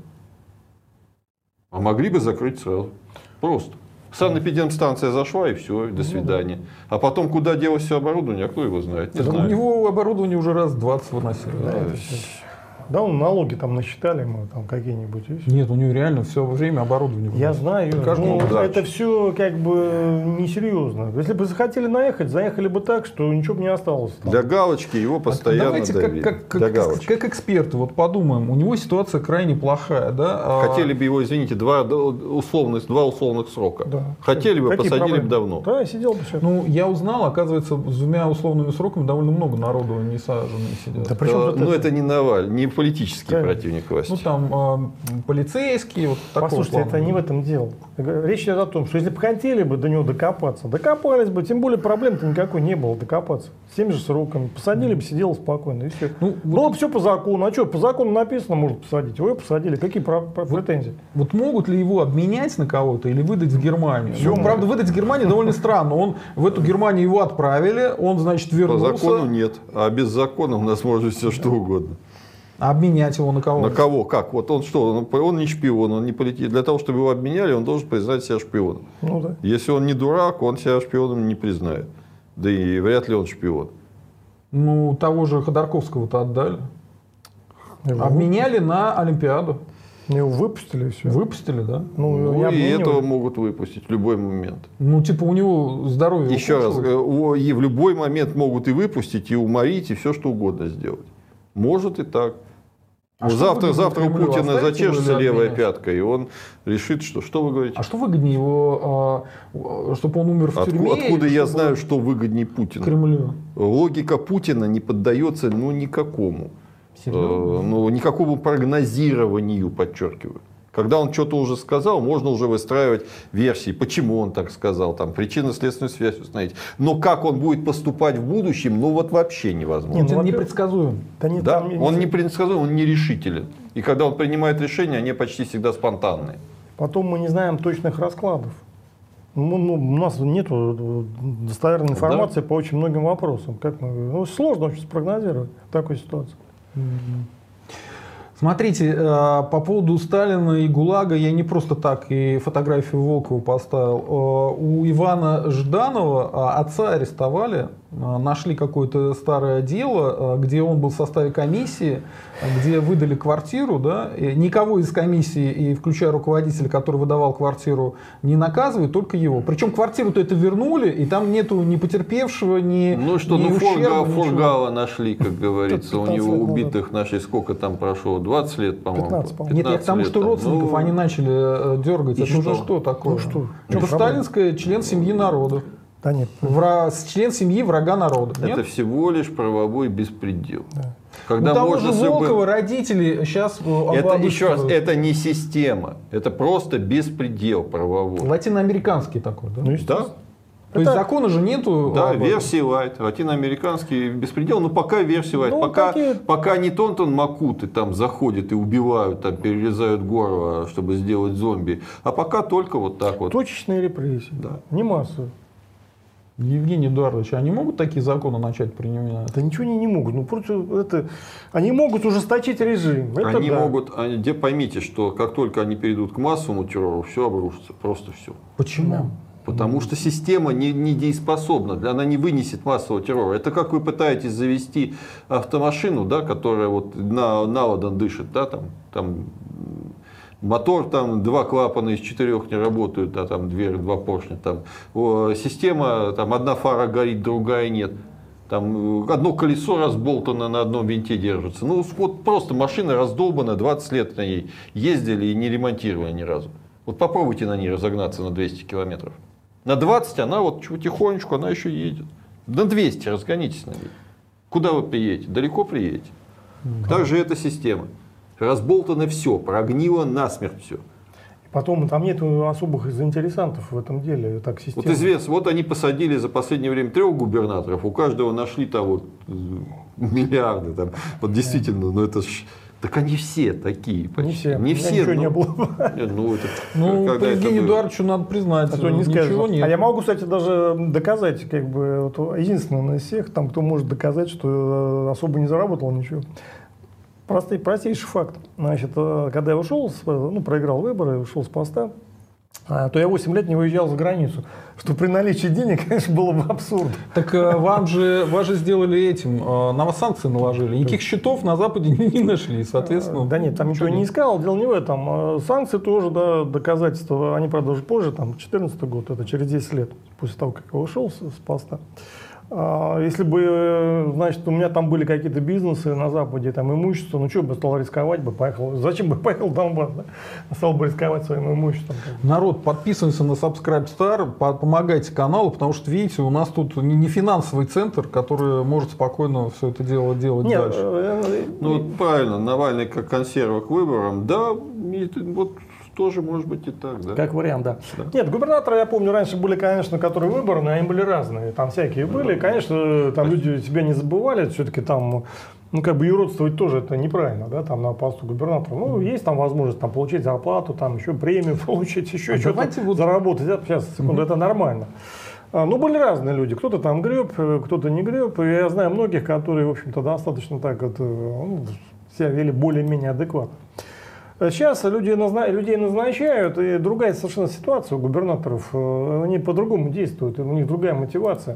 А могли бы закрыть сразу. Просто. Санэпидемстанция зашла и все, до свидания. А потом куда делось все оборудование, а кто его знает? Не знаю. У него оборудование уже раз двадцать выносили. Да, да. Да, он налоги там насчитали ему там какие-нибудь. Нет, у него реально все время оборудование. Я знаю, но да. это все как бы несерьезно. Если бы захотели наехать, заехали бы так, что ничего бы не осталось. Там. Для галочки его постоянно Давайте давили. Как, как, как, как эксперты вот подумаем, у него ситуация крайне плохая. Да? Хотели бы его, извините, два условных, два условных срока. Да. Хотели бы, Какие посадили проблемы? бы давно. Да, сидел бы все. Ну, я узнал, оказывается, с двумя условными сроками довольно много народу не саженные сидят. Да, причем да, это... Ну, это не Навальный, не политический да. противник власти. Ну, там э, полицейские, вот такого Послушайте, плана. это не в этом дело. Речь идет о том, что если бы хотели бы до него докопаться, докопались бы, тем более проблем-то никакой не было докопаться. С теми же сроками. Посадили бы, сидело спокойно, и все. Ну, было вот... бы все по закону. А что, по закону написано, может посадить. Вы посадили. Какие про- про- вот, претензии? Вот могут ли его обменять на кого-то или выдать в Германию? Все, ну, правда, выдать в Германию довольно странно. Он в эту Германию его отправили, он, значит, вернулся. По закону нет. А без закона у нас может все что угодно. А обменять его на кого? На кого? Как? Вот он что? Он, он не шпион, он не политик. Для того, чтобы его обменяли, он должен признать себя шпионом. Ну, да. Если он не дурак, он себя шпионом не признает. Да и вряд ли он шпион. Ну, того же Ходорковского-то отдали. Его обменяли на Олимпиаду. Его выпустили и все. Выпустили, да? Ну, ну и этого могут выпустить в любой момент. Ну, типа у него здоровье. Еще раз, и в любой момент могут и выпустить, и уморить, и все что угодно сделать. Может и так. А завтра завтра у Путина зачешется левая пятка, и он решит, что... Что вы говорите? А что выгоднее его, чтобы он умер в От, тюрьме? Откуда я знаю, что выгоднее Путину? Кремлю. Логика Путина не поддается ну, никакому. Серьезно? Ну, никакому прогнозированию, подчеркиваю. Когда он что-то уже сказал, можно уже выстраивать версии, почему он так сказал, там, причинно-следственную связь установить. Но как он будет поступать в будущем, ну вот вообще невозможно. Нет, он непредсказуем. Да, нет, Да? там, Он непредсказуем, он нерешителен. И когда он принимает решения, они почти всегда спонтанные. Потом мы не знаем точных раскладов. Ну, ну, у нас нет достоверной информации, да, по очень многим вопросам. Как мы, ну, сложно очень спрогнозировать такую ситуацию. Смотрите, по поводу Сталина и ГУЛАГа я не просто так и фотографию Волкова поставил. У Ивана Жданова отца арестовали, нашли какое-то старое дело, где он был в составе комиссии, где выдали квартиру, да, и никого из комиссии, и включая руководителя, который выдавал квартиру, не наказывают, только его. Причем квартиру-то это вернули, и там нету ни потерпевшего, ни Ну что, ни ну ущерба, Фургала, Фургала нашли, как говорится, у него убитых нашли, сколько там прошло, двадцать лет, по-моему? пятнадцать, по-моему. Нет, я к тому, что родственников ну, они начали дергать. Это что? уже что такое? Ну что? Это сталинская член семьи народа. Да нет. Вра... Член семьи врага народа. Это нет? всего лишь правовой беспредел. Да. Когда У того можно же с любым- Волкова родители сейчас Это еще раз, это не система, это просто беспредел правовой. латиноамериканский такой, да? Ну, Да? естественно. То есть это- закона же нету. Да, об этом. версии лайт, латиноамериканский беспредел, но пока версии лайт, Ну, пока, такие- пока не Тонтон Макуты там заходят и убивают, там перерезают горло, чтобы сделать зомби, а пока только вот так вот. Точечные репрессии. Да. Не массовые. Евгений Эдуардович, они могут такие законы начать принимать? Да ничего они не могут. Ну, против это, они могут ужесточить режим. Это Они да. могут, они, где поймите, что как только они перейдут к массовому террору, все обрушится, просто все. Почему? Потому что система не, не дееспособна, она не вынесет массового террора. Это как вы пытаетесь завести автомашину, да, которая вот на, на ладан дышит, да, там, там мотор, там два клапана из четырех не работают, да, там дверь, два поршня, там О, система, там одна фара горит, другая нет. Там одно колесо разболтано, на одном винте держится. Ну вот просто машина раздолбана, двадцать лет на ней ездили и не ремонтировали ни разу. Вот попробуйте на ней разогнаться на двести километров. На двадцать она вот потихонечку, она еще едет. На двести разгонитесь на ней. Куда вы приедете? Далеко приедете. Mm-hmm. Так же эта система. Разболтано все, прогнило насмерть все. Потом там нет особых заинтересантов в этом деле. Так, система. Вот известно, вот они посадили за последнее время трех губернаторов, у каждого нашли того миллиарды. Там. Вот действительно, ну это ж... Так они все такие почти. Не все. Не все. Ничего ну, не было. Нет, ну, это, Ну, по когда это Евгению было? Эдуардовичу надо признать, А то не ничего скажешь. нет. А я могу, кстати, даже доказать, как бы, вот, единственный из всех, там, кто может доказать, что особо не заработал ничего. Простый, простейший факт. Значит, когда я ушел, ну, проиграл выборы, ушел с поста, то я восемь лет не выезжал за границу. Что при наличии денег, конечно, было бы абсурдно. Так вам же, вас же сделали этим, на вас санкции наложили. Никаких счетов на Западе не, не нашли, соответственно. Да нет, там ничего не искал, дело не в этом. Санкции тоже, да, доказательства, они, правда, уже позже, там, четырнадцатый год, это через десять лет, после того, как я ушел с, с поста. Если бы, значит, у меня там были какие-то бизнесы на Западе, там имущество, ну что бы стал рисковать бы, поехал. Зачем бы поехал в Донбасс, да? Стал бы рисковать своим имуществом. Народ, подписываемся на Subscribe Star, помогайте каналу, потому что, видите, у нас тут не финансовый центр, который может спокойно все это дело делать Нет, дальше. э, Ну вот правильно, Навальный как консерва к выборам, да, и вот тоже может быть и так, да. Как вариант, да. Да. Нет, губернаторы, я помню, раньше были, конечно, которые выборные, они были разные, там всякие были. Конечно, там люди себя не забывали, все-таки там, ну, как бы юродствовать тоже это неправильно, да, там на посту губернатора. Ну, есть там возможность там получить зарплату, там еще премию получить, еще А что-то давайте вот- заработать. Это, сейчас, секунду, это нормально. А, Ну, были разные люди. Кто-то там греб, кто-то не греб. И я знаю многих, которые, в общем-то, достаточно так вот, ну, себя вели более-менее адекватно. Сейчас люди назна... людей назначают, и другая совершенно ситуация у губернаторов. Они по-другому действуют, у них другая мотивация.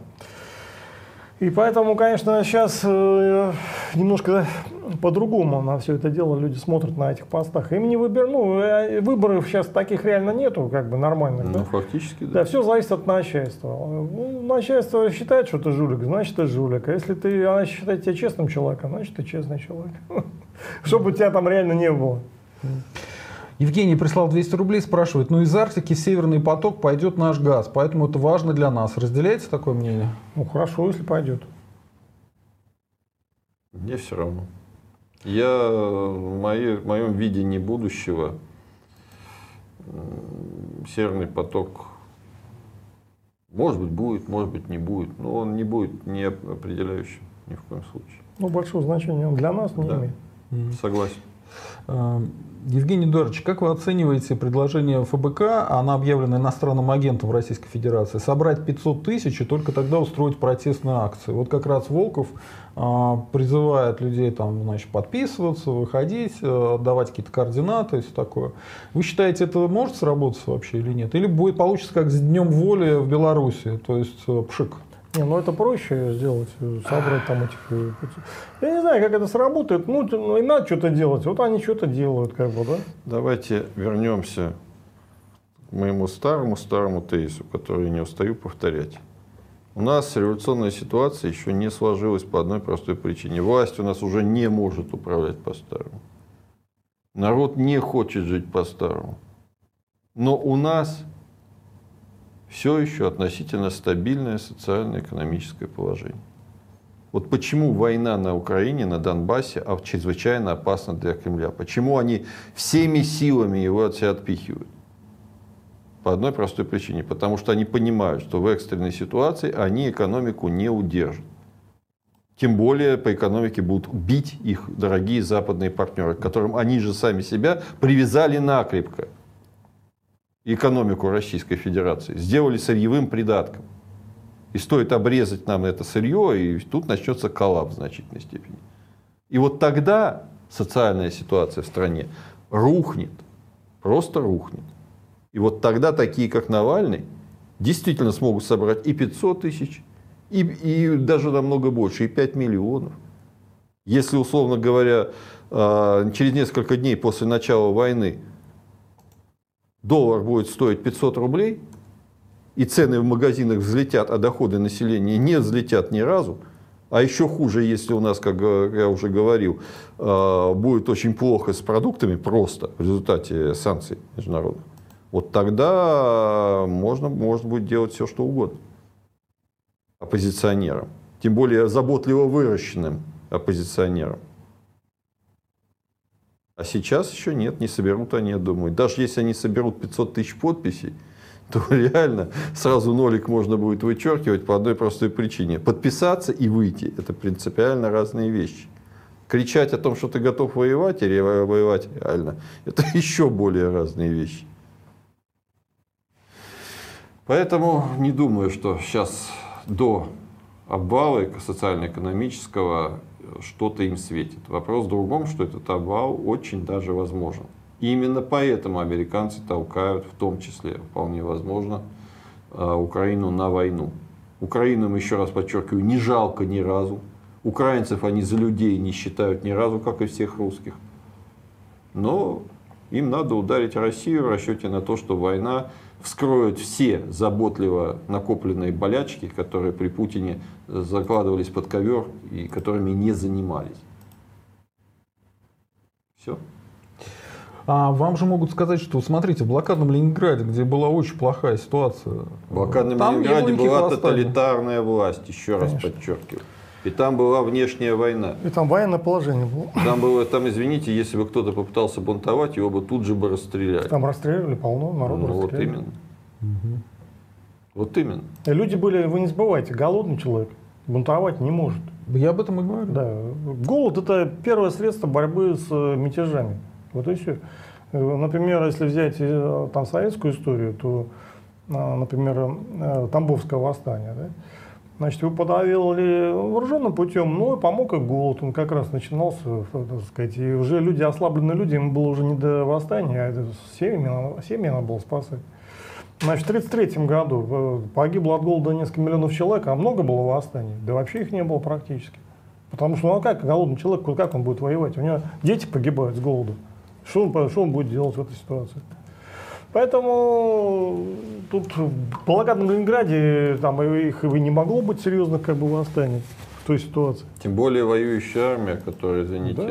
И поэтому, конечно, сейчас немножко по-другому на все это дело люди смотрят на этих постах. Им не выбор... ну, выборов сейчас таких реально нету, как бы нормальных. Ну, да? фактически, да. Да, все зависит от начальства. Ну, начальство считает, что ты жулик, значит, ты жулик. А если ты, она считает тебя честным человеком, значит, ты честный человек. Чтобы тебя там реально не было. Евгений прислал двести рублей, спрашивает, ну из Арктики Северный поток пойдет наш газ, поэтому это важно для нас. Разделяете такое мнение? Ну, хорошо, если пойдет. Мне все равно. Я в, моей, в моем видении будущего Северный поток, может быть, будет, может быть, не будет, но он не будет не определяющим ни в коем случае. Ну, большого значения он для нас не Да. имеет. Согласен. Евгений Эдуардович, как вы оцениваете предложение ФБК, она объявлена иностранным агентом в Российской Федерации, собрать пятьсот тысяч и только тогда устроить протестные акции? Вот как раз Волков а, призывает людей там, значит, подписываться, выходить, а, давать какие-то координаты и все такое. Вы считаете, это может сработать вообще или нет? Или будет получится как с Днем воли в Беларуси, то есть пшик? Не, ну это проще сделать, собрать там этих... Я не знаю, как это сработает, ну, ну и надо что-то делать, вот они что-то делают, как бы, да? Давайте вернемся к моему старому-старому тезису, который я не устаю повторять. У нас революционная ситуация еще не сложилась по одной простой причине. Власть у нас уже не может управлять по-старому. Народ не хочет жить по-старому. Но у нас все еще относительно стабильное социально-экономическое положение. Вот почему война на Украине, на Донбассе чрезвычайно опасна для Кремля. Почему они всеми силами его от себя отпихивают? По одной простой причине. Потому что они понимают, что в экстренной ситуации они экономику не удержат. Тем более по экономике будут бить их дорогие западные партнеры, к которым они же сами себя привязали накрепко. Экономику Российской Федерации, сделали сырьевым придатком. И стоит обрезать нам это сырье, и тут начнется коллапс в значительной степени. И вот тогда социальная ситуация в стране рухнет, просто рухнет. И вот тогда такие, как Навальный, действительно смогут собрать и пятьсот тысяч, и, и даже намного больше, и пять миллионов. Если, условно говоря, через несколько дней после начала войны доллар будет стоить пятьсот рублей, и цены в магазинах взлетят, а доходы населения не взлетят ни разу, а еще хуже, если у нас, как я уже говорил, будет очень плохо с продуктами просто в результате санкций международных, вот тогда можно, можно будет делать все, что угодно оппозиционерам. Тем более заботливо выращенным оппозиционерам. А сейчас еще нет, не соберут они, я думаю. Даже если они соберут пятьсот тысяч подписей, то реально сразу нолик можно будет вычеркивать по одной простой причине. Подписаться и выйти – это принципиально разные вещи. Кричать о том, что ты готов воевать или воевать реально – это еще более разные вещи. Поэтому не думаю, что сейчас до обвала социально-экономического что-то им светит. Вопрос в другом, что этот обвал очень даже возможен. И именно поэтому американцы толкают, в том числе, вполне возможно, Украину на войну. Украину, им, еще раз подчеркиваю, не жалко ни разу. Украинцев они за людей не считают ни разу, как и всех русских. Но им надо ударить Россию в расчете на то, что война вскроет все заботливо накопленные болячки, которые при Путине закладывались под ковер и которыми не занимались. Все. А вам же могут сказать, что смотрите, в блокадном Ленинграде, где была очень плохая ситуация. В блокадном Ленинграде была тоталитарная власть, еще раз подчеркиваю. И там была внешняя война. И там военное положение было. Там было, там, извините, если бы кто-то попытался бунтовать, его бы тут же бы расстреляли. Там расстреливали полно, народу ну, расстреляли. Вот именно. Угу. Вот именно. И люди были, вы не забывайте, голодный человек бунтовать не может. Я об этом и говорю. Да. Голод – это первое средство борьбы с мятежами. Вот и все. Например, если взять там советскую историю, то, например, Тамбовское восстание, да? Значит, его подавили вооруженным путем, но помог и голод. Он как раз начинался, так сказать, и уже люди, ослабленные люди, им было уже не до восстания, а семьи, семьи надо было спасать. Значит, в тридцать третьем году погибло от голода несколько миллионов человек, а много было восстаний. Да вообще их не было практически. Потому что, ну а как голодный человек, как он будет воевать? У него дети погибают с голоду. Что он, что он будет делать в этой ситуации? Поэтому тут в блокадном Ленинграде там их и не могло быть серьезных как бы восстаний в той ситуации. Тем более воюющая армия, которая, извините,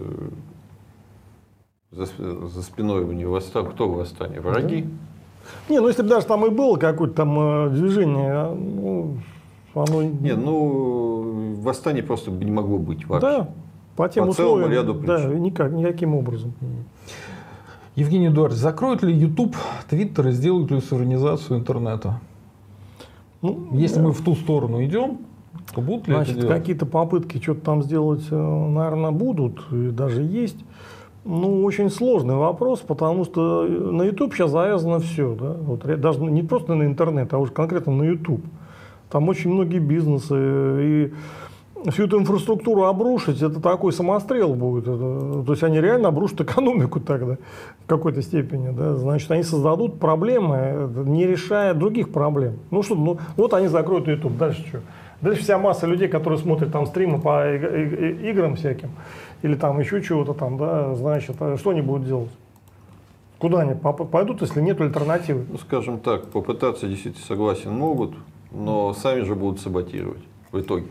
да? за, за спиной у нее восстание. Кто в восстании? Враги? Да. Не, ну если бы даже там и было какое-то там движение, ну, оно... Не, ну восстание просто не могло быть вообще. Да, по тем по условиям, целому ряду причин. Да, никак, никаким образом. Евгений Эдуардович, закроют ли YouTube, Twitter и сделают ли суверенизацию интернета? Ну, Если мы в ту сторону идем, то будут ли значит, это делать? какие-то попытки что-то там сделать, наверное, будут, и даже есть. Ну, очень сложный вопрос, потому что на YouTube сейчас завязано все. Да? Вот, даже не просто на интернет, а уже конкретно на YouTube. Там очень многие бизнесы. И всю эту инфраструктуру обрушить, это такой самострел будет. Это, то есть они реально обрушат экономику тогда в какой-то степени. Да? Значит, они создадут проблемы, не решая других проблем. Ну что, ну, вот они закроют YouTube. Дальше что? Дальше вся масса людей, которые смотрят там стримы по играм всяким, или там еще чего-то там, да, значит, что они будут делать? Куда они пойдут, если нет альтернативы? Ну, скажем так, попытаться действительно согласен могут, но сами же будут саботировать в итоге.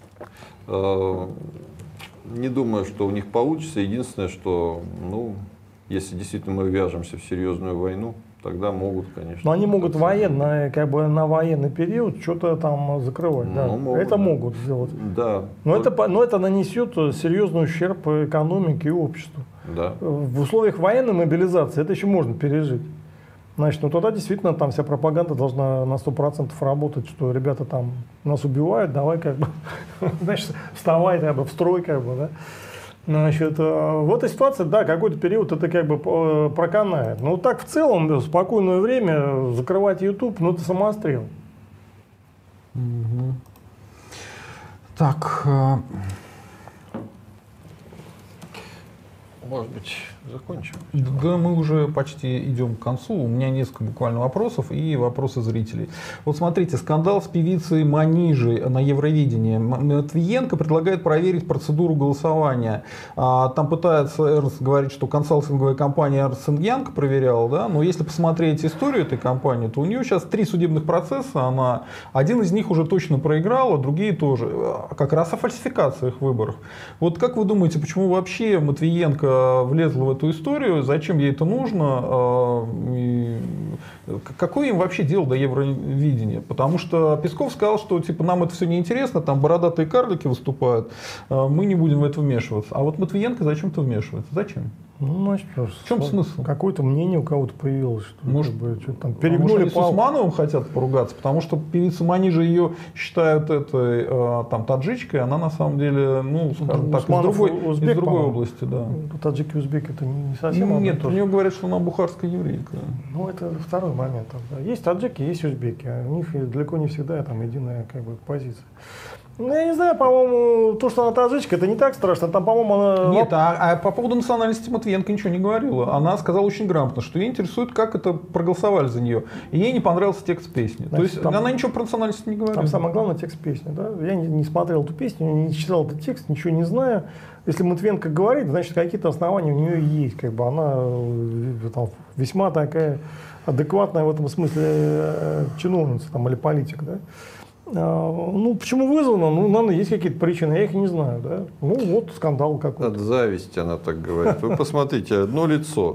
Не думаю, что у них получится. Единственное, что, ну, если действительно мы вяжемся в серьезную войну, тогда могут, конечно. Но они могут военно, как бы на военный период что-то там закрывать. Ну, да. Могут, это да. могут сделать. Да. Но, но... Это, но это нанесет серьезный ущерб экономике и обществу. Да. В условиях военной мобилизации это еще можно пережить. Значит, ну тогда действительно там вся пропаганда должна на сто процентов работать, что ребята там нас убивают, давай как бы, значит, вставай как бы в строй как бы, да. Значит, в этой ситуации, да, какой-то период это как бы проканает. Но так в целом, в спокойное время закрывать YouTube, ну это самострел. Угу. Так. Может быть, закончим? Да, мы уже почти идем к концу. У меня несколько буквально вопросов и вопросы зрителей. Вот смотрите, скандал с певицей Манижей на Евровидении. Матвиенко предлагает проверить процедуру голосования. Там пытается Эрнст говорить, что консалтинговая компания Эрнст энд Янг проверяла, да? Но если посмотреть историю этой компании, то у нее сейчас три судебных процесса. Она, один из них уже точно проиграла, другие тоже. Как раз о фальсификациях выборов. Вот как вы думаете, почему вообще Матвиенко влезла в эту историю, зачем ей это нужно, и какое им вообще дело до Евровидения? Потому что Песков сказал, что типа нам это все неинтересно, там бородатые карлики выступают, мы не будем в это вмешиваться. А вот Матвиенко зачем-то вмешивается. Зачем? Ну, значит, в чем смысл? Какое-то мнение у кого-то появилось, что может, как бы, что там перегнули палку. С Усмановым хотят поругаться, потому что певица Манижа ее считают этой там таджичкой, она на самом деле, ну, скажем так, из другой, узбек, из другой области, да. Таджики и узбеки это не совсем. Ну, нет, у нее говорят, что она бухарская еврейка. Ну, это второй момент. Есть таджики, есть узбеки, а у них далеко не всегда там единая как бы позиция. Ну, я не знаю, по-моему, то, что она таджичка, это не так страшно. Там, по-моему, она... Нет, а, а по поводу национальности Матвиенко ничего не говорила. Она сказала очень грамотно, что ее интересует, как это проголосовали за нее. И ей не понравился текст песни. Значит, то есть там, она ничего про национальность не говорила. Там самое главное текст песни. Да? Я не, не смотрел эту песню, не читал этот текст, ничего не знаю. Если Матвиенко говорит, значит, какие-то основания у нее есть. Как бы она там, весьма такая адекватная в этом смысле чиновница там, или политик. Да? Ну, почему вызвано? Ну, наверное, есть какие-то причины, я их не знаю, да. Ну, вот скандал какой-то. От зависти она так говорит. Вы посмотрите, одно лицо.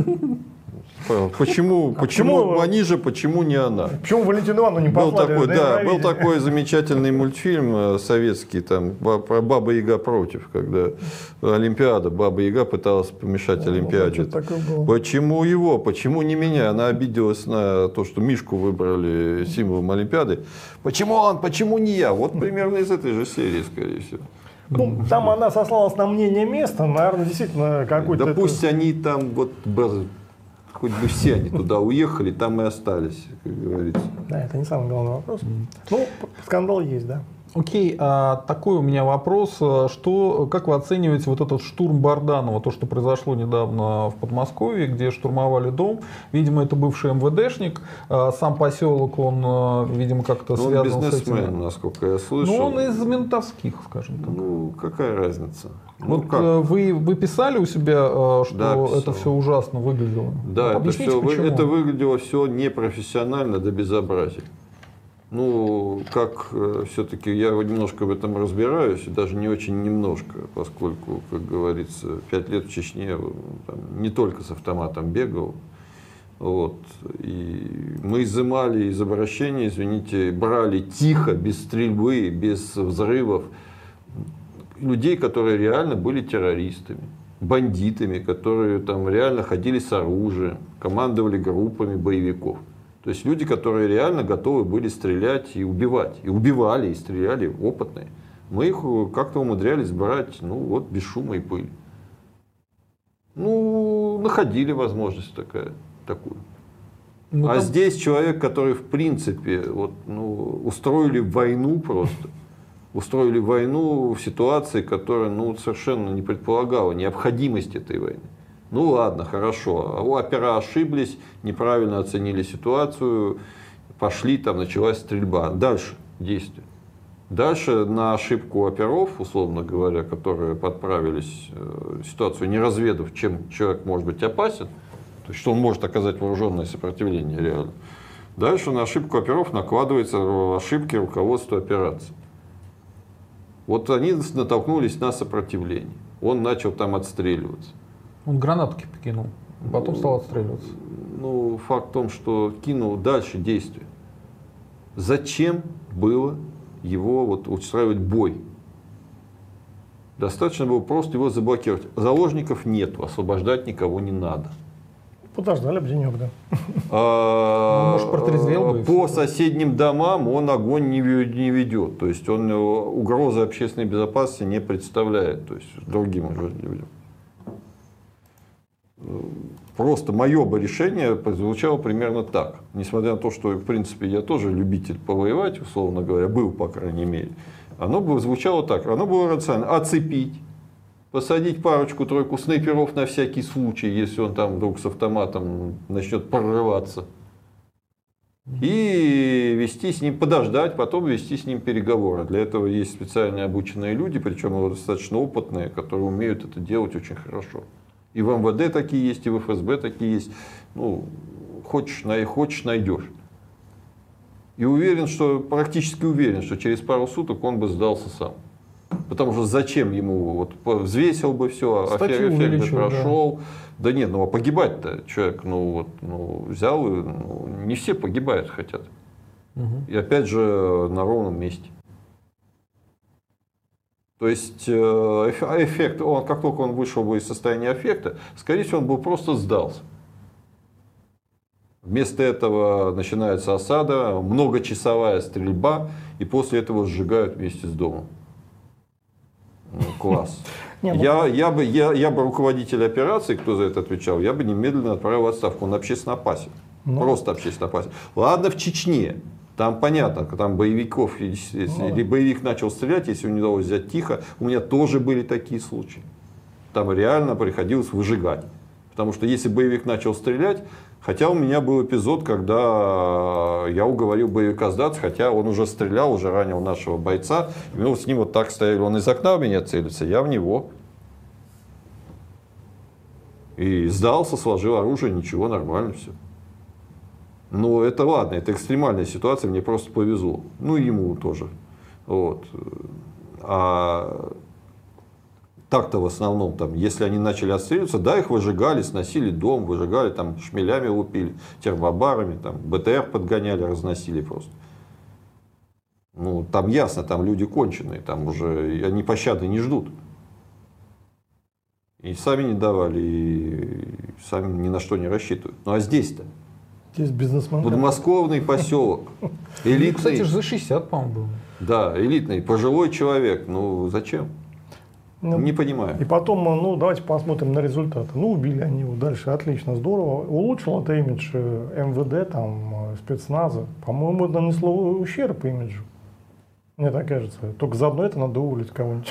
Почему, а почему Манижа, почему не она? Почему Валентину Ивановну не был такой, да, был такой замечательный мультфильм советский, там, про Баба Яга против, когда Олимпиада, Баба Яга пыталась помешать ну, Олимпиаде. Почему его, почему не меня? Она обиделась на то, что Мишку выбрали символом Олимпиады. Почему он, почему не я? Вот примерно из этой же серии, скорее всего. Ну, там она сослалась на мнение места, наверное, действительно какой-то... Да пусть они там вот... Хоть бы все они туда уехали, там и остались, как говорится. Да, это не самый главный вопрос. Mm. Ну, скандал есть, да. Окей, а такой у меня вопрос. Что, как вы оцениваете вот этот штурм Барданова, то, что произошло недавно в Подмосковье, где штурмовали дом? Видимо, это бывший эм вэ дэшник. Сам поселок, он, видимо, как-то ну, связан он бизнесмен, с этим. Насколько я слышал. Ну, он из ментовских, скажем так. Ну, какая разница? Вот ну, как? Вы, вы писали у себя, что да, это все ужасно выглядело? Да, вот это, все, это выглядело все непрофессионально до безобразия. Ну, как все-таки я немножко в этом разбираюсь, даже не очень немножко, поскольку, как говорится, пять лет в Чечне там, не только с автоматом бегал. Вот, и мы изымали из обращения, извините, брали тихо, без стрельбы, без взрывов людей, которые реально были террористами. бандитами, которые там реально ходили с оружием, командовали группами боевиков. То есть люди, которые реально готовы были стрелять и убивать. И убивали, и стреляли, опытные. Мы их как-то умудрялись брать, ну вот, без шума и пыли. Ну, находили возможность такая, такую. Ну, а там... здесь человек, который в принципе вот, ну, устроили войну просто. Устроили войну в ситуации, которая ну, совершенно не предполагала необходимость этой войны. Ну ладно, хорошо. Опера ошиблись, неправильно оценили ситуацию, пошли, там началась стрельба. Дальше действия. Дальше на ошибку оперов, условно говоря, которые подправились э, ситуацию, не разведав, чем человек может быть опасен, то есть что он может оказать вооруженное сопротивление реально. Дальше на ошибку оперов накладываются ошибки руководства операции. Вот они натолкнулись на сопротивление. Он начал там отстреливаться. Он гранатки покинул, потом стал отстреливаться. Ну, факт в том, что кинул дальше действия. Зачем было его вот устраивать бой? Достаточно было просто его заблокировать. Заложников нету, освобождать никого не надо. Подождали бы денек, да. А, ну, может, протрезвел бы. По соседним домам он огонь не ведет. То есть он угрозы общественной безопасности не представляет. То есть другим людям. Просто мое бы решение прозвучало примерно так. Несмотря на то, что в принципе я тоже любитель повоевать, условно говоря, был по крайней мере. Оно бы звучало так. Оно было рационально. Оцепить. Посадить парочку-тройку снайперов на всякий случай, если он там вдруг с автоматом начнет прорываться. И вести с ним, подождать, потом вести с ним переговоры. Для этого есть специально обученные люди, причем достаточно опытные, которые умеют это делать очень хорошо. И в эм вэ дэ такие есть, и в эф эс бэ такие есть. Ну, хочешь, хочешь найдешь. И уверен, что, практически уверен, что через пару суток он бы сдался сам. Потому что зачем ему, вот взвесил бы все, эффект бы прошел. Да. да нет, ну а погибать-то человек, ну вот, ну, взял, и, ну, не все погибают хотят. Угу. И опять же на ровном месте. То есть эффект, он, как только он вышел бы из состояния аффекта, скорее всего, он бы просто сдался. Вместо этого начинается осада, многочасовая стрельба, и после этого сжигают вместе с домом. Ну, класс. Я, я, бы, я, я бы руководитель операции, кто за это отвечал, я бы немедленно отправил в отставку. Он общественно опасен. Но... Просто общественно опасен. Ладно, в Чечне. Там понятно, там боевиков, если ну, боевик начал стрелять, если не удалось взять тихо, у меня тоже были такие случаи. Там реально приходилось выжигать. Потому что если боевик начал стрелять, хотя у меня был эпизод, когда я уговорил боевика сдаться, хотя он уже стрелял, уже ранил нашего бойца, и мы с ним вот так стояли, он из окна в меня целится, я в него. И сдался, сложил оружие, ничего, нормально все. Но это ладно, это экстремальная ситуация, мне просто повезло. Ну и ему тоже. Вот. А так-то в основном, там, если они начали отстреливаться, да, их выжигали, сносили дом, выжигали, там, шмелями лупили, термобарами, там, бэ тэ эр подгоняли, разносили просто. Ну, там ясно, там люди конченые, там уже они пощады не ждут. И сами не давали, и сами ни на что не рассчитывают. Ну а здесь-то? Здесь бизнесмен. Подмосковный поселок. Элитный. Кстати, за шестьдесят, по-моему, был. Да, элитный, пожилой человек. Ну, зачем? Ну, не понимаю. И потом, ну, давайте посмотрим на результаты. Ну, убили они его дальше, отлично, здорово. Улучшил это имидж эм вэ дэ, там, спецназа. По-моему, это нанесло ущерб имиджу. Мне так кажется. Только заодно это надо уволить кого-нибудь.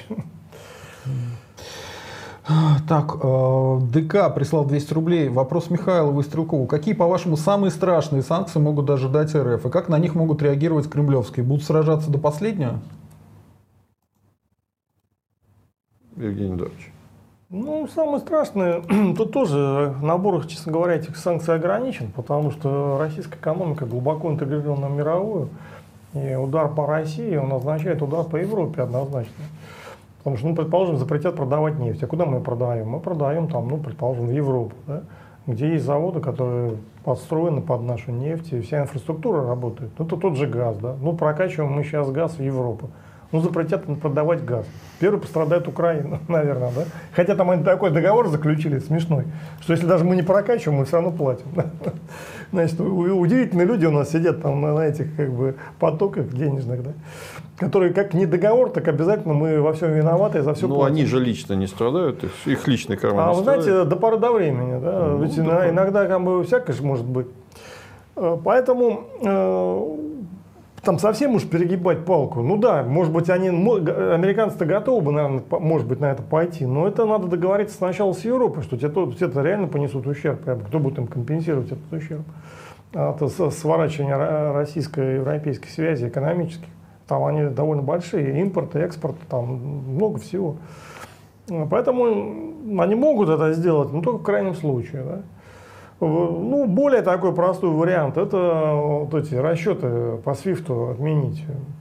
Так, ДК прислал двести рублей. Вопрос Михайлову и Стрелкову. Какие, по-вашему, самые страшные санкции могут ожидать эр эф? И как на них могут реагировать кремлевские? Будут сражаться до последнего? Евгений Эдуардович. Ну, самое страшное, тут тоже набор, честно говоря, этих санкций ограничен, потому что российская экономика глубоко интегрирована в мировую, и удар по России, он означает удар по Европе однозначно. Потому что, ну, предположим, запретят продавать нефть. А куда мы ее продаем? Мы продаем там, ну, предположим, в Европу, да, где есть заводы, которые подстроены под нашу нефть, и вся инфраструктура работает. Ну, это тот же газ, да. Ну, прокачиваем мы сейчас газ в Европу. ну, запретят продавать газ. Первый пострадает Украина, наверное, да? Хотя там они такой договор заключили, смешной, что если даже мы не прокачиваем, мы все равно платим. Значит, удивительные люди у нас сидят там на этих как бы потоках денежных, да? Которые как не договор, так обязательно мы во всем виноваты и за все Ну, платим. они же лично не страдают, их, их личный карман А не вы страдает. знаете, до поры до времени, да? Ну, Ведь да, иногда, да. иногда как бы всякое же может быть. Э, Поэтому э, там совсем уж перегибать палку. Ну да, может быть, они, мо- г- американцы-то готовы бы, наверное, по- может быть, на это пойти, но это надо договориться сначала с Европой, что те, то- те-то реально понесут ущерб, как бы, кто будет им компенсировать этот ущерб. А то с- сворачивание ро- российско-европейской связи экономических. Там они довольно большие, импорт и экспорт, там много всего. Поэтому они могут это сделать, но только в крайнем случае. Да? Ну, более такой простой вариант – это вот эти расчеты по свифту отменить.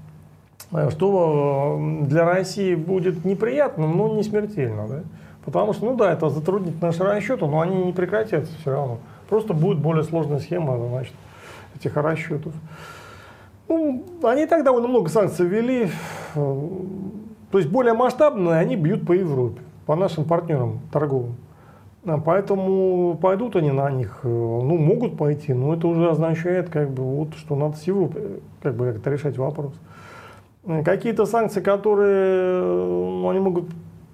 Что для России будет неприятно, но не смертельно. Да? Потому что, ну да, это затруднит наши расчеты, но они не прекратятся все равно. Просто будет более сложная схема, значит, этих расчетов. Ну, они и так довольно много санкций ввели, то есть более масштабные, они бьют по Европе, по нашим партнерам торговым. А поэтому пойдут они на них, ну, могут пойти, но это уже означает, как бы, вот, что надо с Европой как бы, как-то решать вопрос. Какие-то санкции, которые ну, они могут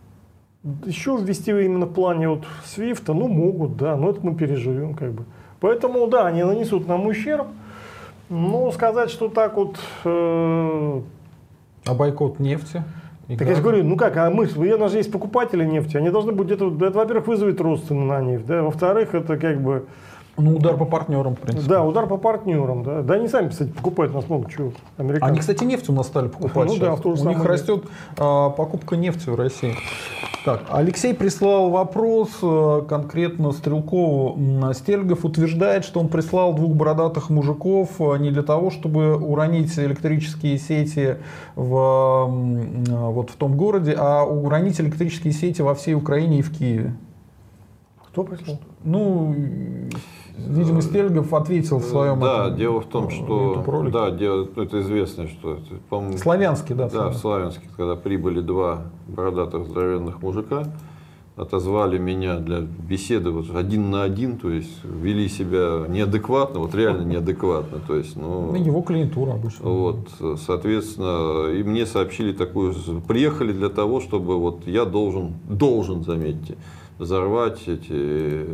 еще ввести именно в плане вот, свифта, ну, могут, да, но это мы переживем, как бы. Поэтому, да, они нанесут нам ущерб. Ну, сказать, что так вот... Э... А бойкот нефти? Так я же говорю, ну как, а мы, у нас же есть покупатели нефти, они должны быть где-то, это, во-первых, вызовет рост цены на нефть, да, во-вторых, это как бы... Ну, удар по партнерам, в принципе. Да, удар по партнерам, да. Да они сами, кстати, покупают у нас много чего, американцы. Они, кстати, нефть у нас стали покупать Ну сейчас. да, в то же У них самое растет а, покупка нефти в России. Так, Алексей прислал вопрос а, конкретно Стрелкову. М, Стерлигов утверждает, что он прислал двух бородатых мужиков а, не для того, чтобы уронить электрические сети в, м, а, вот в том городе, а уронить электрические сети во всей Украине и в Киеве. Кто прислал? Ну, видимо, Стерлигов ответил в своем... Да, этом, дело в том, что... YouTube-ролике. Да, дело, это известно, что... Это, по-моему, Славянский, да. Да, в Славянске, когда прибыли два бородатых здоровенных мужика, отозвали меня для беседы вот один на один, то есть вели себя неадекватно, вот реально неадекватно. То есть, ну, Ну, его клиентура обычно. вот, соответственно, и мне сообщили такую, приехали для того, чтобы вот я должен, должен, заметьте, взорвать эти,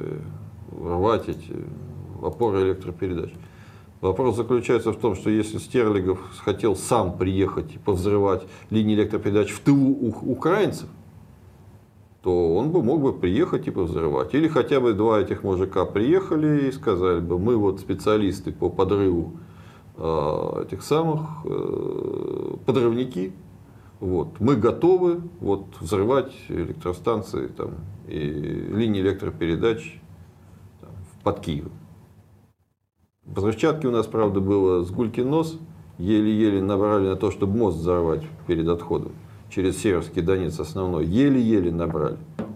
рвать эти опоры электропередач. Вопрос заключается в том, что если Стерлигов хотел сам приехать и повзрывать линии электропередач в тылу у украинцев, то он бы мог бы приехать и повзрывать. Или хотя бы два этих мужика приехали и сказали бы, мы вот специалисты по подрыву э, этих самых э, подрывники, вот, мы готовы вот, взрывать электростанции там, и линии электропередач там, под Киевом. Взрывчатки у нас, правда, было с гулькин нос, еле-еле набрали на то, чтобы мост взорвать перед отходом. Через Северский Донец основной, еле-еле набрали.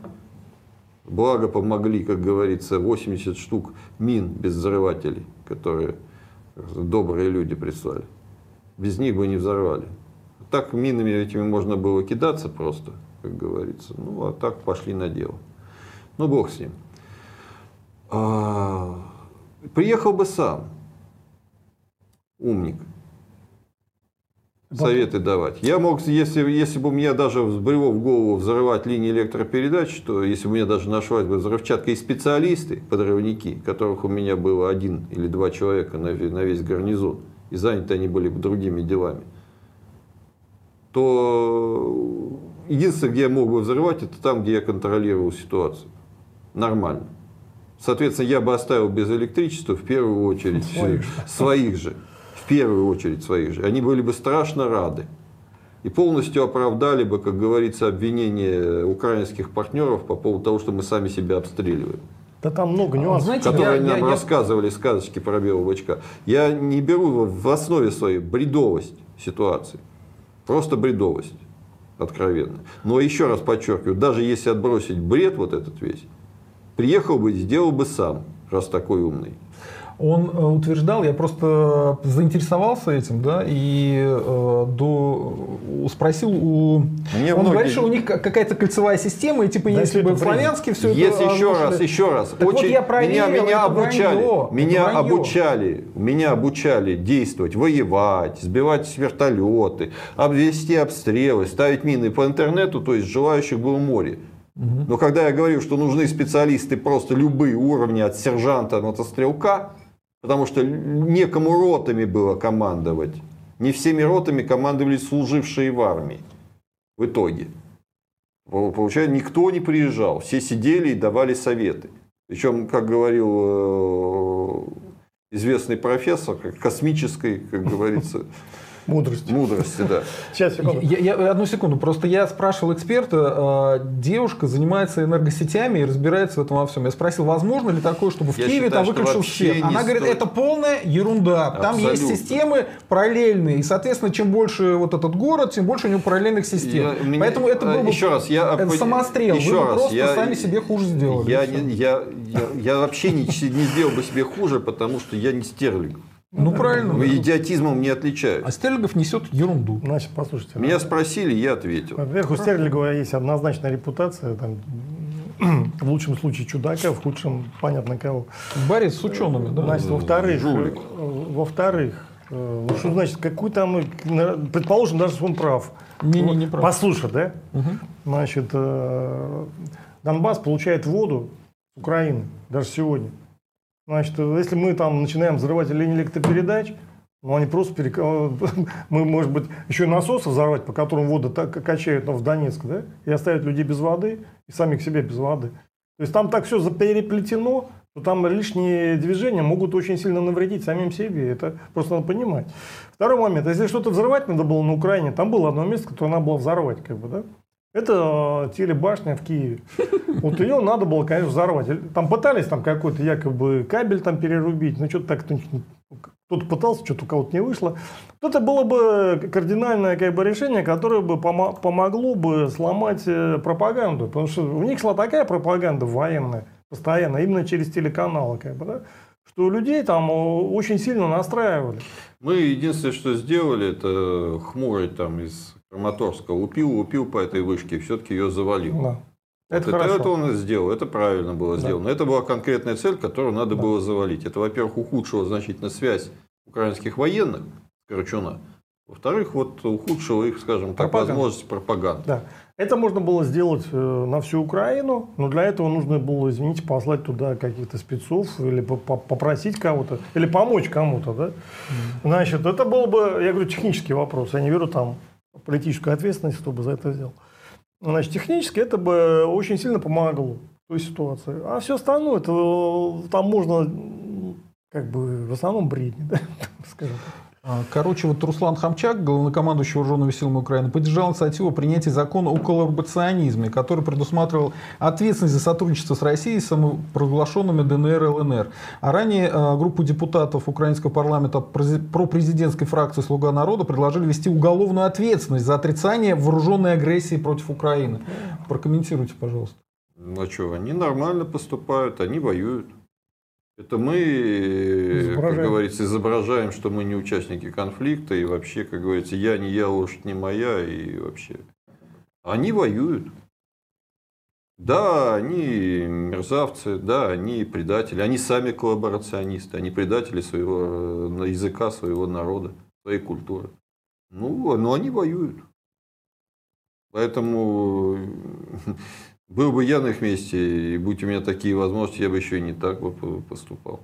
Благо помогли, как говорится, восемьдесят штук мин без взрывателей, которые добрые люди прислали. Без них бы не взорвали. Так минами этими можно было кидаться просто, как говорится. Ну, а так пошли на дело. Ну, бог с ним. А, приехал бы сам. Умник. Советы давать. Я мог, если, если бы мне даже взбрело в голову взрывать линии электропередач, то если бы у меня даже нашлась бы взрывчатка и специалисты, подрывники, которых у меня было один или два человека на, на весь гарнизон, и заняты они были бы другими делами, то единственное, где я мог бы взрывать, это там, где я контролировал ситуацию. Нормально. Соответственно, я бы оставил без электричества в первую очередь своих, своих же. В первую очередь своих же, они были бы страшно рады и полностью оправдали бы, как говорится, обвинения украинских партнеров по поводу того, что мы сами себя обстреливаем. Да там много нюансов. Знаете, которые я- нам я- я- рассказывали сказочки про белого бычка. Я не беру в основе своей бредовость ситуации. Просто бредовость. Откровенно. Но еще раз подчеркиваю, даже если отбросить бред вот этот весь, приехал бы и сделал бы сам, раз такой умный. Он э, утверждал, я просто заинтересовался этим, да, и э, до, спросил у... Мне он многие... говорит, что у них какая-то кольцевая система, и типа Да, если бы в Славянске все это... Если еще озвучили... раз, еще раз. Так очень... вот я проверил, меня, меня это обучали, вранье, меня это вранье. обучали, меня обучали действовать, воевать, сбивать вертолеты, обвести обстрелы, ставить мины по интернету, то есть желающих было море. Угу. Но когда я говорю, что нужны специалисты просто любые уровни от сержанта, мотострелка, потому что некому ротами было командовать. Не всеми ротами командовали служившие в армии. В итоге. Получается, никто не приезжал. Все сидели и давали советы. Причем, как говорил известный профессор, космической, как говорится... Мудрости. Мудрости, да. Сейчас, секунду. Я, я, одну секунду. Просто я спрашивал эксперта, э, девушка занимается энергосетями и разбирается в этом во всем. Я спросил, возможно ли такое, чтобы в я Киеве считаю, там выключил свет? Она говорит, стоит. Это полная ерунда. Там Абсолютно. Есть системы параллельные. И, соответственно, чем больше вот этот город, тем больше у него параллельных систем. Я, меня, Поэтому это был еще раз, я, это самострел. Еще Вы раз, просто я, сами себе хуже сделали. Я, не, я, я, я вообще не, не сделал бы себе хуже, потому что я не Стерлигов. Ну, правильно. Вы идиотизмом не отличаются. А Стерлигов несет ерунду. Значит, послушайте. Меня спросили, я ответил. Во-первых, у Стерлигова есть однозначная репутация. Там, в лучшем случае чудака, в худшем понятно кого. Борец с учеными, да? Значит, во-вторых, во-вторых, ну что значит, какой там, предположим, даже он прав. Не, не, не прав. Послушай, да? Угу. Значит, Донбасс получает воду с Украины, даже сегодня. Значит, если мы там начинаем взрывать линии электропередач, ну они просто перек... мы, может быть, еще и насосы взорвать, по которым воду так качают в Донецк, да, и оставить людей без воды, и самих себе без воды. То есть там так все переплетено, что там лишние движения могут очень сильно навредить самим себе. Это просто надо понимать. Второй момент. Если что-то взрывать надо было на Украине, там было одно место, которое надо было взорвать, как бы, да? Это телебашня в Киеве. Вот ее надо было, конечно, взорвать. Там пытались там какой-то якобы кабель там перерубить, но что-то так кто-то пытался, что-то у кого-то не вышло. Вот это было бы кардинальное как бы, решение, которое бы помо- помогло бы сломать пропаганду. Потому что у них шла такая пропаганда военная, постоянно, именно через телеканалы, как бы, да, что людей там очень сильно настраивали. Мы единственное, что сделали, это Хмурый там из Краматорска лупил, лупил по этой вышке, все-таки ее завалил. Да. Это, вот это, это он сделал, это правильно было да. сделано. Это была конкретная цель, которую надо да. было завалить. Это, во-первых, ухудшило значительно связь украинских военных с Корчуна. Во-вторых, вот ухудшило их, скажем так, возможность пропаганды. Да. Это можно было сделать на всю Украину, но для этого нужно было, извините, послать туда каких-то спецов или попросить кого-то, или помочь кому-то. Да? Mm-hmm. Значит, это был бы, я говорю, технический вопрос. Я не беру там политическую ответственность, чтобы за это сделал. Значит, технически это бы очень сильно помогло в той ситуации. А все остальное, это там можно как бы в основном бредни, да? Скажем так. Короче, вот Руслан Хамчак, главнокомандующий вооруженными силами Украины, поддержал инициативу принятия закона о коллаборационизме, который предусматривал ответственность за сотрудничество с Россией с самопровозглашенными ДНР и ЛНР. А ранее группу депутатов украинского парламента пропрезидентской фракции «Слуга народа» предложили ввести уголовную ответственность за отрицание вооруженной агрессии против Украины. Прокомментируйте, пожалуйста. Ну а что, они нормально поступают, они воюют. Это мы, как говорится, изображаем, что мы не участники конфликта, и вообще, как говорится, я не я, лошадь не моя, и вообще. Они воюют. Да, они мерзавцы, да, они предатели, они сами коллаборационисты, они предатели своего языка, своего народа, своей культуры. Ну, но они воюют. Поэтому... Был бы я на их месте, и будь у меня такие возможности, я бы еще и не так бы поступал.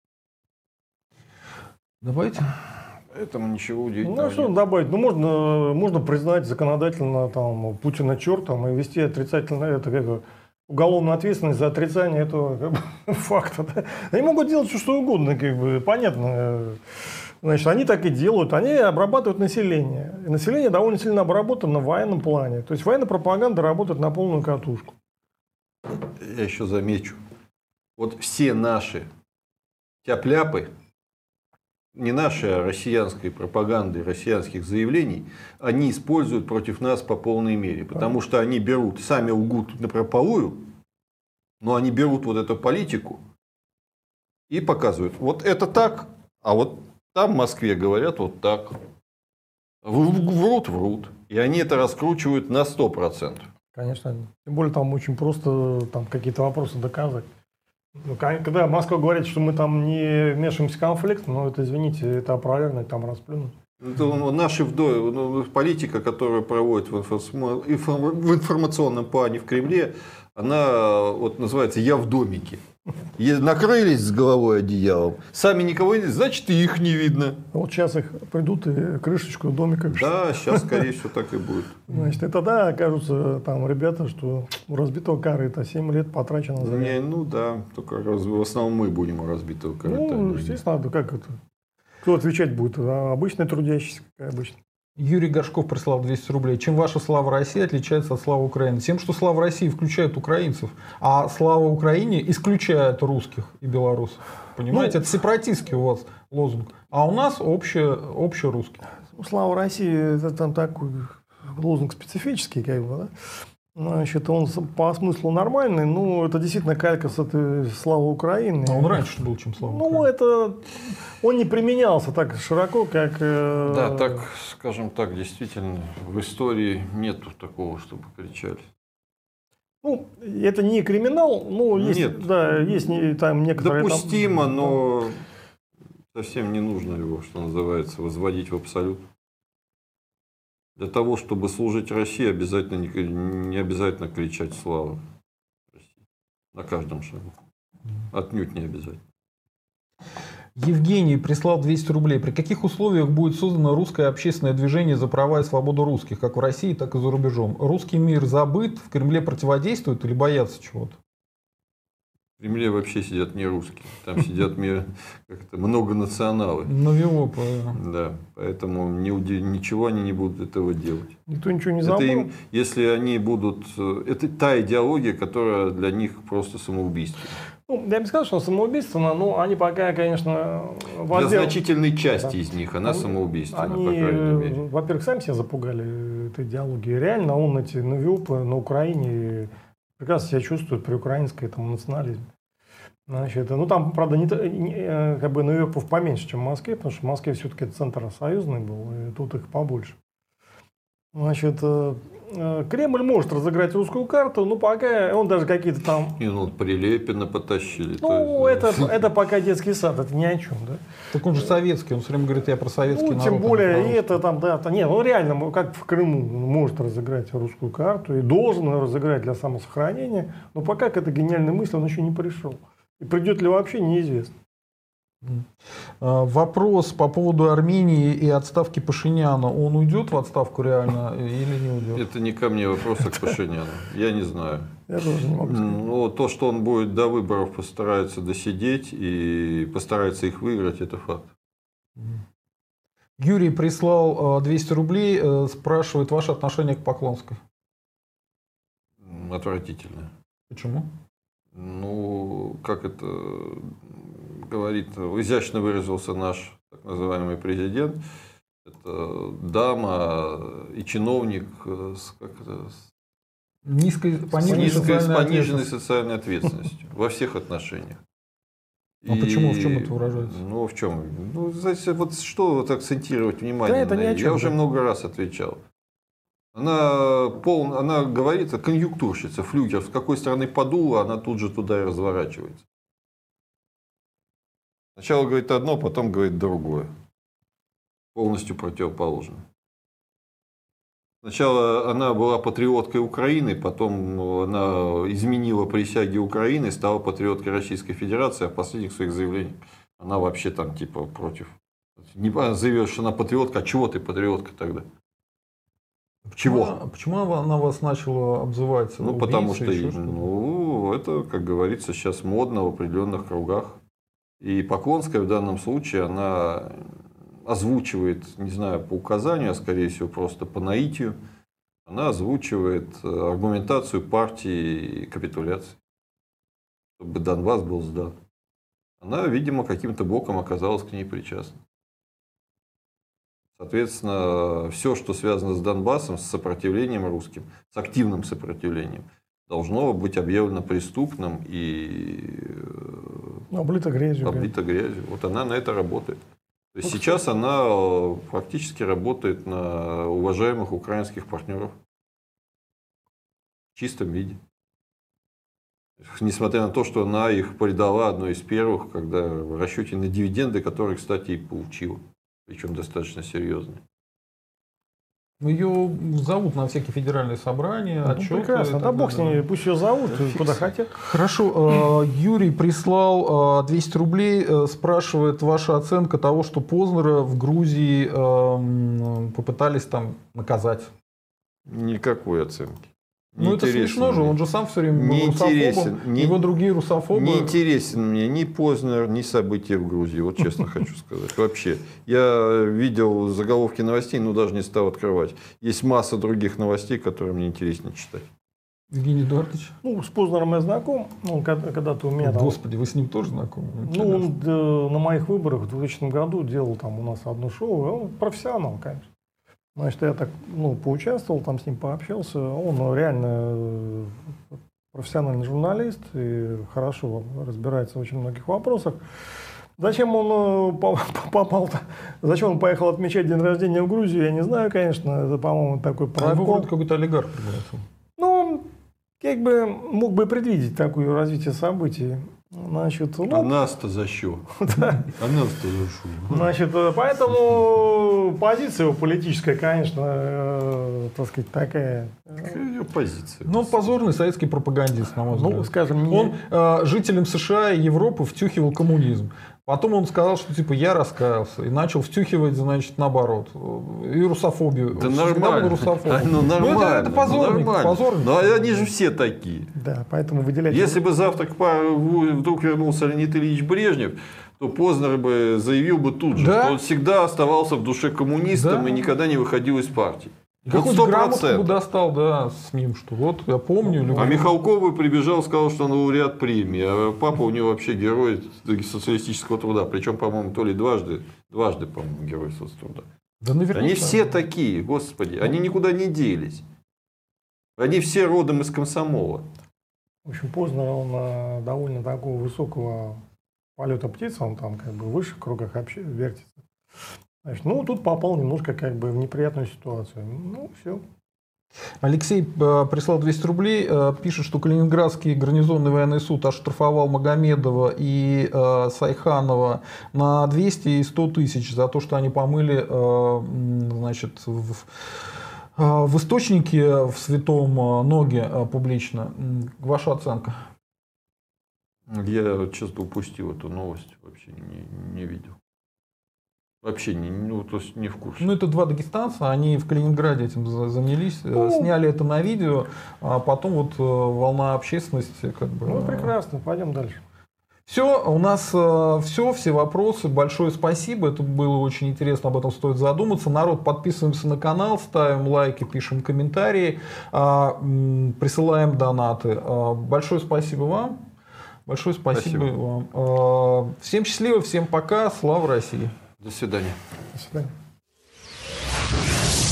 Давайте. Этому ничего удивительного. Ну, а что добавить? Ну, можно, можно признать законодательно там, Путина чертом и ввести отрицательное, это как уголовную ответственность за отрицание этого как бы, факта. Да? Они могут делать все, что угодно, как бы, понятно. Значит, они так и делают, они обрабатывают население. И население довольно сильно обработано в военном плане. То есть военная пропаганда работает на полную катушку. Я еще замечу. Вот все наши тяп-ляпы, не наши, а россиянской пропаганды, россиянских заявлений, они используют против нас по полной мере. Потому что они берут, сами лгут напропалую, но они берут вот эту политику и показывают, вот это так, а вот там в Москве говорят вот так. Врут, врут. И они это раскручивают на сто процентов. Конечно. Тем более там очень просто там какие-то вопросы доказать. Ну, когда Москва говорит, что мы там не вмешиваемся в конфликт, ну это, извините, это опровергнуть, там расплюнуть. Это ну, наши вдовы, ну, политика, которую проводят в, информ... в информационном плане в Кремле, она вот называется «я в домике». Накрылись с головой одеялом, сами никого не, значит, и их не видно. Вот сейчас их придут и крышечку домика. Да, сейчас, скорее всего, так и будет. Значит, и тогда окажутся там ребята, что у разбитого корыта семь лет потрачено за не, ну да, только раз, в основном мы будем у разбитого корыта. Ну, естественно, как это? Кто отвечать будет? А обычный трудящийся, как обычно. Юрий Горшков прислал двести рублей. Чем ваша слава России отличается от славы Украины? Тем, что слава России включает украинцев, а слава Украине исключает русских и белорусов. Понимаете, ну, это сепаратистский у вас лозунг. А у нас общее, общерусский. Слава России, это там такой лозунг специфический, как бы, да? Значит, он по смыслу нормальный, но это действительно калька с этой славы Украины. А он раньше был, чем слава Украины. Ну, это он не применялся так широко, как... Да, так, скажем так, действительно, в истории нету такого, чтобы кричали. Ну, это не криминал, ну, есть, Нет. Да, есть там некоторые... Допустимо, там, но совсем не нужно его, что называется, возводить в абсолют. Для того, чтобы служить России, обязательно не, не обязательно кричать «Слава России» на каждом шагу. Отнюдь не обязательно. Евгений прислал двести рублей. При каких условиях будет создано русское общественное движение за права и свободу русских, как в России, так и за рубежом? Русский мир забыт, в Кремле противодействуют или боятся чего-то? В Кремле вообще сидят не русские, там сидят многонационалы. Новиопы. Да, поэтому ничего они не будут этого делать. Никто ничего не забыл. Это им, если они будут... Это та идеология, которая для них просто самоубийство. Ну, я бы сказал, что самоубийственно, но они пока, конечно... Для отдел... значительной части да. из них она они, самоубийственна, они, по крайней мере. Во-первых, сами себя запугали этой идеологией. Реально он эти новиопы на Украине... прекрасно себя чувствуют при украинской там, национализме. Значит, ну там, правда, не, не, как бы новиопов поменьше, чем в Москве, потому что в Москве все-таки центр союзный был, и тут их побольше. Значит, Кремль может разыграть русскую карту, но пока он даже какие-то там... И ну, Прилепина потащили. Ну, есть, это, да. это пока детский сад, это ни о чем, да? Так он же советский, он все время говорит, я про советский ну, народ. Тем более, и это там, да, то, нет, он реально, как в Крыму, может разыграть русскую карту и должен ее разыграть для самосохранения, но пока к этой гениальной мысли он еще не пришел. И придет ли вообще, неизвестно. Вопрос по поводу Армении и отставки Пашиняна. Он уйдет в отставку реально или не уйдет? Это не ко мне вопрос, а к Пашиняну. Я не знаю. Я тоже не могу сказать. Но то, что он будет до выборов постарается досидеть и постарается их выиграть, это факт. Юрий прислал двести рублей, спрашивает ваше отношение к Поклонской. Отвратительное. Почему? Ну, как это говорит, изящно выразился наш так называемый президент, это дама и чиновник с, как это, с низкой, пониженной, низкой, социальной, с пониженной социальной ответственностью во всех отношениях. А и, почему, в чем это выражается? Ну, в чем? Ну, знаете, вот что вот акцентировать внимание да, на это Я уже много раз отвечал. Она, пол, она говорит, конъюнктурщица, флюгер, с какой стороны подула, она тут же туда и разворачивается. Сначала говорит одно, потом говорит другое. Полностью противоположно. Сначала она была патриоткой Украины, потом она изменила присяги Украины, стала патриоткой Российской Федерации, а в последних своих заявлениях она вообще там типа против. Не заявила, что она патриотка, а чего ты патриотка тогда? Чего? А почему она вас начала обзывать? Ну, потому что, ну, это, как говорится, сейчас модно в определенных кругах. И Поклонская в данном случае, она озвучивает, не знаю, по указанию, а скорее всего просто по наитию, она озвучивает аргументацию партии капитуляции, чтобы Донбасс был сдан. Она, видимо, каким-то боком оказалась к ней причастна. Соответственно, все, что связано с Донбассом, с сопротивлением русским, с активным сопротивлением, должно быть объявлено преступным и Облита грязью. Облита грязью. Вот она на это работает. То есть сейчас она фактически работает на уважаемых украинских партнеров в чистом виде. Несмотря на то, что она их предала одной из первых, когда в расчете на дивиденды, которые, кстати, и получила. Причем достаточно серьезные. Ее зовут на всякие федеральные собрания, Ну, отчеты. прекрасно. Да бог с ними, пусть ее зовут, куда хотят. Хорошо. Юрий прислал двести рублей, спрашивает ваша оценка того, что Познера в Грузии попытались там наказать. Никакой оценки. Ну, это смешно же, он же сам все время был русофобом, не, его другие русофобы. Не интересен мне ни Познер, ни события в Грузии, вот честно хочу сказать. Вообще, я видел заголовки новостей, но даже не стал открывать. Есть масса других новостей, которые мне интереснее читать. Евгений Эдуардович? Ну, с Познером я знаком, ну, когда-то у меня... О, Господи, вы с ним тоже знакомы? Ну, он э, на моих выборах в двухтысячном году делал там у нас одно шоу, он профессионал, конечно. Значит, я так, ну, поучаствовал, там с ним пообщался. Он реально профессиональный журналист и хорошо разбирается в очень многих вопросах. Зачем он попал, зачем он поехал отмечать день рождения в Грузию, я не знаю, конечно. Это, по-моему, такой прокол. А его вроде какой-то олигарх пригласил. Ну, он как бы мог бы предвидеть такое развитие событий. Значит, ну, а нас-то за что? Да. А нас-то за что? Значит, поэтому позиция его политическая, конечно, э, так сказать, такая. Какая позиция? Ну, позорный советский пропагандист, на мой взгляд. Ну, скажем, не... Он э, жителям США и Европы втюхивал коммунизм. Потом он сказал, что типа я раскаялся и начал втюхивать, значит, наоборот, и русофобию. Да нормально. Русофобию. Ну, нормально. Ну, это, это позорник, ну, позорник. Но они же все такие. Да, поэтому выделять... Если бы завтра вдруг вернулся Леонид Ильич Брежнев, то Познер бы заявил бы тут же, да? что он всегда оставался в душе коммунистом да? и никогда не выходил из партии. И Вот какую-то грамоту бы достал, да, с ним, что вот, я помню. А любой... Михалков прибежал, сказал, что он лауреат премии, а папа у него вообще герой социалистического труда, причем, по-моему, то ли дважды, дважды, по-моему, герой социалистического труда. Да наверняка. Они все такие, господи, они никуда не делись. Они все родом из комсомола. В общем, Познер, он довольно такого высокого полета птицы, он там как бы в высших кругах вообще вертится. Значит, ну, тут попал немножко как бы в неприятную ситуацию. Ну, все. Алексей э, прислал двести рублей, э, пишет, что Калининградский гарнизонный военный суд оштрафовал Магомедова и э, Сайханова на двести и сто тысяч за то, что они помыли э, значит, в, в источнике в Святом ноги э, публично. Ваша оценка? Я, честно, упустил эту новость, вообще не, не видел. Вообще не, ну, то есть не в курсе. Ну, это два дагестанца, они в Калининграде этим занялись, ну, сняли это на видео, а потом вот волна общественности как бы... Ну, прекрасно, пойдем дальше. Все, у нас все, все вопросы. Большое спасибо, это было очень интересно, об этом стоит задуматься. Народ, подписываемся на канал, ставим лайки, пишем комментарии, присылаем донаты. Большое спасибо вам. Большое спасибо, спасибо вам. Всем счастливо, всем пока, слава России. До свидания. До свидания.